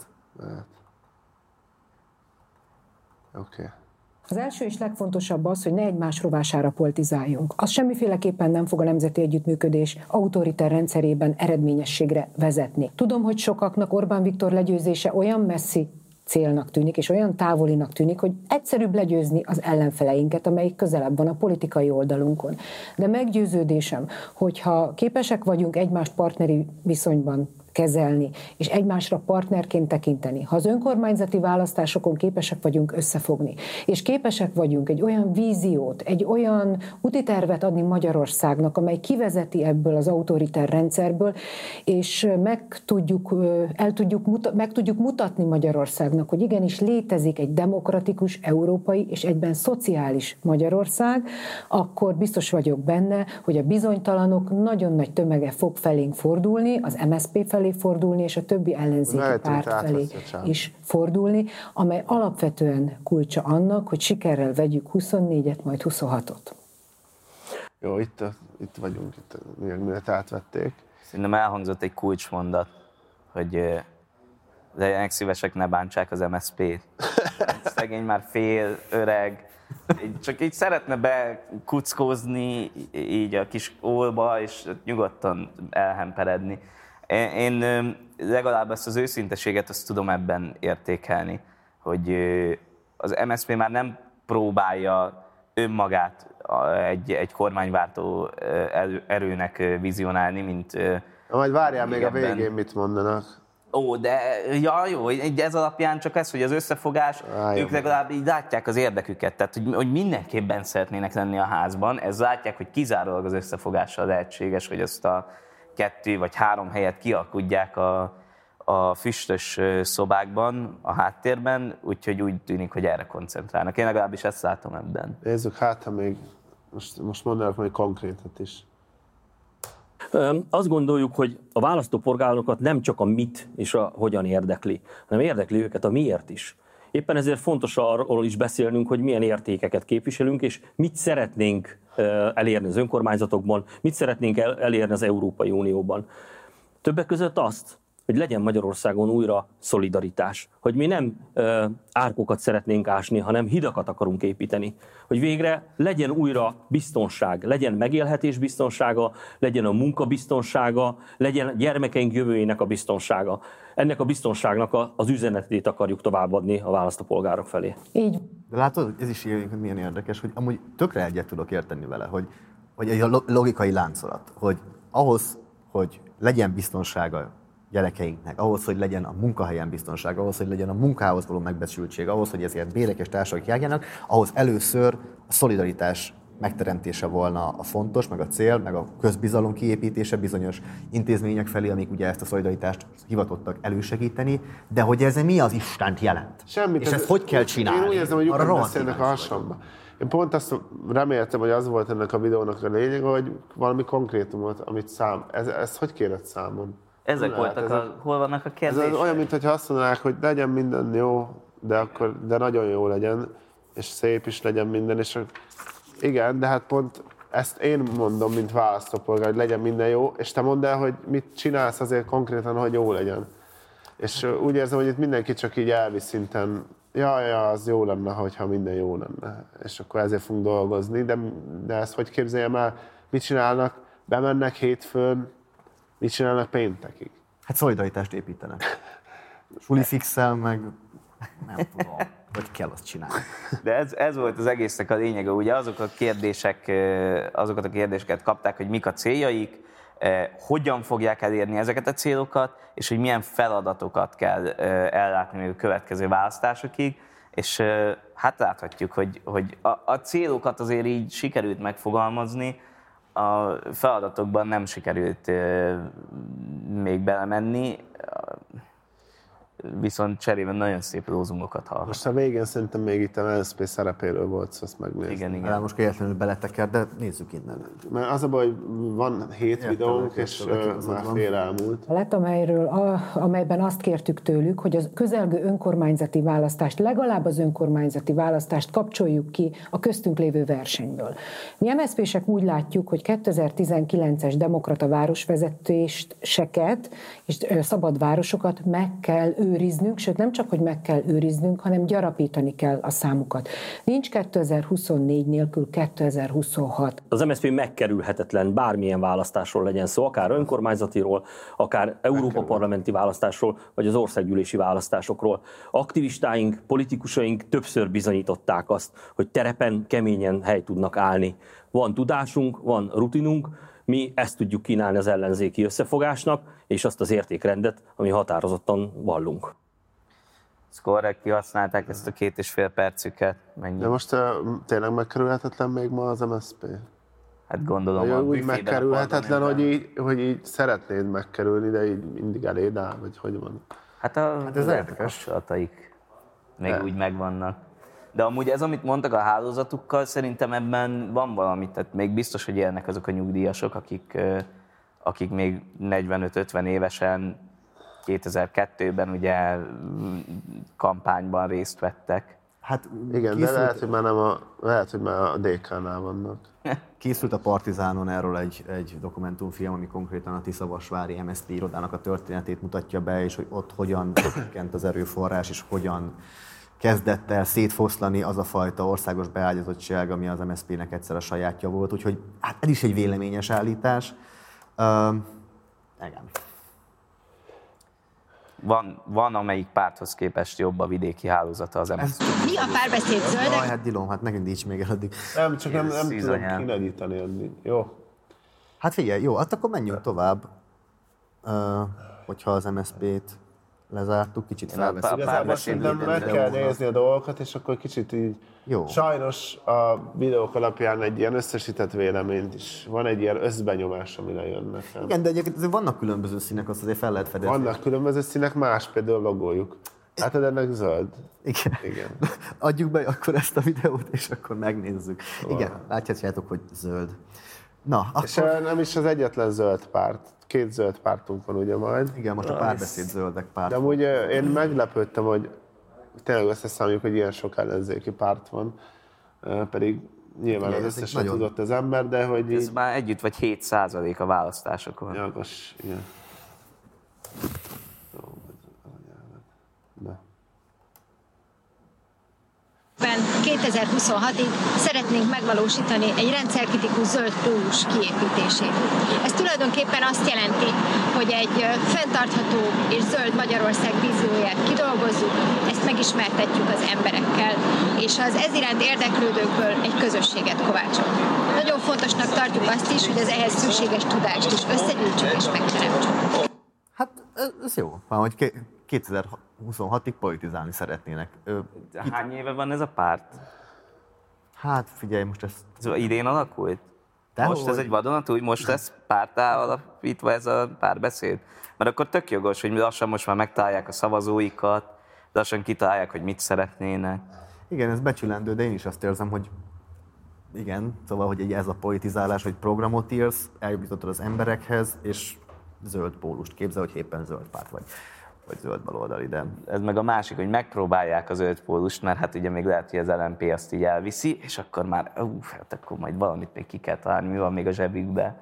Oké. Az első és legfontosabb az, hogy ne egymás rovására politizáljunk. Az semmiféleképpen nem fog a nemzeti együttműködés autoriter rendszerében eredményességre vezetni. Tudom, hogy sokaknak Orbán Viktor legyőzése olyan messzi célnak tűnik, és olyan távolinak tűnik, hogy egyszerűbb legyőzni az ellenfeleinket, amelyik közelebb van a politikai oldalunkon. De meggyőződésem, hogyha képesek vagyunk egymást partneri viszonyban kezelni, és egymásra partnerként tekinteni. Ha az önkormányzati választásokon képesek vagyunk összefogni, és képesek vagyunk egy olyan víziót, egy olyan úti tervet adni Magyarországnak, amely kivezeti ebből az autoriter rendszerből, és meg tudjuk mutatni Magyarországnak, hogy igenis létezik egy demokratikus, európai és egyben szociális Magyarország, akkor biztos vagyok benne, hogy a bizonytalanok nagyon nagy tömege fog felénk fordulni, az MSZP felé fordulni, és a többi ellenzéki párt felé is fordulni, amely alapvetően kulcsa annak, hogy sikerrel vegyük 24-et, majd 26-ot. Jó, itt vagyunk, mielőtt átvették. Szerintem elhangzott egy kulcsmondat, hogy legyenek szívesek, ne bántsák az MSZP-t. Szegény már fél, öreg, csak így szeretne bekuckózni így a kis ólba, és nyugodtan elhemperedni. Én legalább ezt az őszinteséget azt tudom ebben értékelni, hogy az MSZP már nem próbálja önmagát egy kormányváltó erőnek vizionálni, mint... Majd várjál még a végén, mit mondanak. Ó, de jó, ez alapján csak ez, hogy az összefogás, ők legalább így látják az érdeküket, tehát hogy mindenképpen szeretnének lenni a házban, ez látják, hogy kizárólag az összefogással lehetséges, hogy ezt a 2 vagy 3 helyet kialkudják a füstös szobákban, a háttérben, úgyhogy úgy tűnik, hogy erre koncentrálnak. Én legalábbis ezt látom ebben. Nézzük, hát ha még most mondanak majd konkrétat is. Azt gondoljuk, hogy a választópolgárokat nem csak a mit és a hogyan érdekli, hanem érdekli őket a miért is. Éppen ezért fontos arról is beszélnünk, hogy milyen értékeket képviselünk, és mit szeretnénk elérni az önkormányzatokban, mit szeretnénk elérni az Európai Unióban. Többek között azt, hogy legyen Magyarországon újra szolidaritás, hogy mi nem árkokat szeretnénk ásni, hanem hidakat akarunk építeni, hogy végre legyen újra biztonság, legyen megélhetés biztonsága, legyen a munka biztonsága, legyen gyermekeink jövőjének a biztonsága. Ennek a biztonságnak az üzenetét akarjuk továbbadni a választópolgárok felé. Így. De látod, ez is milyen érdekes, hogy amúgy tökre egyet tudok érteni vele, hogy egy logikai láncolat, hogy ahhoz, hogy legyen biztonsága gyerekeinknek, ahhoz, hogy legyen a munkahelyen biztonság, ahhoz, hogy legyen a munkához való megbecsültség, ahhoz, hogy ezért bérek és társadalmak járjanak, ahhoz először a szolidaritás megteremtése volna a fontos, meg a cél, meg a közbizalom kiépítése bizonyos intézmények felé, amik ugye ezt a szolidaritást hivatottak elősegíteni, de hogy ez mi az Istent jelent? Semmit. És ezt hogy kell csinálni? Én úgy érzem, hogy lyukat beszélnek a hasamba. Én pont azt reméltem, hogy az volt ennek a videónak a lényeg, hogy valami konkrétumot, amit ez hogy kérett számon? Ezek voltak, hol vannak a kérdések? Ez olyan, mintha azt mondanák, hogy legyen minden jó, de nagyon jó legyen, és szép is legyen minden, és igen, de hát pont ezt én mondom, mint választópolgár, hogy legyen minden jó, és te mondd el, hogy mit csinálsz azért konkrétan, hogy jó legyen. És úgy érzem, hogy itt mindenki csak így elvi szinten, ja, az jó lenne, hogyha minden jó lenne. És akkor ezért fogunk dolgozni, de ezt hogy képzeljem el, mit csinálnak, bemennek hétfőn, mit csinálnak péntekig? Hát szolidaritást építenek. Suli fixel, meg nem tudom, hogy kell azt csinálni. De ez volt az egésznek a lényege, ugye azokat a kérdéseket kapták, hogy mik a céljaik, hogyan fogják elérni ezeket a célokat, és hogy milyen feladatokat kell ellátni még a következő választásokig, és hát láthatjuk, hogy a célokat azért így sikerült megfogalmazni, a feladatokban nem sikerült még belemenni, viszont cserében nagyon szép lózungokat hallhat. Most a végén szerintem még itt a MSZP szerepéről volt szó, azt megnézni. Igen. Most kegyetlenül beleteker, de nézzük innen. Mert az a baj, hogy van 7 videónk, és már fél elmúlt. A lett, amelyben azt kértük tőlük, hogy a közelgő önkormányzati választást, legalább az önkormányzati választást kapcsoljuk ki a köztünk lévő versenyből. Mi MSZP-sek úgy látjuk, hogy 2019-es demokrata városvezetéseket és szabad városokat meg kell őriznünk, sőt nem csak, hogy meg kell őriznünk, hanem gyarapítani kell a számukat. Nincs 2024 nélkül 2026. Az MSZP megkerülhetetlen, bármilyen választásról legyen szó, akár önkormányzatiról, akár Európa-parlamenti választásról, vagy az országgyűlési választásokról. Aktivistáink, politikusaink többször bizonyították azt, hogy terepen keményen helyt tudnak állni. Van tudásunk, van rutinunk, mi ezt tudjuk kínálni az ellenzéki összefogásnak, és azt az értékrendet, ami határozottan vallunk. Ez korrekt, kihasználták ezt a 2,5 percüket. Mennyi? De most tényleg megkerülhetetlen még ma az MSZP? Hát gondolom, úgy megkerülhetetlen, hogy így szeretnéd megkerülni, de így mindig eléd áll, vagy hogy van? Hát az kapcsolataik még úgy megvannak. De amúgy ez, amit mondtak a hálózatukkal, szerintem ebben van valami, tehát még biztos, hogy élnek azok a nyugdíjasok, akik még 45-50 évesen 2002-ben ugye kampányban részt vettek. Hát igen, de lehet, hogy már a DK-nál vannak. Készült a Partizánon erről egy dokumentumfilm, ami konkrétan a Tiszavasvári MSZP irodának a történetét mutatja be, és hogy ott hogyan csökkent az erőforrás, és hogyan kezdett el szétfoszlani az a fajta országos beágyazottság, ami az MSZP-nek egyszer a sajátja volt. Úgyhogy hát ez is egy véleményes állítás. Igen. Van, amelyik párthoz képest jobb a vidéki hálózata az MSZP. Mi a Párbeszéd Zöldek? Hát Dilom, hát nekünk nincs még el addig. Nem, csak nem tudom kinagyítani addig. Jó. Hát figyelj, jó, hát akkor menjünk tovább, hogyha az MSZP-t lezártuk, kicsit felveszünk. Igazából szerintem meg kell nézni a dolgokat, és akkor kicsit így... Jó. Sajnos a videók alapján egy ilyen összesített véleményt is. Van egy ilyen összbenyomás, ami lejön nekem. Igen, de egyébként vannak különböző színek, azt azért fel lehet fedezni. Vannak különböző színek, más például a logójuk. Hát ennek zöld. Igen. Adjuk be akkor ezt a videót, és akkor megnézzük. Igen, látjátok, hogy zöld. Na, akkor... És nem is az egyetlen zöld párt. 2 zöld pártunk van ugye majd. Igen, most a Párbeszéd Zöldek párt. De amúgy én meglepődtem, hogy tényleg összeszámoljuk, hogy ilyen sok ellenzéki párt van, pedig nyilván az összeset tudott az ember, de hogy ez már együtt vagy 7% a választásokon. Jogos, igen. De. 2026-ig szeretnénk megvalósítani egy rendszerkritikus zöld pólus kiépítését. Ez tulajdonképpen azt jelenti, hogy egy fenntartható és zöld Magyarország vízióját kidolgozzuk, ezt megismertetjük az emberekkel, és az ez iránt érdeklődőkből egy közösséget kovácsolunk. Nagyon fontosnak tartjuk azt is, hogy az ehhez szükséges tudást is összegyűjtsük és megteremtsük. Hát ez jó, hogy 2026-ig politizálni szeretnének. Hány éve van ez a párt? Hát figyelj, most ez idén alakult? Most ez egy vadonatúj, most lesz párttá alapítva ez a Párbeszéd? Mert akkor tök jogos, hogy lassan most már megtalálják a szavazóikat, lassan kitalálják, hogy mit szeretnének. Igen, ez becsülendő, de én is azt érzem, hogy igen, szóval, hogy ez a politizálás, hogy programot írsz, eljutottad az emberekhez, és zöld pólust képzel, hogy éppen zöld párt vagy. vagy zöld baloldali, de... Ez meg a másik, hogy megpróbálják a zöld pólust, mert hát ugye még lehet, hogy az LMP azt így elviszi, és akkor már, hát akkor majd valamit még ki kell találni, mi van még a zsebükbe.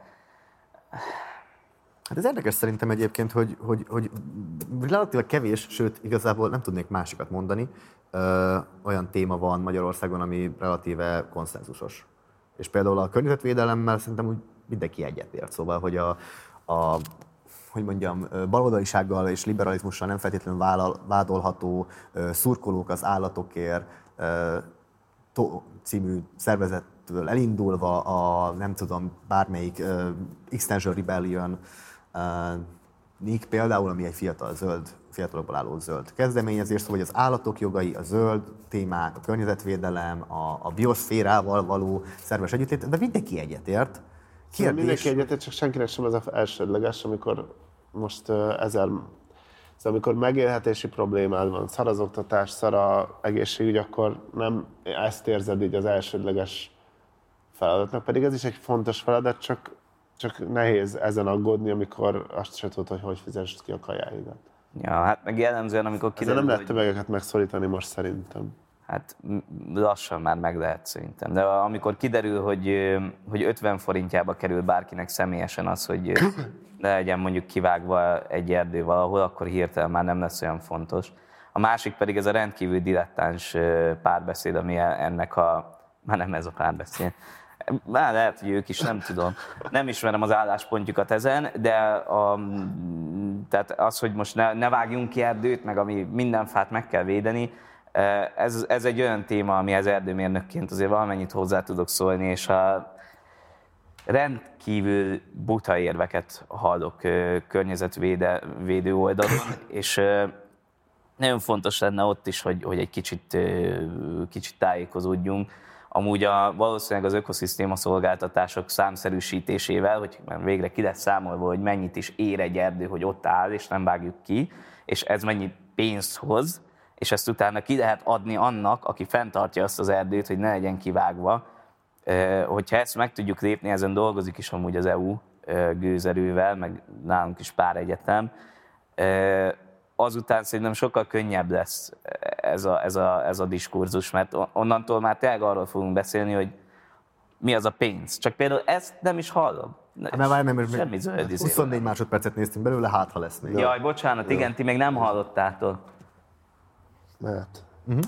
Hát ez érdekes szerintem egyébként, hogy relatíve kevés, sőt igazából nem tudnék másikat mondani, olyan téma van Magyarországon, ami relatíve konszenzusos. És például a környezetvédelemmel szerintem úgy mindenki egyetért, szóval, hogy hogy mondjam, baloldalisággal és liberalizmussal nem feltétlenül vádolható szurkolók az állatokért című szervezettől elindulva a nem tudom, bármelyik Extinction Rebellion például, ami egy fiatalokból álló zöld kezdeményezés, szóval hogy az állatok jogai, a zöld témák, a környezetvédelem, a bioszférával való szerves együttét, de mindenki egyetért. Kérdés... Mindenki egyetért, csak senkinek sem ez az elsődleges, amikor most amikor megélhetési problémád van, szar az oktatás, szar az egészségügy, akkor nem ezt érzed így az elsődleges feladatnak, pedig ez is egy fontos feladat, csak nehéz ezen aggódni, amikor azt se tudod, hogy fizesd ki a kajáidat. Ja, hát meg jellemzően, amikor kiderül, nem lehet tömegeket megszorítani most szerintem. Hát lassan már meg lehet szerintem. De amikor kiderül, hogy 50 forintjába kerül bárkinek személyesen az, hogy legyen mondjuk kivágva egy erdő valahol, akkor hirtelen már nem lesz olyan fontos. A másik pedig ez a rendkívül dilettáns párbeszéd, ami ennek már nem ez a párbeszéd. Már lehet, hogy ők is, nem tudom. Nem ismerem az álláspontjukat ezen, de tehát az, hogy most ne vágjunk ki erdőt, meg ami minden fát meg kell védeni, ez egy olyan téma, amihez erdőmérnökként azért valamennyit hozzá tudok szólni, és a rendkívül buta érveket hallok környezetvédő oldalon, és nagyon fontos lenne ott is, hogy egy kicsit tájékozódjunk. Amúgy valószínűleg az ökoszisztéma szolgáltatások számszerűsítésével, hogy végre ki lesz számolva, hogy mennyit is ér egy erdő, hogy ott áll, és nem vágjuk ki, és ez mennyi pénzt hoz, és ezt utána ki lehet adni annak, aki fenntartja azt az erdőt, hogy ne legyen kivágva. Hogyha ezt meg tudjuk lépni, ezen dolgozik is amúgy az EU gőzerővel, meg nálunk is pár egyetem, azután szerintem sokkal könnyebb lesz ez a diskurzus, mert onnantól már tényleg arról fogunk beszélni, hogy mi az a pénz. Csak például ezt nem is hallom. Semmi zöld 24 másodpercet néztünk belőle, hát ha lesz még. Jaj, bocsánat, igen, ti még nem hallottátok. Mehet.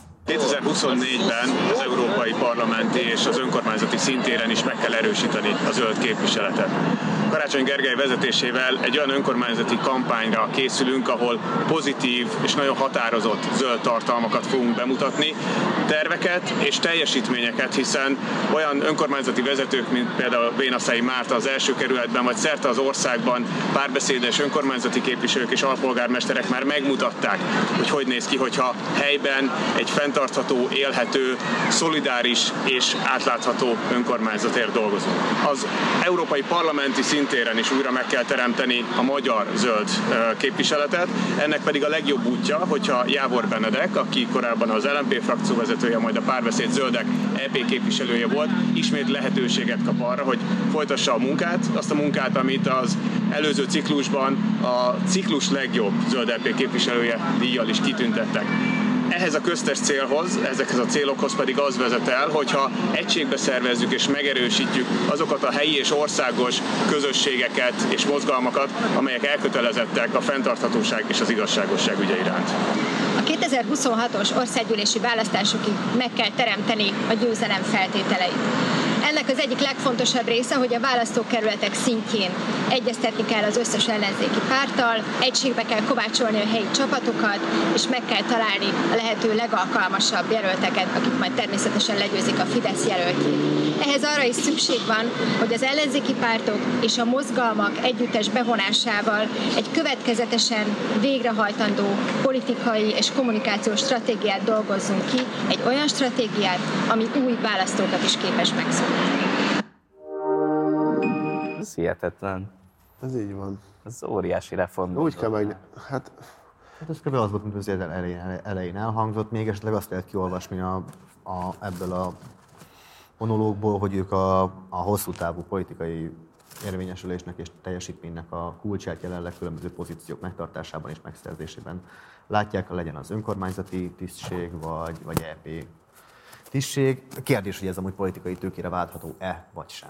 2024-ben az Európai Parlamenti és az önkormányzati szintéren is meg kell erősíteni a zöld képviseletet. Karácsony Gergely vezetésével egy olyan önkormányzati kampányra készülünk, ahol pozitív és nagyon határozott zöld tartalmakat fogunk bemutatni, terveket és teljesítményeket, hiszen olyan önkormányzati vezetők, mint például Vénaszai Márta az első kerületben, vagy szerte az országban párbeszédes önkormányzati képviselők és alpolgármesterek már megmutatták, hogy néz ki, hogyha helyben egy fenntartható, élhető, szolidáris és átlátható önkormányzatért dolgozunk. Az európai parlamenti szintéren is újra meg kell teremteni a magyar zöld képviseletet, ennek pedig a legjobb útja, hogyha Jávor Benedek, aki korábban az LMP frakcióvezetője, majd a Párbeszéd Zöldek EP képviselője volt, ismét lehetőséget kap arra, hogy folytassa a munkát, azt a munkát, amit az előző ciklusban a ciklus legjobb zöld EP képviselője díjjal is kitüntettek. Ehhez a köztes célhoz, ezekhez a célokhoz pedig az vezet el, hogyha egységbe szervezzük és megerősítjük azokat a helyi és országos közösségeket és mozgalmakat, amelyek elkötelezettek a fenntarthatóság és az igazságosság ügye iránt. A 2026-os országgyűlési választásokig meg kell teremteni a győzelem feltételeit. Ennek az egyik legfontosabb része, hogy a választókerületek szintjén egyeztetni kell az összes ellenzéki párttal, egységbe kell kovácsolni a helyi csapatokat, és meg kell találni a lehető legalkalmasabb jelölteket, akik majd természetesen legyőzik a Fidesz jelöltjét. Ehhez arra is szükség van, hogy az ellenzéki pártok és a mozgalmak együttes bevonásával egy következetesen végrehajtandó politikai és kommunikációs stratégiát dolgozzunk ki, egy olyan stratégiát, ami új választókat is képes megszólítani. Ez hihetetlen. Ez így van. Ez óriási reform. Úgy kell meg... Hát ez kb. Az volt, mint az elején elhangzott, még esetleg azt lehet kiolvasni ebből a monológból, hogy ők a hosszú távú politikai érvényesülésnek és teljesítménynek a kulcsát jelenleg különböző pozíciók megtartásában és megszerzésében látják, legyen az önkormányzati tisztség, vagy EP tisztség. Kérdés, hogy ez amúgy politikai tőkére váltható-e, vagy sem.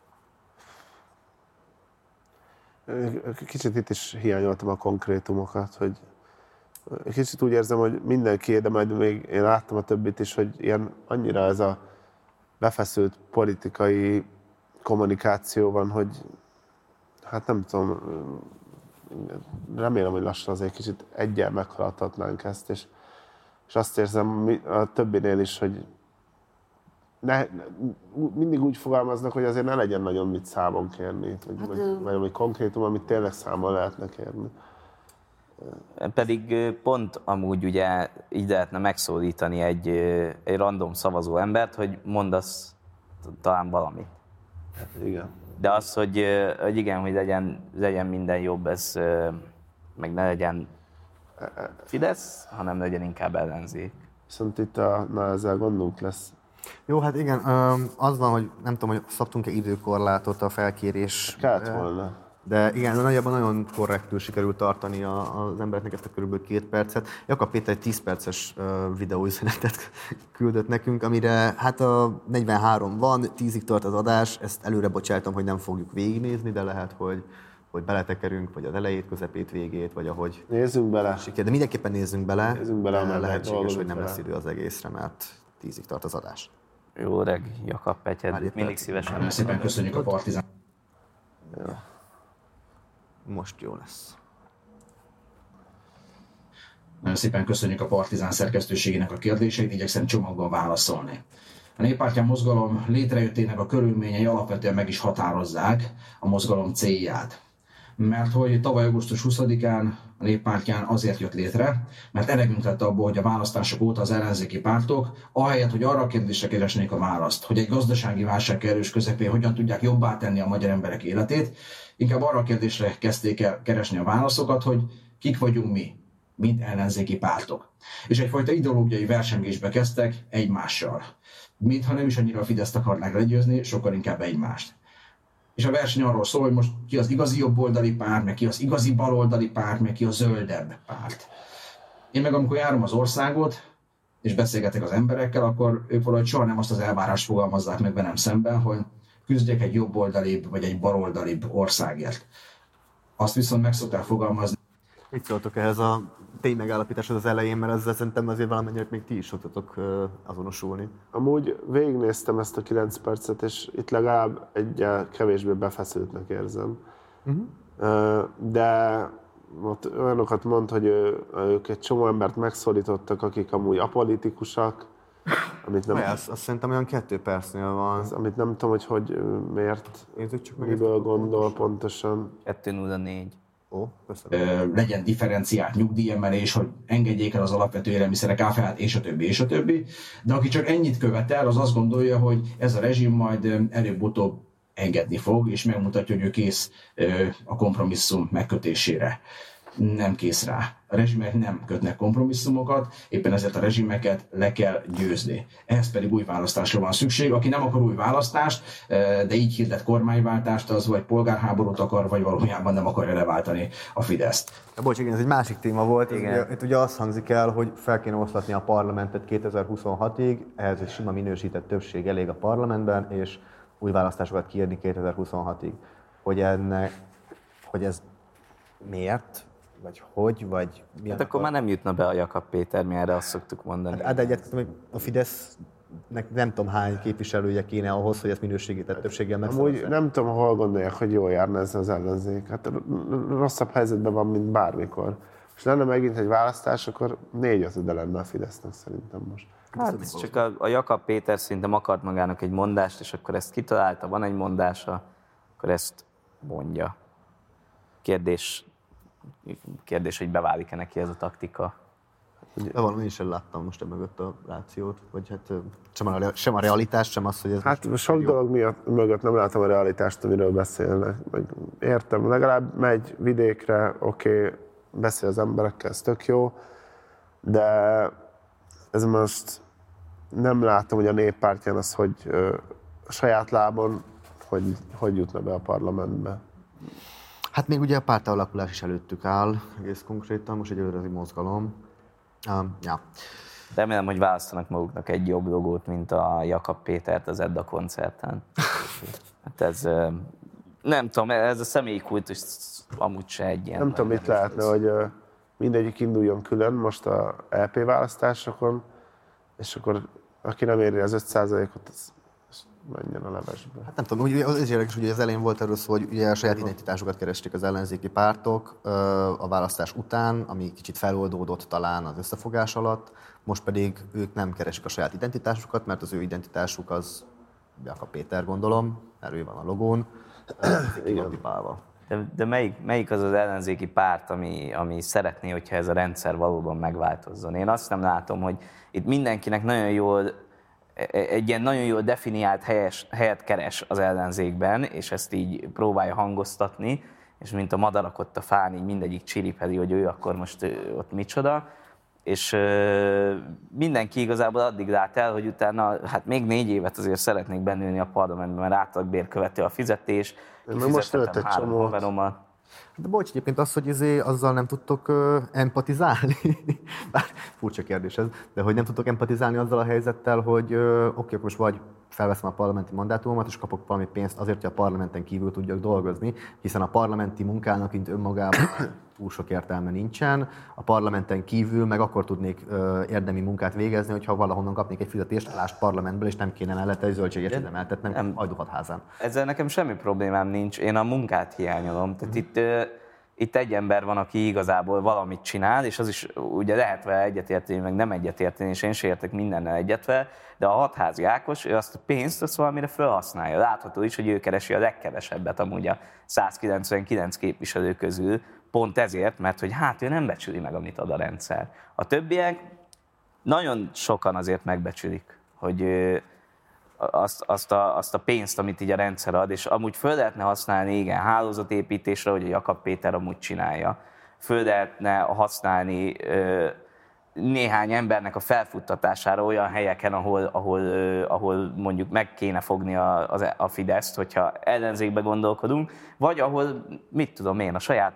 Kicsit itt is hiányoltam a konkrétumokat, hogy kicsit úgy érzem, hogy mindenki, de majd még én láttam a többit is, hogy ilyen annyira ez a befeszült politikai kommunikáció van, hogy hát nem tudom, remélem, hogy lassan azért kicsit eggyel meghaladhatnánk ezt, és azt érzem a többinél is, hogy mindig úgy fogalmaznak, hogy azért ne legyen nagyon mit számon kérni, vagy valami konkrétum, amit tényleg számon lehetne kérni. Pedig pont amúgy ugye így lehetne megszólítani egy random szavazó embert, hogy mondasz talán valamit. Igen. De az, hogy igen, hogy legyen minden jobb, ez meg ne legyen Fidesz, hanem legyen inkább ellenzék. Viszont itt ezzel gondunk lesz. Jó, hát igen, az van, hogy nem tudom, hogy szabtunk-e időkorlátot a felkérés. Kellett volna. De igen, nagyjából nagyon korrektül sikerült tartani az embereknek ezt a körülbelül 2 percet. Jakab Péter egy 10 perces videóüzenetet küldött nekünk, amire hát a 43 van, 10-ig tart az adás, ezt előre bocsáltam, hogy nem fogjuk végignézni, de lehet, hogy beletekerünk, vagy az elejét, közepét, végét, vagy ahogy... Nézzünk bele. De mindenképpen nézzünk bele. Nézzünk bele, de lehetséges, hogy nem lesz idő az egészre, mert 10-ig tart az adás. Jó öreg Jakab Petyed, mindig szívesen. Szépen köszönjük a Partizán. Ja. Most jó lesz. Nagyon szépen köszönjük a Partizán szerkesztőségének a kérdéseit, igyekszem csomagban válaszolni. A Néppártján mozgalom létrejöttének a körülményei alapvetően meg is határozzák a mozgalom célját. Mert hogy tavaly augusztus 20-án a Néppártján azért jött létre, mert elegünk lett abból, hogy a választások óta az ellenzéki pártok, ahelyett, hogy arra a kérdésre keresnék a választ, hogy egy gazdasági válság erős közepén hogyan tudják jobbá tenni a magyar emberek életét, inkább arra a kérdésre kezdték el keresni a válaszokat, hogy kik vagyunk mi, mint ellenzéki pártok. És egyfajta ideológiai versengésbe kezdtek egymással. Mintha nem is annyira a Fideszt akarnák legyőzni, sokkal inkább egymást. És a verseny arról szól, hogy most ki az igazi jobboldali párt, meg ki az igazi baloldali párt, meg ki a zöldebb párt. Én meg amikor járom az országot, és beszélgetek az emberekkel, akkor ők valahogy soha nem azt az elvárást fogalmazzák meg velem szemben, hogy küzdjek egy jobboldalibb vagy egy baloldalibb országért. Azt viszont meg szokták fogalmazni. Mit szóltok ehhez a ténymegállapításhoz az elején, mert ezzel szerintem azért valamennyire még ti is szoktatok azonosulni. Amúgy végignéztem ezt a 9 percet, és itt legalább egyel kevésbé befeszültnek érzem. De ott olyanokat mond, hogy ők egy csomó embert megszólítottak, akik amúgy apolitikusak. Amit nem, azt szerintem olyan 2 percnél van. Amit nem tudom, hogy miért, miből gondol pontosan. 204. Legyen differenciált nyugdíjemelés, hogy engedjék el az alapvető élelmiszerek áfáját, és a többi, és a többi. De aki csak ennyit követel, az azt gondolja, hogy ez a rezsim majd előbb-utóbb engedni fog, és megmutatja, hogy ő kész a kompromisszum megkötésére. Nem kész rá. A rezsimek nem kötnek kompromisszumokat, éppen ezért a rezsimeket le kell győzni. Ehhez pedig új választásra van szükség. Aki nem akar új választást, de így hirdet kormányváltást, az vagy polgárháborút akar, vagy valójában nem akarja leváltani a Fideszt. Bocs, igen, ez egy másik téma volt. Itt ugye azt hangzik el, hogy fel kéne oszlatni a parlamentet 2026-ig, ehhez egy sima minősített többség elég a parlamentben, és új választásokat kiírni 2026-ig. Hogy ez miért? Vagy mi? Hát akkor már nem jutna be a Jakab Péter, mi erre azt szoktuk mondani. Hát egyébként a Fidesznek nem tudom hány képviselője kéne ahhoz, hogy ezt minősített többséggel megszavazzák. Amúgy nem tudom, hol gondolják, hogy jól járna ez az ellenzék. Hát rosszabb helyzetben van, mint bármikor. És lenne megint egy választás, akkor 4/5 lenne a Fidesznek szerintem most. Hát csak a Jakab Péter szerintem akart magának egy mondást, és akkor ezt kitalálta, van egy mondása, akkor ezt mondja. Kérdés, hogy beválik-e neki ez a taktika. Valami én sem láttam most mögött a rációt, vagy hát sem a realitást, sem azt, hogy ez hát sok dolog mögött nem látom a realitást, amiről beszélnek. Értem, legalább megy vidékre, oké, beszél az emberekkel, ez tök jó, de ez most nem látom, hogy a Néppártján az, hogy a saját lábon hogy jutna be a parlamentbe. Hát még ugye a pártalakulás is előttük áll, egész konkrétan, most egy ördögi mozgalom. Ja. Remélem, hogy választanak maguknak egy jobb logót, mint a Jakab Pétert az Edda koncerten. Hát ez, nem tudom, ez a személyi kultus amúgy se egy ilyen. Nem tudom, mit lehetne, hogy mindegyik induljon külön most a LP választásokon, és akkor aki nem éri az 5%-ot, az menjen a levesbe. Hát nem tudom, ugye az érdekes, hogy az elején volt erről szó, hogy ugye a saját identitásukat keresték az ellenzéki pártok a választás után, ami kicsit feloldódott talán az összefogás alatt, most pedig ők nem keresik a saját identitásukat, mert az ő identitásuk az Jakab Péter, gondolom, erről van a logón, de melyik az az ellenzéki párt, ami szeretné, hogyha ez a rendszer valóban megváltozzon? Én azt nem látom, hogy itt mindenkinek egy ilyen nagyon jól definiált helyet keres az ellenzékben, és ezt így próbálja hangoztatni, és mint a madarak ott a fán, így mindegyik csiripeli, hogy ő akkor most ott micsoda, és mindenki igazából addig lát el, hogy utána hát még 4 évet azért szeretnék bennülni a parlamentben, mert átlagbér követő a fizetés, kifizettetem 3 haveromat. De bocs, egyébként az, hogy azzal nem tudtok empatizálni, bár furcsa kérdés ez, de hogy nem tudtok empatizálni azzal a helyzettel, hogy oké, most vagy felveszem a parlamenti mandátumomat, és kapok valami pénzt azért, hogy a parlamenten kívül tudjak dolgozni, hiszen a parlamenti munkának mint önmagában túl sok értelme nincsen. A parlamenten kívül meg akkor tudnék érdemi munkát végezni, hogyha valahonnan kapnék egy fizetést, lásd parlamentből, és nem kéne mellette egy zöldséget üzemeltetnem Hajdúfatházán. Ezzel nekem semmi problémám nincs, én a munkát hiányolom. Tehát itt egy ember van, aki igazából valamit csinál, és az is ugye lehet vele egyetérteni, meg nem egyetérteni, és én sem értek mindennel egyetve, de a Hatházi Ákos ő azt a pénzt azt valamire felhasználja. Látható is, hogy ő keresi a legkevesebbet amúgy a 199 képviselő közül, pont ezért, mert hogy hát ő nem becsüli meg, amit ad a rendszer. A többiek nagyon sokan azért megbecsülik, hogy azt a pénzt, amit így a rendszer ad, és amúgy föl lehetne használni, igen, hálózatépítésre, hogy a Jakab Péter amúgy csinálja. Föl lehetne használni néhány embernek a felfuttatására olyan helyeken, ahol mondjuk meg kéne fogni a Fideszt, hogyha ellenzékbe gondolkodunk, vagy ahol, mit tudom én, a saját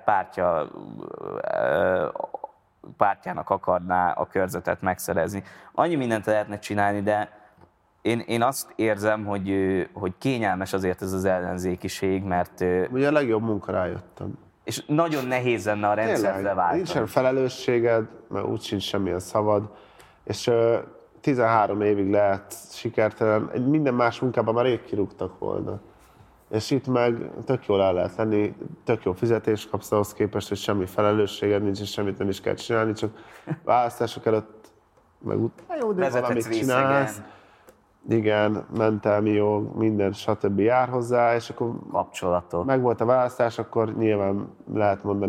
pártjának akarná a körzetet megszerezni. Annyi mindent lehetne csinálni, de én azt érzem, hogy kényelmes azért ez az ellenzékiség, mert... Ugye a legjobb munka rájöttem. És nagyon nehéz lenne a rendszert leváltani. Nincsen felelősséged, mert úgy sincs semmilyen szavad, és 13 évig lehet sikertelen, minden más munkában már rég kirúgtak volna. És itt meg tök jól el lehet lenni, tök jó fizetést kapsz ahhoz képest, hogy semmi felelősséged nincs, és semmit nem is kell csinálni, csak választások előtt meg valamit csinálsz. Igen, mentelmi jog, minden stb. Jár hozzá, és akkor kapcsolatok. Meg volt a választás, akkor nyilván lehet mondani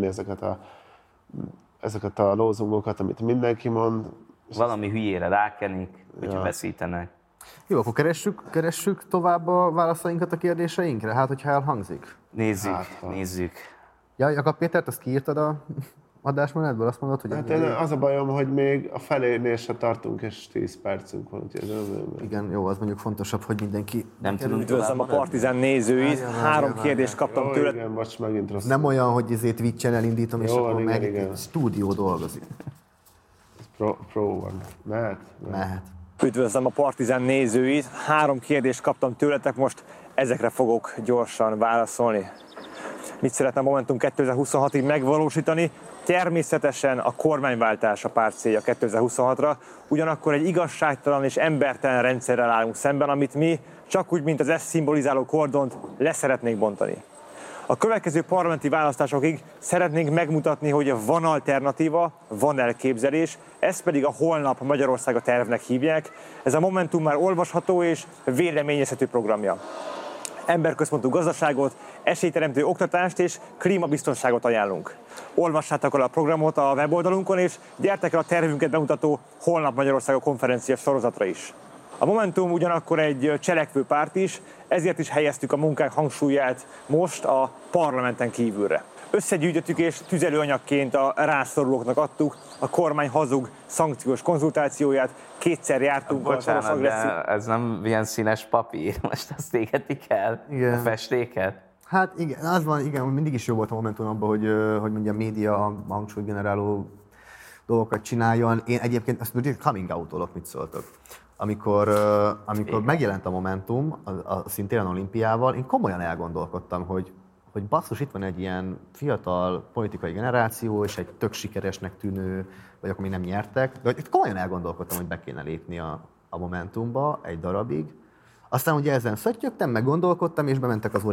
ezeket a lózungokat, amit mindenki mond. Valami hülyére rákenik, hogyha veszítenek. Jó, akkor keressük tovább a válaszainkat a kérdéseinkre, hát hogyha elhangzik. Nézzük. Ja, Jakab Pétert, azt kiírtad a adásmenetből, azt mondod, hogy... Hát az a bajom, hogy még a felénél se tartunk, és 10 percünk van. Igen, jó, az mondjuk fontosabb, hogy mindenki... Nem tudunk. Üdvözlöm a Partizán nézőit, 3 kérdést kaptam tőled. Igen, most megint rossz. Nem olyan, hogy Twitch-en elindítom, és akkor meg stúdió dolgozik. Pro van. Mehet. Üdvözlöm a Partizán nézőit, 3 kérdést kaptam tőletek, most ezekre fogok gyorsan válaszolni. Mit szeretne a Momentum 2026-ig megvalósítani? Természetesen a kormányváltás a párt célja 2026-ra, ugyanakkor egy igazságtalan és embertelen rendszerrel állunk szemben, amit mi, csak úgy, mint az ezt szimbolizáló kordont, leszeretnénk bontani. A következő parlamenti választásokig szeretnénk megmutatni, hogy van alternatíva, van elképzelés, ezt pedig a Holnap Magyarországa tervnek hívják. Ez a Momentum már olvasható és véleményezhető programja. Emberközpontú gazdaságot, esélyteremtő oktatást és klímabiztonságot ajánlunk. Olvassátok el a programot a weboldalunkon, és gyertek el a tervünket bemutató Holnap Magyarországa konferencia sorozatra is. A Momentum ugyanakkor egy cselekvő párt is, ezért is helyeztük a munkánk hangsúlyát most a parlamenten kívülre. összegyűjtöttük és tüzelőanyagként a rászorulóknak adtuk, a kormány hazug szankciós konzultációját, kétszer jártunk a szoros agresszió. De ez nem ilyen színes papír, most azt égetik el, igen. A festéket. Hát igen, az van, igen, mindig is jó volt a Momentum abban, hogy mondja, a média hangsúlygeneráló dolgokat csináljon. Én egyébként azt mondjuk, coming out-olok, mit szóltok. Amikor megjelent a Momentum, szintén olimpiával, én komolyan elgondolkodtam, hogy basszus, itt van egy ilyen fiatal politikai generáció, és egy tök sikeresnek tűnő, vagy akkor még nem nyertek, de itt komolyan elgondolkodtam, hogy be kéne lépni a Momentumba egy darabig. Aztán ugye ezen szöttyögtem, meg gondolkodtam, és bementek az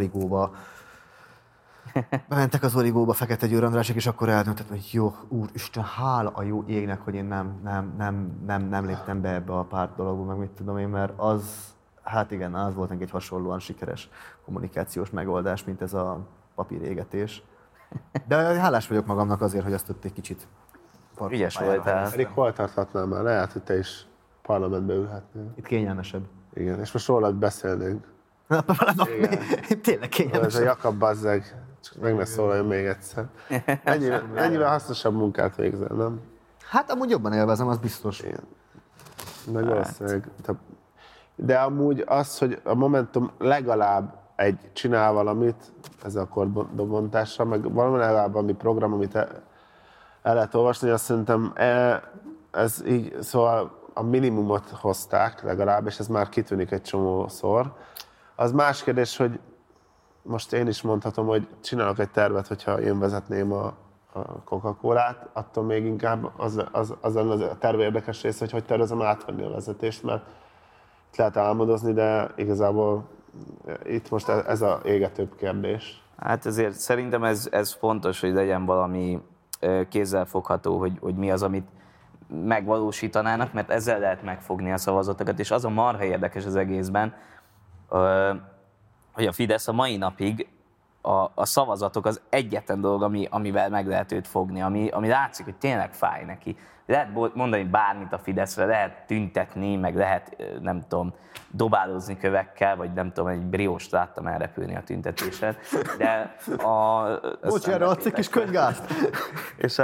Origóba Fekete Győr Andrásik, és akkor eldöntöttem, hogy jó, úristen, hála a jó égnek, hogy én nem léptem be ebbe a párt dologba, meg mit tudom én, mert hát igen, az volt egy hasonlóan sikeres kommunikációs megoldás, mint ez a papírégetés. De hálás vagyok magamnak azért, hogy azt ott egy kicsit... Ügyes voltál. Pedig hol tarthatnál már? Lehet, hogy te is parlamentbe ülhetnél. Itt kényelmesebb. Igen, és most rólad beszélnénk. Tényleg kényelmesebb. Ez a Jakab bazzeg, csak meg ne szólaljon még egyszer. Ennyivel hasznosabb munkát végzel, nem? Hát amúgy jobban élvezem, az biztos. Igen. Meg valószínűleg. De amúgy az, hogy a Momentum legalább csinál valamit ezzel a korbontásra, meg valami legalább valami program, amit el lehet olvasni, azt szerintem ez így, szóval a minimumot hozták legalább, és ez már kitűnik egy csomószor. Az más kérdés, hogy most én is mondhatom, hogy csinálok egy tervet, hogyha én vezetném a Coca-Colát, attól még inkább az lenne a terve érdekes része, hogy tervezem átvenni a vezetést, mert itt lehet álmodozni, de igazából itt most ez a égetőbb kérdés. Hát ezért szerintem ez fontos, hogy legyen valami kézzelfogható, hogy mi az, amit megvalósítanának, mert ezzel lehet megfogni a szavazatokat, és az a marha érdekes az egészben, hogy a Fidesz a mai napig a szavazatok az egyetlen dolog, amivel meg lehet őt fogni, ami látszik, hogy tényleg fáj neki. Lehet mondani bármit a Fideszre, lehet tüntetni, meg lehet, nem tudom, dobálózni kövekkel, vagy nem tudom, egy brióst láttam elrepülni a tüntetésen, de Bocs, erre adsz egy kis könyvgázt! És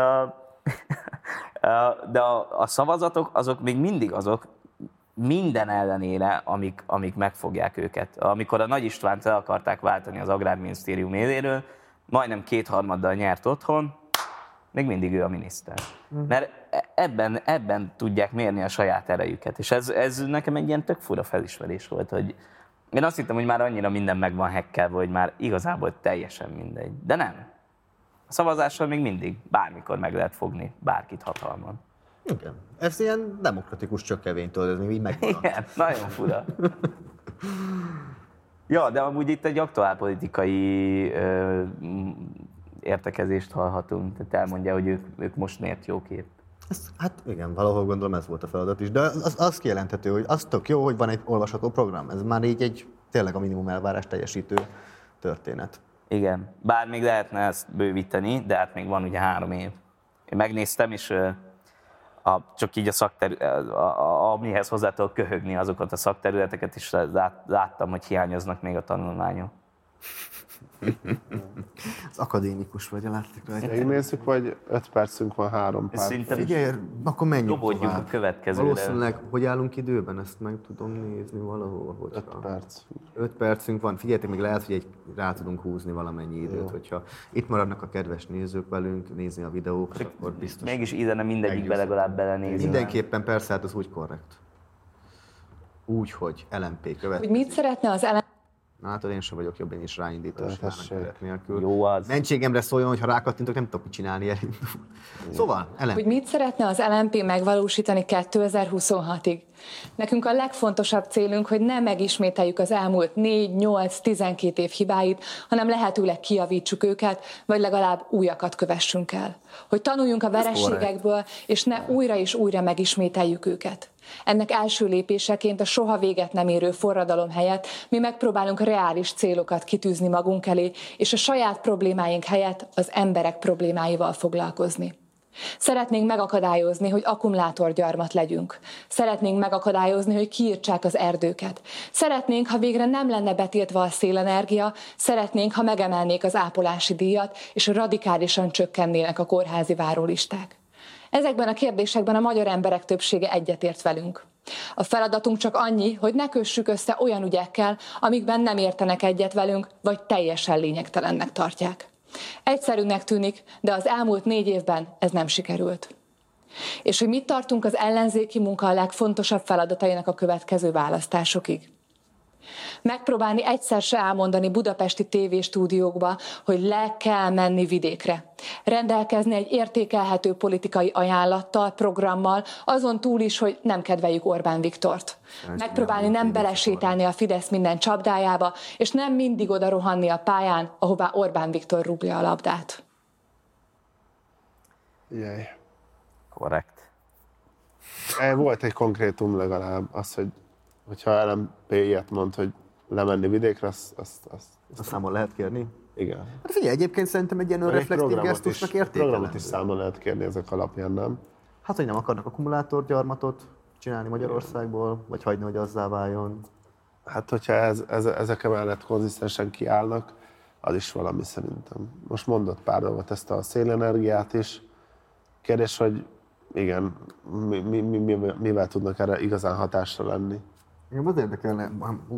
de a szavazatok azok még mindig azok, minden ellenére, amik megfogják őket. Amikor a Nagy Istvánt el akarták váltani az Agrárminisztérium éléről, majdnem 2/3 nyert otthon, még mindig ő a miniszter. Mert ebben tudják mérni a saját erejüket. És ez nekem egy ilyen tök fura felismerés volt, hogy én azt hittem, hogy már annyira minden meg van hekkelve, hogy már igazából teljesen mindegy. De nem. A szavazással még mindig, bármikor meg lehet fogni bárkit hatalmon. Igen. Ez ilyen demokratikus csökkevénytől, ez még így megvan. Igen, nagyon fura. Ja, de amúgy itt egy aktuálpolitikai értekezést hallhatunk. Tehát elmondja, hogy ők most miért jó kép. Hát igen, valahol gondolom ez volt a feladat is, de az kijelenthető, hogy az tök jó, hogy van egy olvasható program. Ez már így tényleg a minimum elvárás teljesítő történet. Igen, bár még lehetne ezt bővíteni, de hát még van ugye 3 év. Én megnéztem, és csak így amihez hozzá tudok köhögni azokat a szakterületeket, és láttam, hogy hiányoznak még a tanulmányok. Az akadémikus vagy, láttuk rajta. Megnézzük, vagy 5 percünk van 3 perc. Figyelj, akkor menjünk dobódjunk tovább. a következőre. Valószínűleg, hogy állunk időben, ezt meg tudom nézni valahol. 5 perc. 5 percünk van. Figyeljetek, még lehet, hogy rá tudunk húzni valamennyi időt, Jó. Hogyha itt maradnak a kedves nézők velünk, nézni a videókat, akkor biztos. Mégis illene mindegyikbe legalább belenézni. Mindenképpen persze, hát az úgy korrekt. Úgy, hogy LMP következik. Hogy mit szeretne az LMP? Na, hát én sem vagyok jobb, én is ráindítós nélkül. Jó az. Mentségemre szóljon, hogyha rákattintok, nem tudok mit csinálni, elindul. Szóval, LMP. Hogy mit szeretne az LMP megvalósítani 2026-ig? Nekünk a legfontosabb célunk, hogy ne megismételjük az elmúlt 4, 8, 12 év hibáit, hanem lehetőleg kijavítsuk őket, vagy legalább újakat kövessünk el. Hogy tanuljunk a vereségekből, és ne újra és újra megismételjük őket. Ennek első lépéseként a soha véget nem érő forradalom helyett mi megpróbálunk reális célokat kitűzni magunk elé, és a saját problémáink helyett az emberek problémáival foglalkozni. Szeretnénk megakadályozni, hogy akkumulátorgyarmat legyünk. Szeretnénk megakadályozni, hogy kiírtsák az erdőket. Szeretnénk, ha végre nem lenne betiltva a szélenergia, szeretnénk, ha megemelnék az ápolási díjat, és radikálisan csökkennének a kórházi várólisták. Ezekben a kérdésekben a magyar emberek többsége egyetért velünk. A feladatunk csak annyi, hogy ne kössük össze olyan ügyekkel, amikben nem értenek egyet velünk, vagy teljesen lényegtelennek tartják. Egyszerűnek tűnik, de az elmúlt 4 évben ez nem sikerült. És hogy mit tartunk az ellenzéki munka a legfontosabb feladatainak a következő választásokig? Megpróbálni egyszer se elmondani budapesti tévéstúdiókba, hogy le kell menni vidékre. Rendelkezni egy értékelhető politikai ajánlattal, programmal, azon túl is, hogy nem kedveljük Orbán Viktort. Megpróbálni nem belesétálni a Fidesz minden csapdájába, és nem mindig oda rohanni a pályán, ahová Orbán Viktor rúgja a labdát. Jaj. Korrekt. Volt egy konkrétum legalább, az, hogyha LMP ilyet mond, hogy lemenni vidékre, azt számon lehet kérni? Igen. Hát figyelj, egyébként szerintem egy ilyen önreflektív gesztusnak értékelendő. Programot is számon lehet kérni ezek alapján, nem? Hát, hogy nem akarnak akkumulátorgyarmatot csinálni Magyarországból, vagy hagyni, hogy azzá váljon. Hát, hogyha ezek mellett konzisztensen kiállnak, az is valami szerintem. Most mondott pár dolgot, ezt a szélenergiát is. Kérdés, hogy igen, mivel tudnak erre igazán hatásra lenni? Engem az érdekelne,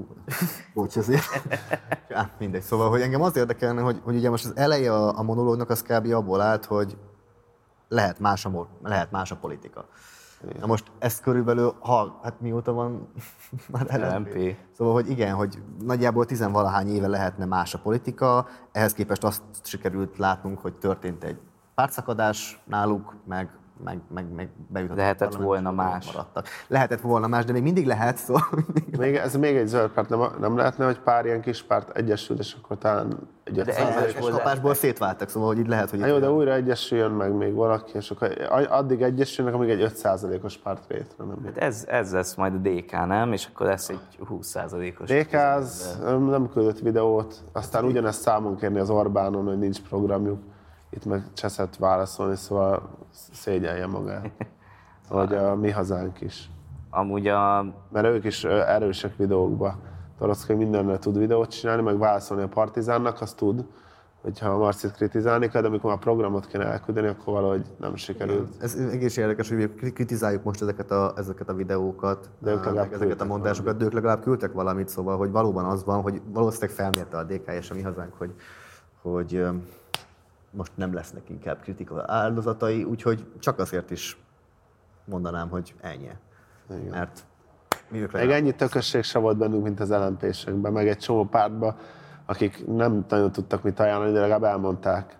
bocs ezért, mindegy, szóval, hogy engem az érdekelne, hogy ugye most az eleje a monológnak az kb. Abból állt, hogy lehet más a politika. Na most ez körülbelül, hát mióta van már LMP? Szóval, hogy igen, hogy nagyjából 10-valahány éve lehetne más a politika, ehhez képest azt sikerült látnunk, hogy történt egy pártszakadás náluk, meg bejutott. Lehetett volna más. Maradtak. Lehetett volna más, de még mindig lehet, szóval... Ez még egy zöld párt, nem lehetne, hogy pár ilyen kis párt egyesült, és akkor talán egy 5%-os kapásból szétváltak, szóval hogy így lehet, hogy... Jó, de újra egyesüljön meg még valaki, és akkor addig egyesülnek, amíg egy 5%-os párt létre. Hát ez lesz majd a DK, nem? És akkor lesz egy 20%-os. DK nem küldött videót, aztán ugyanezt számon kérni az Orbánon, hogy nincs programjuk. Itt meg cseszett válaszolni, szóval szégyelje magát. Vagy a Mi Hazánk is. Amúgy Mert ők is erősek videókba. Toroczkai mindennel tud videót csinálni, meg válaszolni a Partizánnak, azt tud, hogyha a Marcit kritizálni kell, de amikor a programot kéne elküldeni, akkor valahogy nem sikerült. Ez egész érdekes, hogy kritizáljuk most ezeket a videókat, ezeket a mondásokat, de ők legalább küldtek valamit, szóval, hogy valóban az van, hogy valószínűleg felmérte a DK és a Mi Hazánk, hogy most nem lesznek inkább kritika áldozatai, úgyhogy csak azért is mondanám, hogy ennyi. Mert meg ennyi tökösség se volt bennünk, mint az LMP-sekben, meg egy csomó pártban, akik nem nagyon tudtak mit ajánlani, de legalább elmondták.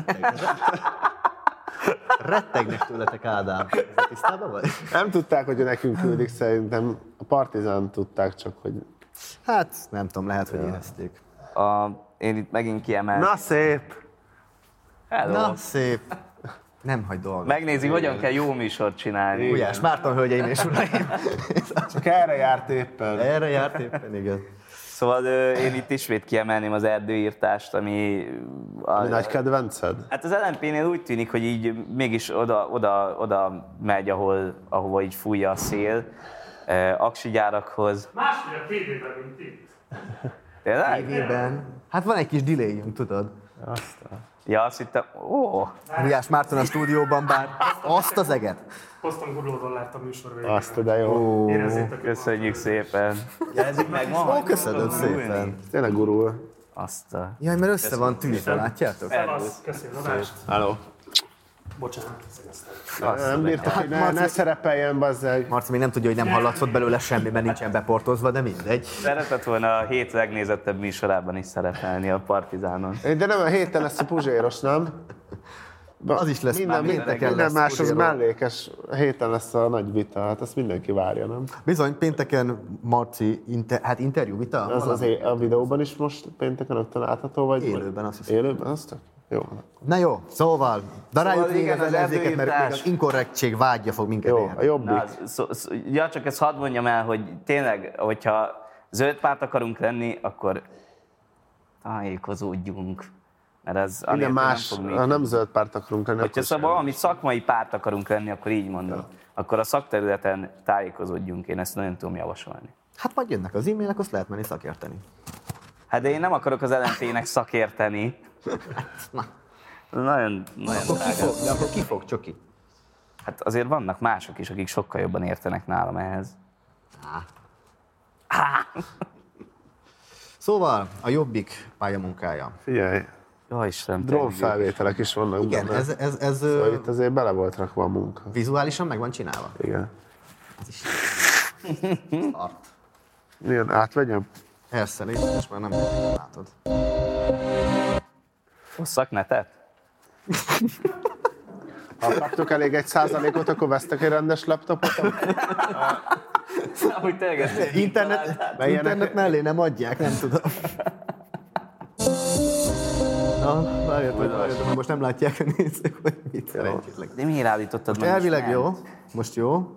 Rettegnek tőletek, Ádám. Tisztában vagy? Nem tudták, hogy nekünk küldik, szerintem a Partizán tudták, csak hogy... Hát, nem tudom, lehet, hogy érezték. Én itt megint kiemeltem. Na szép! Hello. Na szép! Nem hagy dolgot. Megnézi, hogyan kell jó műsort csinálni. Gulyás Márton, hölgyeim és uraim! Csak erre járt éppen. Erre járt éppen, igen. Szóval én itt ismét kiemelném az erdőírtást, ami nagy kedvenced? Hát az LMP-nél úgy tűnik, hogy így mégis oda megy, ahova így fújja a szél. Aksi gyárakhoz. Másfél tévében, mint itt. Tényleg? Tévében. Hát van egy kis delayünk, tudod? Ja, azt hittem, Gulyás Márton a stúdióban, bár azt az eget. Hoztam gurulódon láttam műsor végén. Azt, de jó. Köszönjük szépen. Jelezzük meg ma? Ó, köszönöm szépen. Tényleg gurul. Azt a... Jaj, mert össze van tűzve, látjátok? Köszönöm adást. Halló. Bocsánat, nem bírtak, hogy ne szerepeljen, bazzeg. Marci még nem tudja, hogy nem hallatszott belőle semmi, mert nincsen beportozva, de mindegy. Szeretett volna a 7 legnézettebb műsorában is szerepelni a Partizánon. De nem, a héten lesz a Puzséros, nem? Az is lesz már, pénteken lesz más az mellékes, héten lesz a nagy vita, hát ezt mindenki várja, nem? Bizony, pénteken Marci, interjú vita? Az a videóban is most pénteken rögtön látható, vagy? Élőben, azt hiszem. Élőben, azt jó. Na jó, szóval, daráljuk Szóval végig az ellenzéket, mert még az inkorrektség vágya fog minket érni. Jó, a jobbik. Ja, csak ezt hadd mondjam el, hogy tényleg, hogyha zöld párt akarunk lenni, akkor tájékozódjunk. Mert ez minden más, nem zöld párt akarunk lenni. Hogyha szóval valami szakmai párt akarunk lenni, akkor így mondom. Ja. Akkor a szakterületen tájékozódjunk, én ezt nagyon tudom javasolni. Hát majd jönnek az e-mailek, azt lehet menni szakérteni. Hát de én nem akarok az LMP-nek szakérteni. Nagyon akkor ki fog, Csoki? Hát azért vannak mások is, akik sokkal jobban értenek nálam ehhez. Szóval a Jobbik pályamunkája. Figyelj, jó Isten, drónfelvételek is vannak. Igen, benne. ez szóval itt azért bele volt rakva a munka. Vizuálisan meg van csinálva? Igen. Ez is art. Milyen, átvegyem? Persze, légy, most már nem látod. Hosszak netet? Ha kaptok elég 1%-ot, akkor vesztek egy rendes laptopot? Ahogy tényleg internet mellé nem adják, nem tudom. Na, várjatok, most nem látják a nézők, hogy mit szerencsétleg. De miért állítottad meg? Elvileg jó, most jó.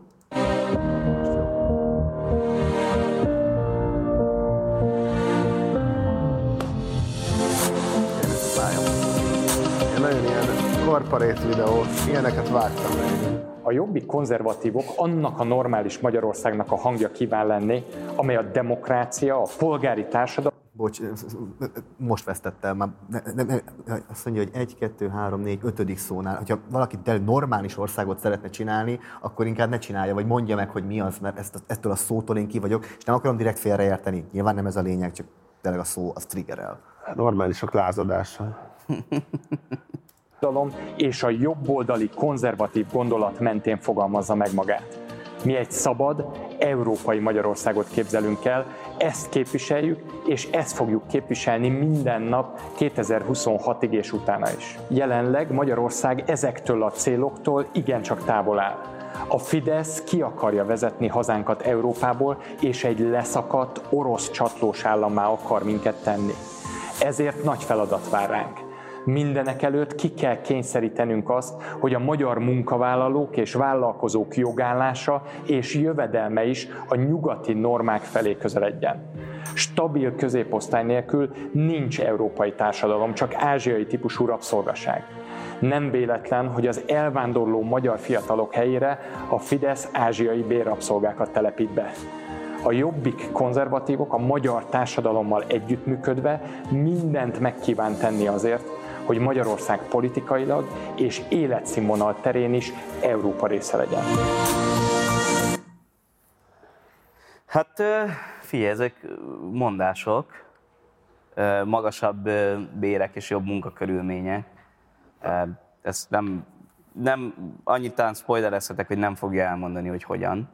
Nagyon ilyen korporét videó, ilyeneket vágtam meg. A Jobbik konzervatívok annak a normális Magyarországnak a hangja kíván lenni, amely a demokrácia, a polgári társadalom. Bocs, most vesztettem már. Azt mondja, hogy 1, 2, 3, 4, 5. szónál. Hogyha valaki normális országot szeretne csinálni, akkor inkább ne csinálja, vagy mondja meg, hogy mi az, mert ettől a szótól én ki vagyok, és nem akarom direkt félreérteni. Nyilván nem ez a lényeg, csak tényleg a szó az triggerel. Normálisok lázadása. És a jobboldali konzervatív gondolat mentén fogalmazza meg magát. Mi egy szabad, európai Magyarországot képzelünk el, ezt képviseljük, és ezt fogjuk képviselni minden nap 2026-ig és utána is. Jelenleg Magyarország ezektől a céloktól igencsak távol áll. A Fidesz ki akarja vezetni hazánkat Európából, és egy leszakadt orosz csatlós állammá akar minket tenni. Ezért nagy feladat vár ránk. Mindenekelőtt ki kell kényszerítenünk azt, hogy a magyar munkavállalók és vállalkozók jogállása és jövedelme is a nyugati normák felé közeledjen. Stabil középosztály nélkül nincs európai társadalom, csak ázsiai típusú rabszolgaság. Nem véletlen, hogy az elvándorló magyar fiatalok helyére a Fidesz ázsiai bérrabszolgákat telepít be. A Jobbik konzervatívok a magyar társadalommal együttműködve mindent megkíván tenni azért, hogy Magyarország politikailag és életszínvonal terén is Európa része legyen. Hát figyelj, ezek mondások, magasabb bérek és jobb munkakörülmények. Ezt nem annyit talán spoilerezhetek, hogy nem fogja elmondani, hogy hogyan.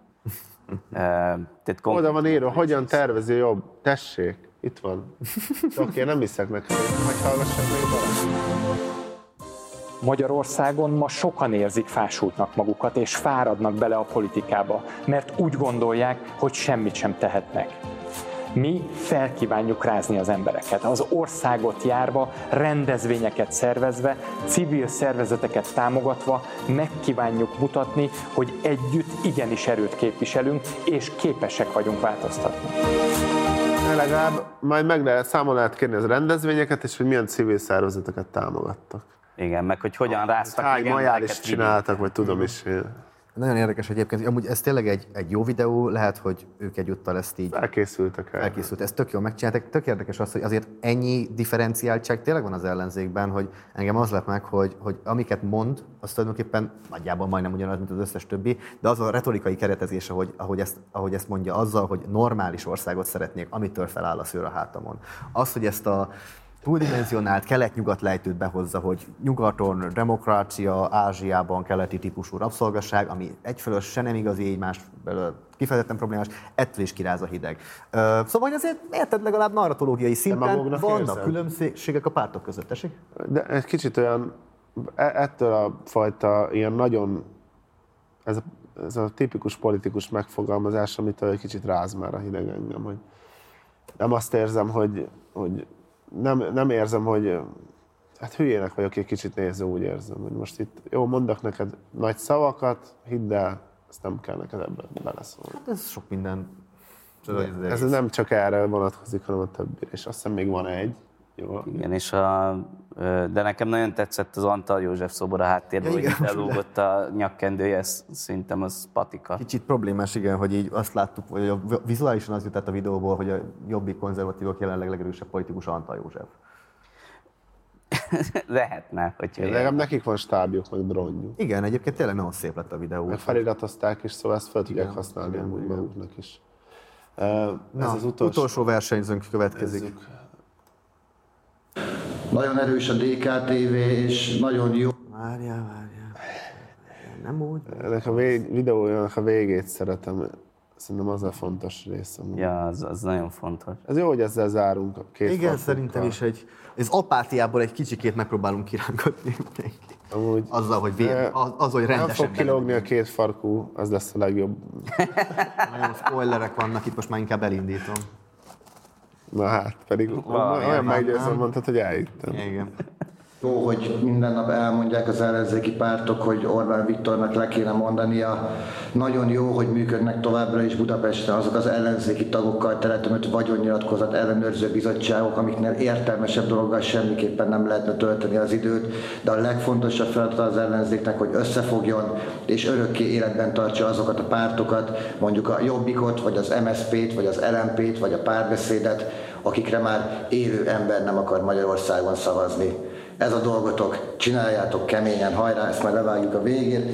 Oda van írva, hogyan tervezi jobb. Tessék, itt van. Oké, nem hiszek neked, hogy hallgassam még valami. Magyarországon ma sokan érzik fásultnak magukat, és fáradnak bele a politikába, mert úgy gondolják, hogy semmit sem tehetnek. Mi felkívánjuk rázni az embereket, az országot járva, rendezvényeket szervezve, civil szervezeteket támogatva megkívánjuk mutatni, hogy együtt igenis erőt képviselünk, és képesek vagyunk változtatni. Legalább majd számon lehet kérni az rendezvényeket, és hogy milyen civil szervezeteket támogattak. Igen, meg hogy hogyan ráztak hány majár is csináltak, vagy tudom is. Nagyon érdekes egyébként, amúgy ez tényleg egy jó videó, lehet, hogy ők egyúttal ezt így... Elkészült, ezt tök jól megcsináltak. Tök érdekes az, hogy azért ennyi differenciáltság tényleg van az ellenzékben, hogy engem az lep meg, hogy amiket mond, az tulajdonképpen nagyjából majdnem ugyanaz, mint az összes többi, de az a retorikai keretezése, ahogy ezt mondja, azzal, hogy normális országot szeretnék, amitől feláll a szőr a hátamon. Az, hogy ezt a túldimenzionált kelet-nyugat lejtőt behozza, hogy nyugaton demokrácia, Ázsiában keleti típusú rabszolgasság, ami egyfelől se nem igazi, így másfelől kifejezetten problémás, ettől is kiráz a hideg. Szóval azért érted, legalább narratológiai szinten vannak különbségek a pártok között, tessék? De egy kicsit olyan, ettől a fajta ilyen nagyon, ez a tipikus politikus megfogalmazás, amitől egy kicsit ráz már a hideg engem, hogy nem azt érzem, hogy nem érzem, hogy hát hülyének vagyok egy kicsit nézve, úgy érzem, hogy most itt jó, mondok neked nagy szavakat, hidd el, ezt nem kell neked ebben beleszólni. Hát ez sok minden. Ez nem csak erre vonatkozik, hanem a többire, és azt hiszem még van egy, Jó. Igen, és de nekem nagyon tetszett az Antal József szobor a háttérben, hogy elúgott a nyakkendője, szerintem az patika. Kicsit problémás, igen, hogy így azt láttuk, hogy vizuálisan az jutott a videóból, hogy a jobbik konzervatívok jelenleg legerősebb politikus Antal József. Lehetne, hogyha... Legalább nekik van stábjuk, meg drónjuk. Igen, egyébként tényleg nagyon szép lett a videó. Meg feliratozták is, szóval ezt fel tudják használni amúgy maguknak is. Ez az utolsó versenyzőnk következik. Nagyon erős a DKTV, és nagyon jó. Várjál. Nem úgy. Ennek a videójának a végét szeretem. Szerintem az a fontos rész. Ja, az nagyon fontos. Ez jó, hogy ezzel zárunk a két igen, szerintem is ez apátiából egy kicsikét megpróbálunk kirángatni. Amúgy, azzal, hogy hogy rendesen. Nem fog kilógni a két farkú, az lesz a legjobb. Nagyon spoilerek vannak, itt most már inkább elindítom. Na hát, pedig olyan meggyőzően mondtad, hogy eljöttem. Igen. Jó, hogy minden nap elmondják az ellenzéki pártok, hogy Orbán Viktornak le kéne mondania. Nagyon jó, hogy működnek továbbra is Budapesten azok az ellenzéki tagokkal teletömött vagyonnyilatkozat ellenőrző bizottságok, amiknél értelmesebb dologgal semmiképpen nem lehetne tölteni az időt, de a legfontosabb feladat az ellenzéknek, hogy összefogjon és örökké életben tartsa azokat a pártokat, mondjuk a Jobbikot, vagy az MSZP-t, vagy az LMP-t, vagy a Párbeszédet, akikre már élő ember nem akar Magyarországon szavazni. Ez a dolgotok, csináljátok keményen, hajrá, ezt majd levágjuk a végén.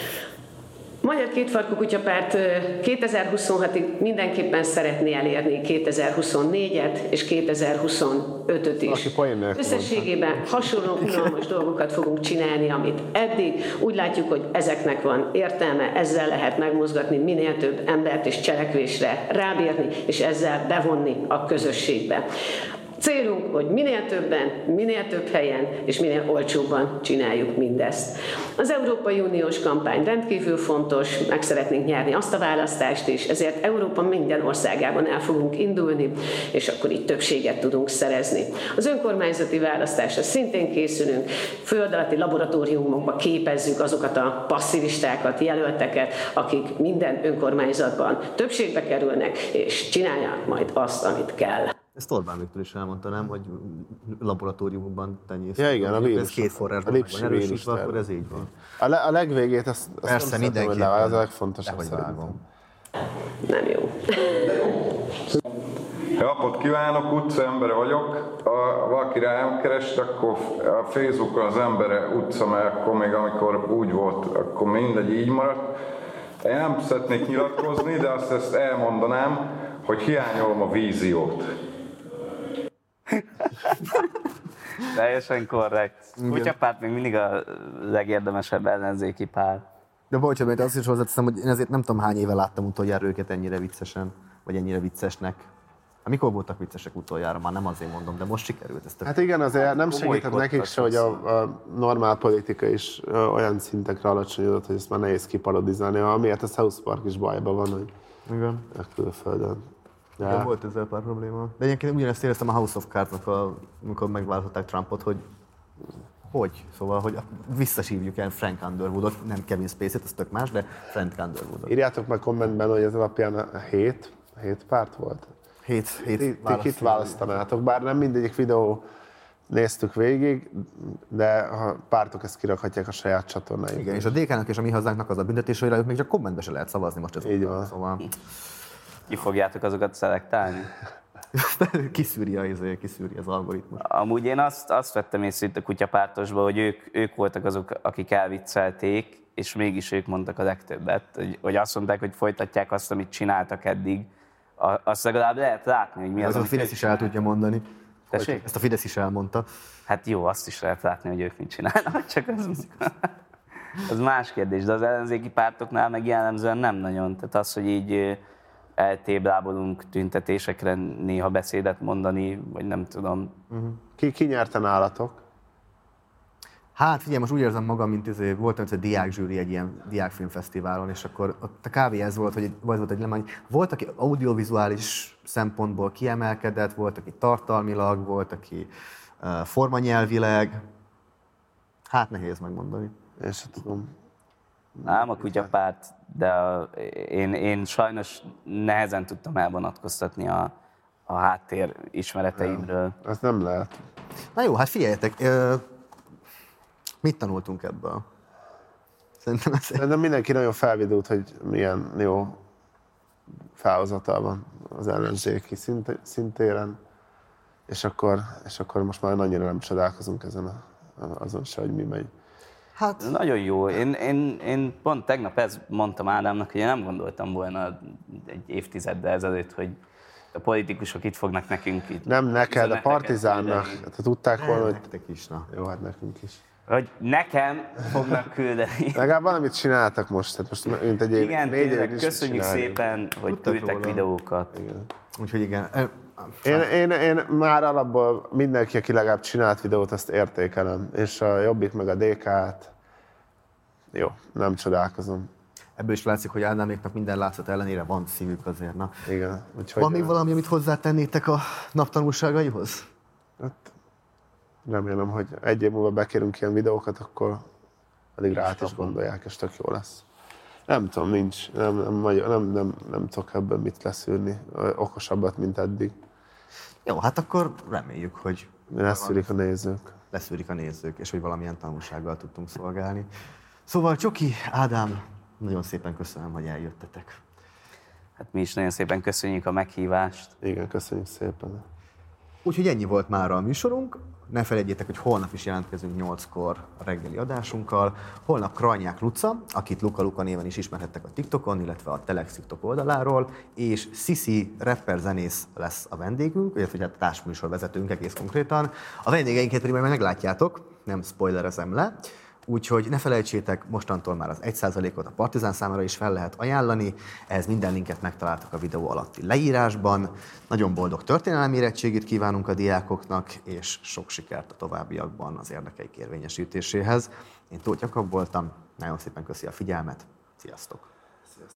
Magyar Kétfarkú Kutyapárt 2026-ig mindenképpen szeretné elérni 2024-et és 2025-öt is. Összességében hasonló unalmas dolgokat fogunk csinálni, amit eddig. Úgy látjuk, hogy ezeknek van értelme, ezzel lehet megmozgatni minél több embert és cselekvésre rábírni, és ezzel bevonni a közösségbe. Célunk, hogy minél többen, minél több helyen és minél olcsóbban csináljuk mindezt. Az Európai Uniós kampány rendkívül fontos, meg szeretnénk nyerni azt a választást is, ezért Európa minden országában el fogunk indulni, és akkor így többséget tudunk szerezni. Az önkormányzati választásra szintén készülünk, föld alatti laboratóriumokba képezzük azokat a passzivistákat, jelölteket, akik minden önkormányzatban többségbe kerülnek, és csinálják majd azt, amit kell. Ezt Orbán Viktor is elmondta, nem, hogy laboratóriumokban tenyésztünk. Ja, igen, a vírus. Ez két forrásban meg van erősítve, akkor ez így van. A legvégét azt persze, nem mindenki. Ez a legfontosabb szerintem. Nem jó. Napot kívánok, utcaembere vagyok. Ha valaki rám kerest, akkor a Facebookon az embere utca, mert akkor még amikor úgy volt, akkor mindegy így maradt. Én nem szeretnék nyilatkozni, de azt ezt elmondanám, hogy hiányolom a víziót. Teljesen korrekt. Kutyapárt még mindig a legérdemesebb ellenzéki párt. De bocsánat, mert azt is hozzáteszem, hogy én azért nem tudom hány éve láttam utoljára őket ennyire viccesen, vagy ennyire viccesnek. Mikor voltak viccesek utoljára? Már nem azért mondom, de most sikerült ezt. Hát igen, azért nem segített nekik se, hogy a normál politika is olyan szintekre alacsonyodott, hogy ezt már nehéz kiparodizálni, amiért a South Park is bajban van, hogy igen. A külföldön. Ja. Volt ezzel pár probléma. De egyébként ugyanezt éreztem a House of Cards-nak, amikor megválasztották Trumpot, hogy? Szóval, hogy visszasívjuk el Frank Underwoodot, nem Kevin Spacey-t, ez tök más, de Frank Underwoodot. Írjátok meg kommentben, hogy ez alapján 7 párt volt? 7 kit választanátok, bár nem mindegyik videó néztük végig, de a pártok ezt kirakhatják a saját csatornáikon. Igen, és a DK-nak és a Mi Hazánknak az a büntetés, hogy rájuk még csak kommentbe se lehet szavazni most. Így van. Szóval... Ki fogjátok azokat szelektálni? kiszűri az algoritmus. Amúgy én azt vettem észre itt a kutyapártosban, hogy ők voltak azok, akik elviccelték, és mégis ők mondtak a legtöbbet. Hogy azt mondták, hogy folytatják azt, amit csináltak eddig. Azt legalább lehet látni, hogy mi az, a Fidesz is el tudja mondani. Tessék? Ezt a Fidesz is elmondta. Hát jó, azt is lehet látni, hogy ők mit csinálnak, csak az más kérdés, de az ellenzéki pártoknál meg jellemzően nem nagyon. Tehát az, hogy így eltéblábolunk tüntetésekre néha beszédet mondani, vagy nem tudom. Ki nyerte nálatok? Hát figyelj, most úgy érzem magam, mint voltam egy diákzsűri egy ilyen diákfilmfesztiválon, és akkor ott a kávé ez volt, hogy volt egy lemány. Volt, aki audiovizuális szempontból kiemelkedett, volt, aki tartalmilag, volt, aki formanyelvileg. Hát nehéz megmondani. Én sem tudom. Ám a kutyapárt, de én sajnos nehezen tudtam elvonatkoztatni a háttér ismereteimről. Ez nem lehet. Na jó, hát figyeljetek, mit tanultunk ebből? Szerintem mindenki nagyon felvidult, hogy milyen jó felhozatal van az ellenzéki szintéren, és akkor most már annyira nem csodálkozunk azon se, hogy mi megy. Hát nagyon jó. Én pont tegnap ezt mondtam Ádámnak, hogy én nem gondoltam volna egy évtizeddel ezelőtt, hogy a politikusok itt fognak nekünk itt. Nem neked, a Partizánnak. Te tudták volna, hogy... Nektek is, na. Jó, hát nekünk is. Hogy nekem fognak küldeni. Legalább valamit csináltak most, tehát most mint egy év, igen, 4 évig is köszönjük szépen, hogy küldtek videókat. Igen. Úgyhogy igen. Én már alapból mindenki, aki legalább csinált videót, azt értékelem. És a Jobbik meg a DK-t, jó, nem csodálkozom. Ebből is látszik, hogy Ádáméknak minden látszat ellenére van szívük azért. Na. Igen. Úgyhogy van még valami, amit hozzátennétek a naptanulságaihoz? Hát, remélem, hogy egy év múlva bekérünk ilyen videókat, akkor addig rá is gondolják, és tök jó lesz. Nem tudom, nincs. Nem tudok ebből mit leszűrni. Okosabbat, mint eddig. Jó, hát akkor reméljük, hogy... Leszűrik a nézők. Leszűrik a nézők, és hogy valamilyen tanulsággal tudtunk szolgálni. Szóval Csoki, Ádám, nagyon szépen köszönöm, hogy eljöttetek. Hát mi is nagyon szépen köszönjük a meghívást. Igen, köszönjük szépen. Úgyhogy ennyi volt mára a műsorunk. Ne felejtjétek, hogy holnap is jelentkezünk 8-kor a reggeli adásunkkal. Holnap Krajnyák Luca, akit Luka Luka néven is ismerhettek a TikTokon, illetve a Telex TikTok oldaláról, és Sisi rapper zenész lesz a vendégünk, illetve a társműsorvezetőnk egész konkrétan. A vendégeinket pedig majd meglátjátok, nem spoilerezem le. Úgyhogy ne felejtsétek, mostantól már az 1%-ot a Partizán számára is fel lehet ajánlani. Ehhez minden linket megtaláltak a videó alatti leírásban. Nagyon boldog történelmi érettségit kívánunk a diákoknak, és sok sikert a továbbiakban az érdekeik érvényesítéséhez. Én Tóth Jakab voltam, nagyon szépen köszi a figyelmet, sziasztok!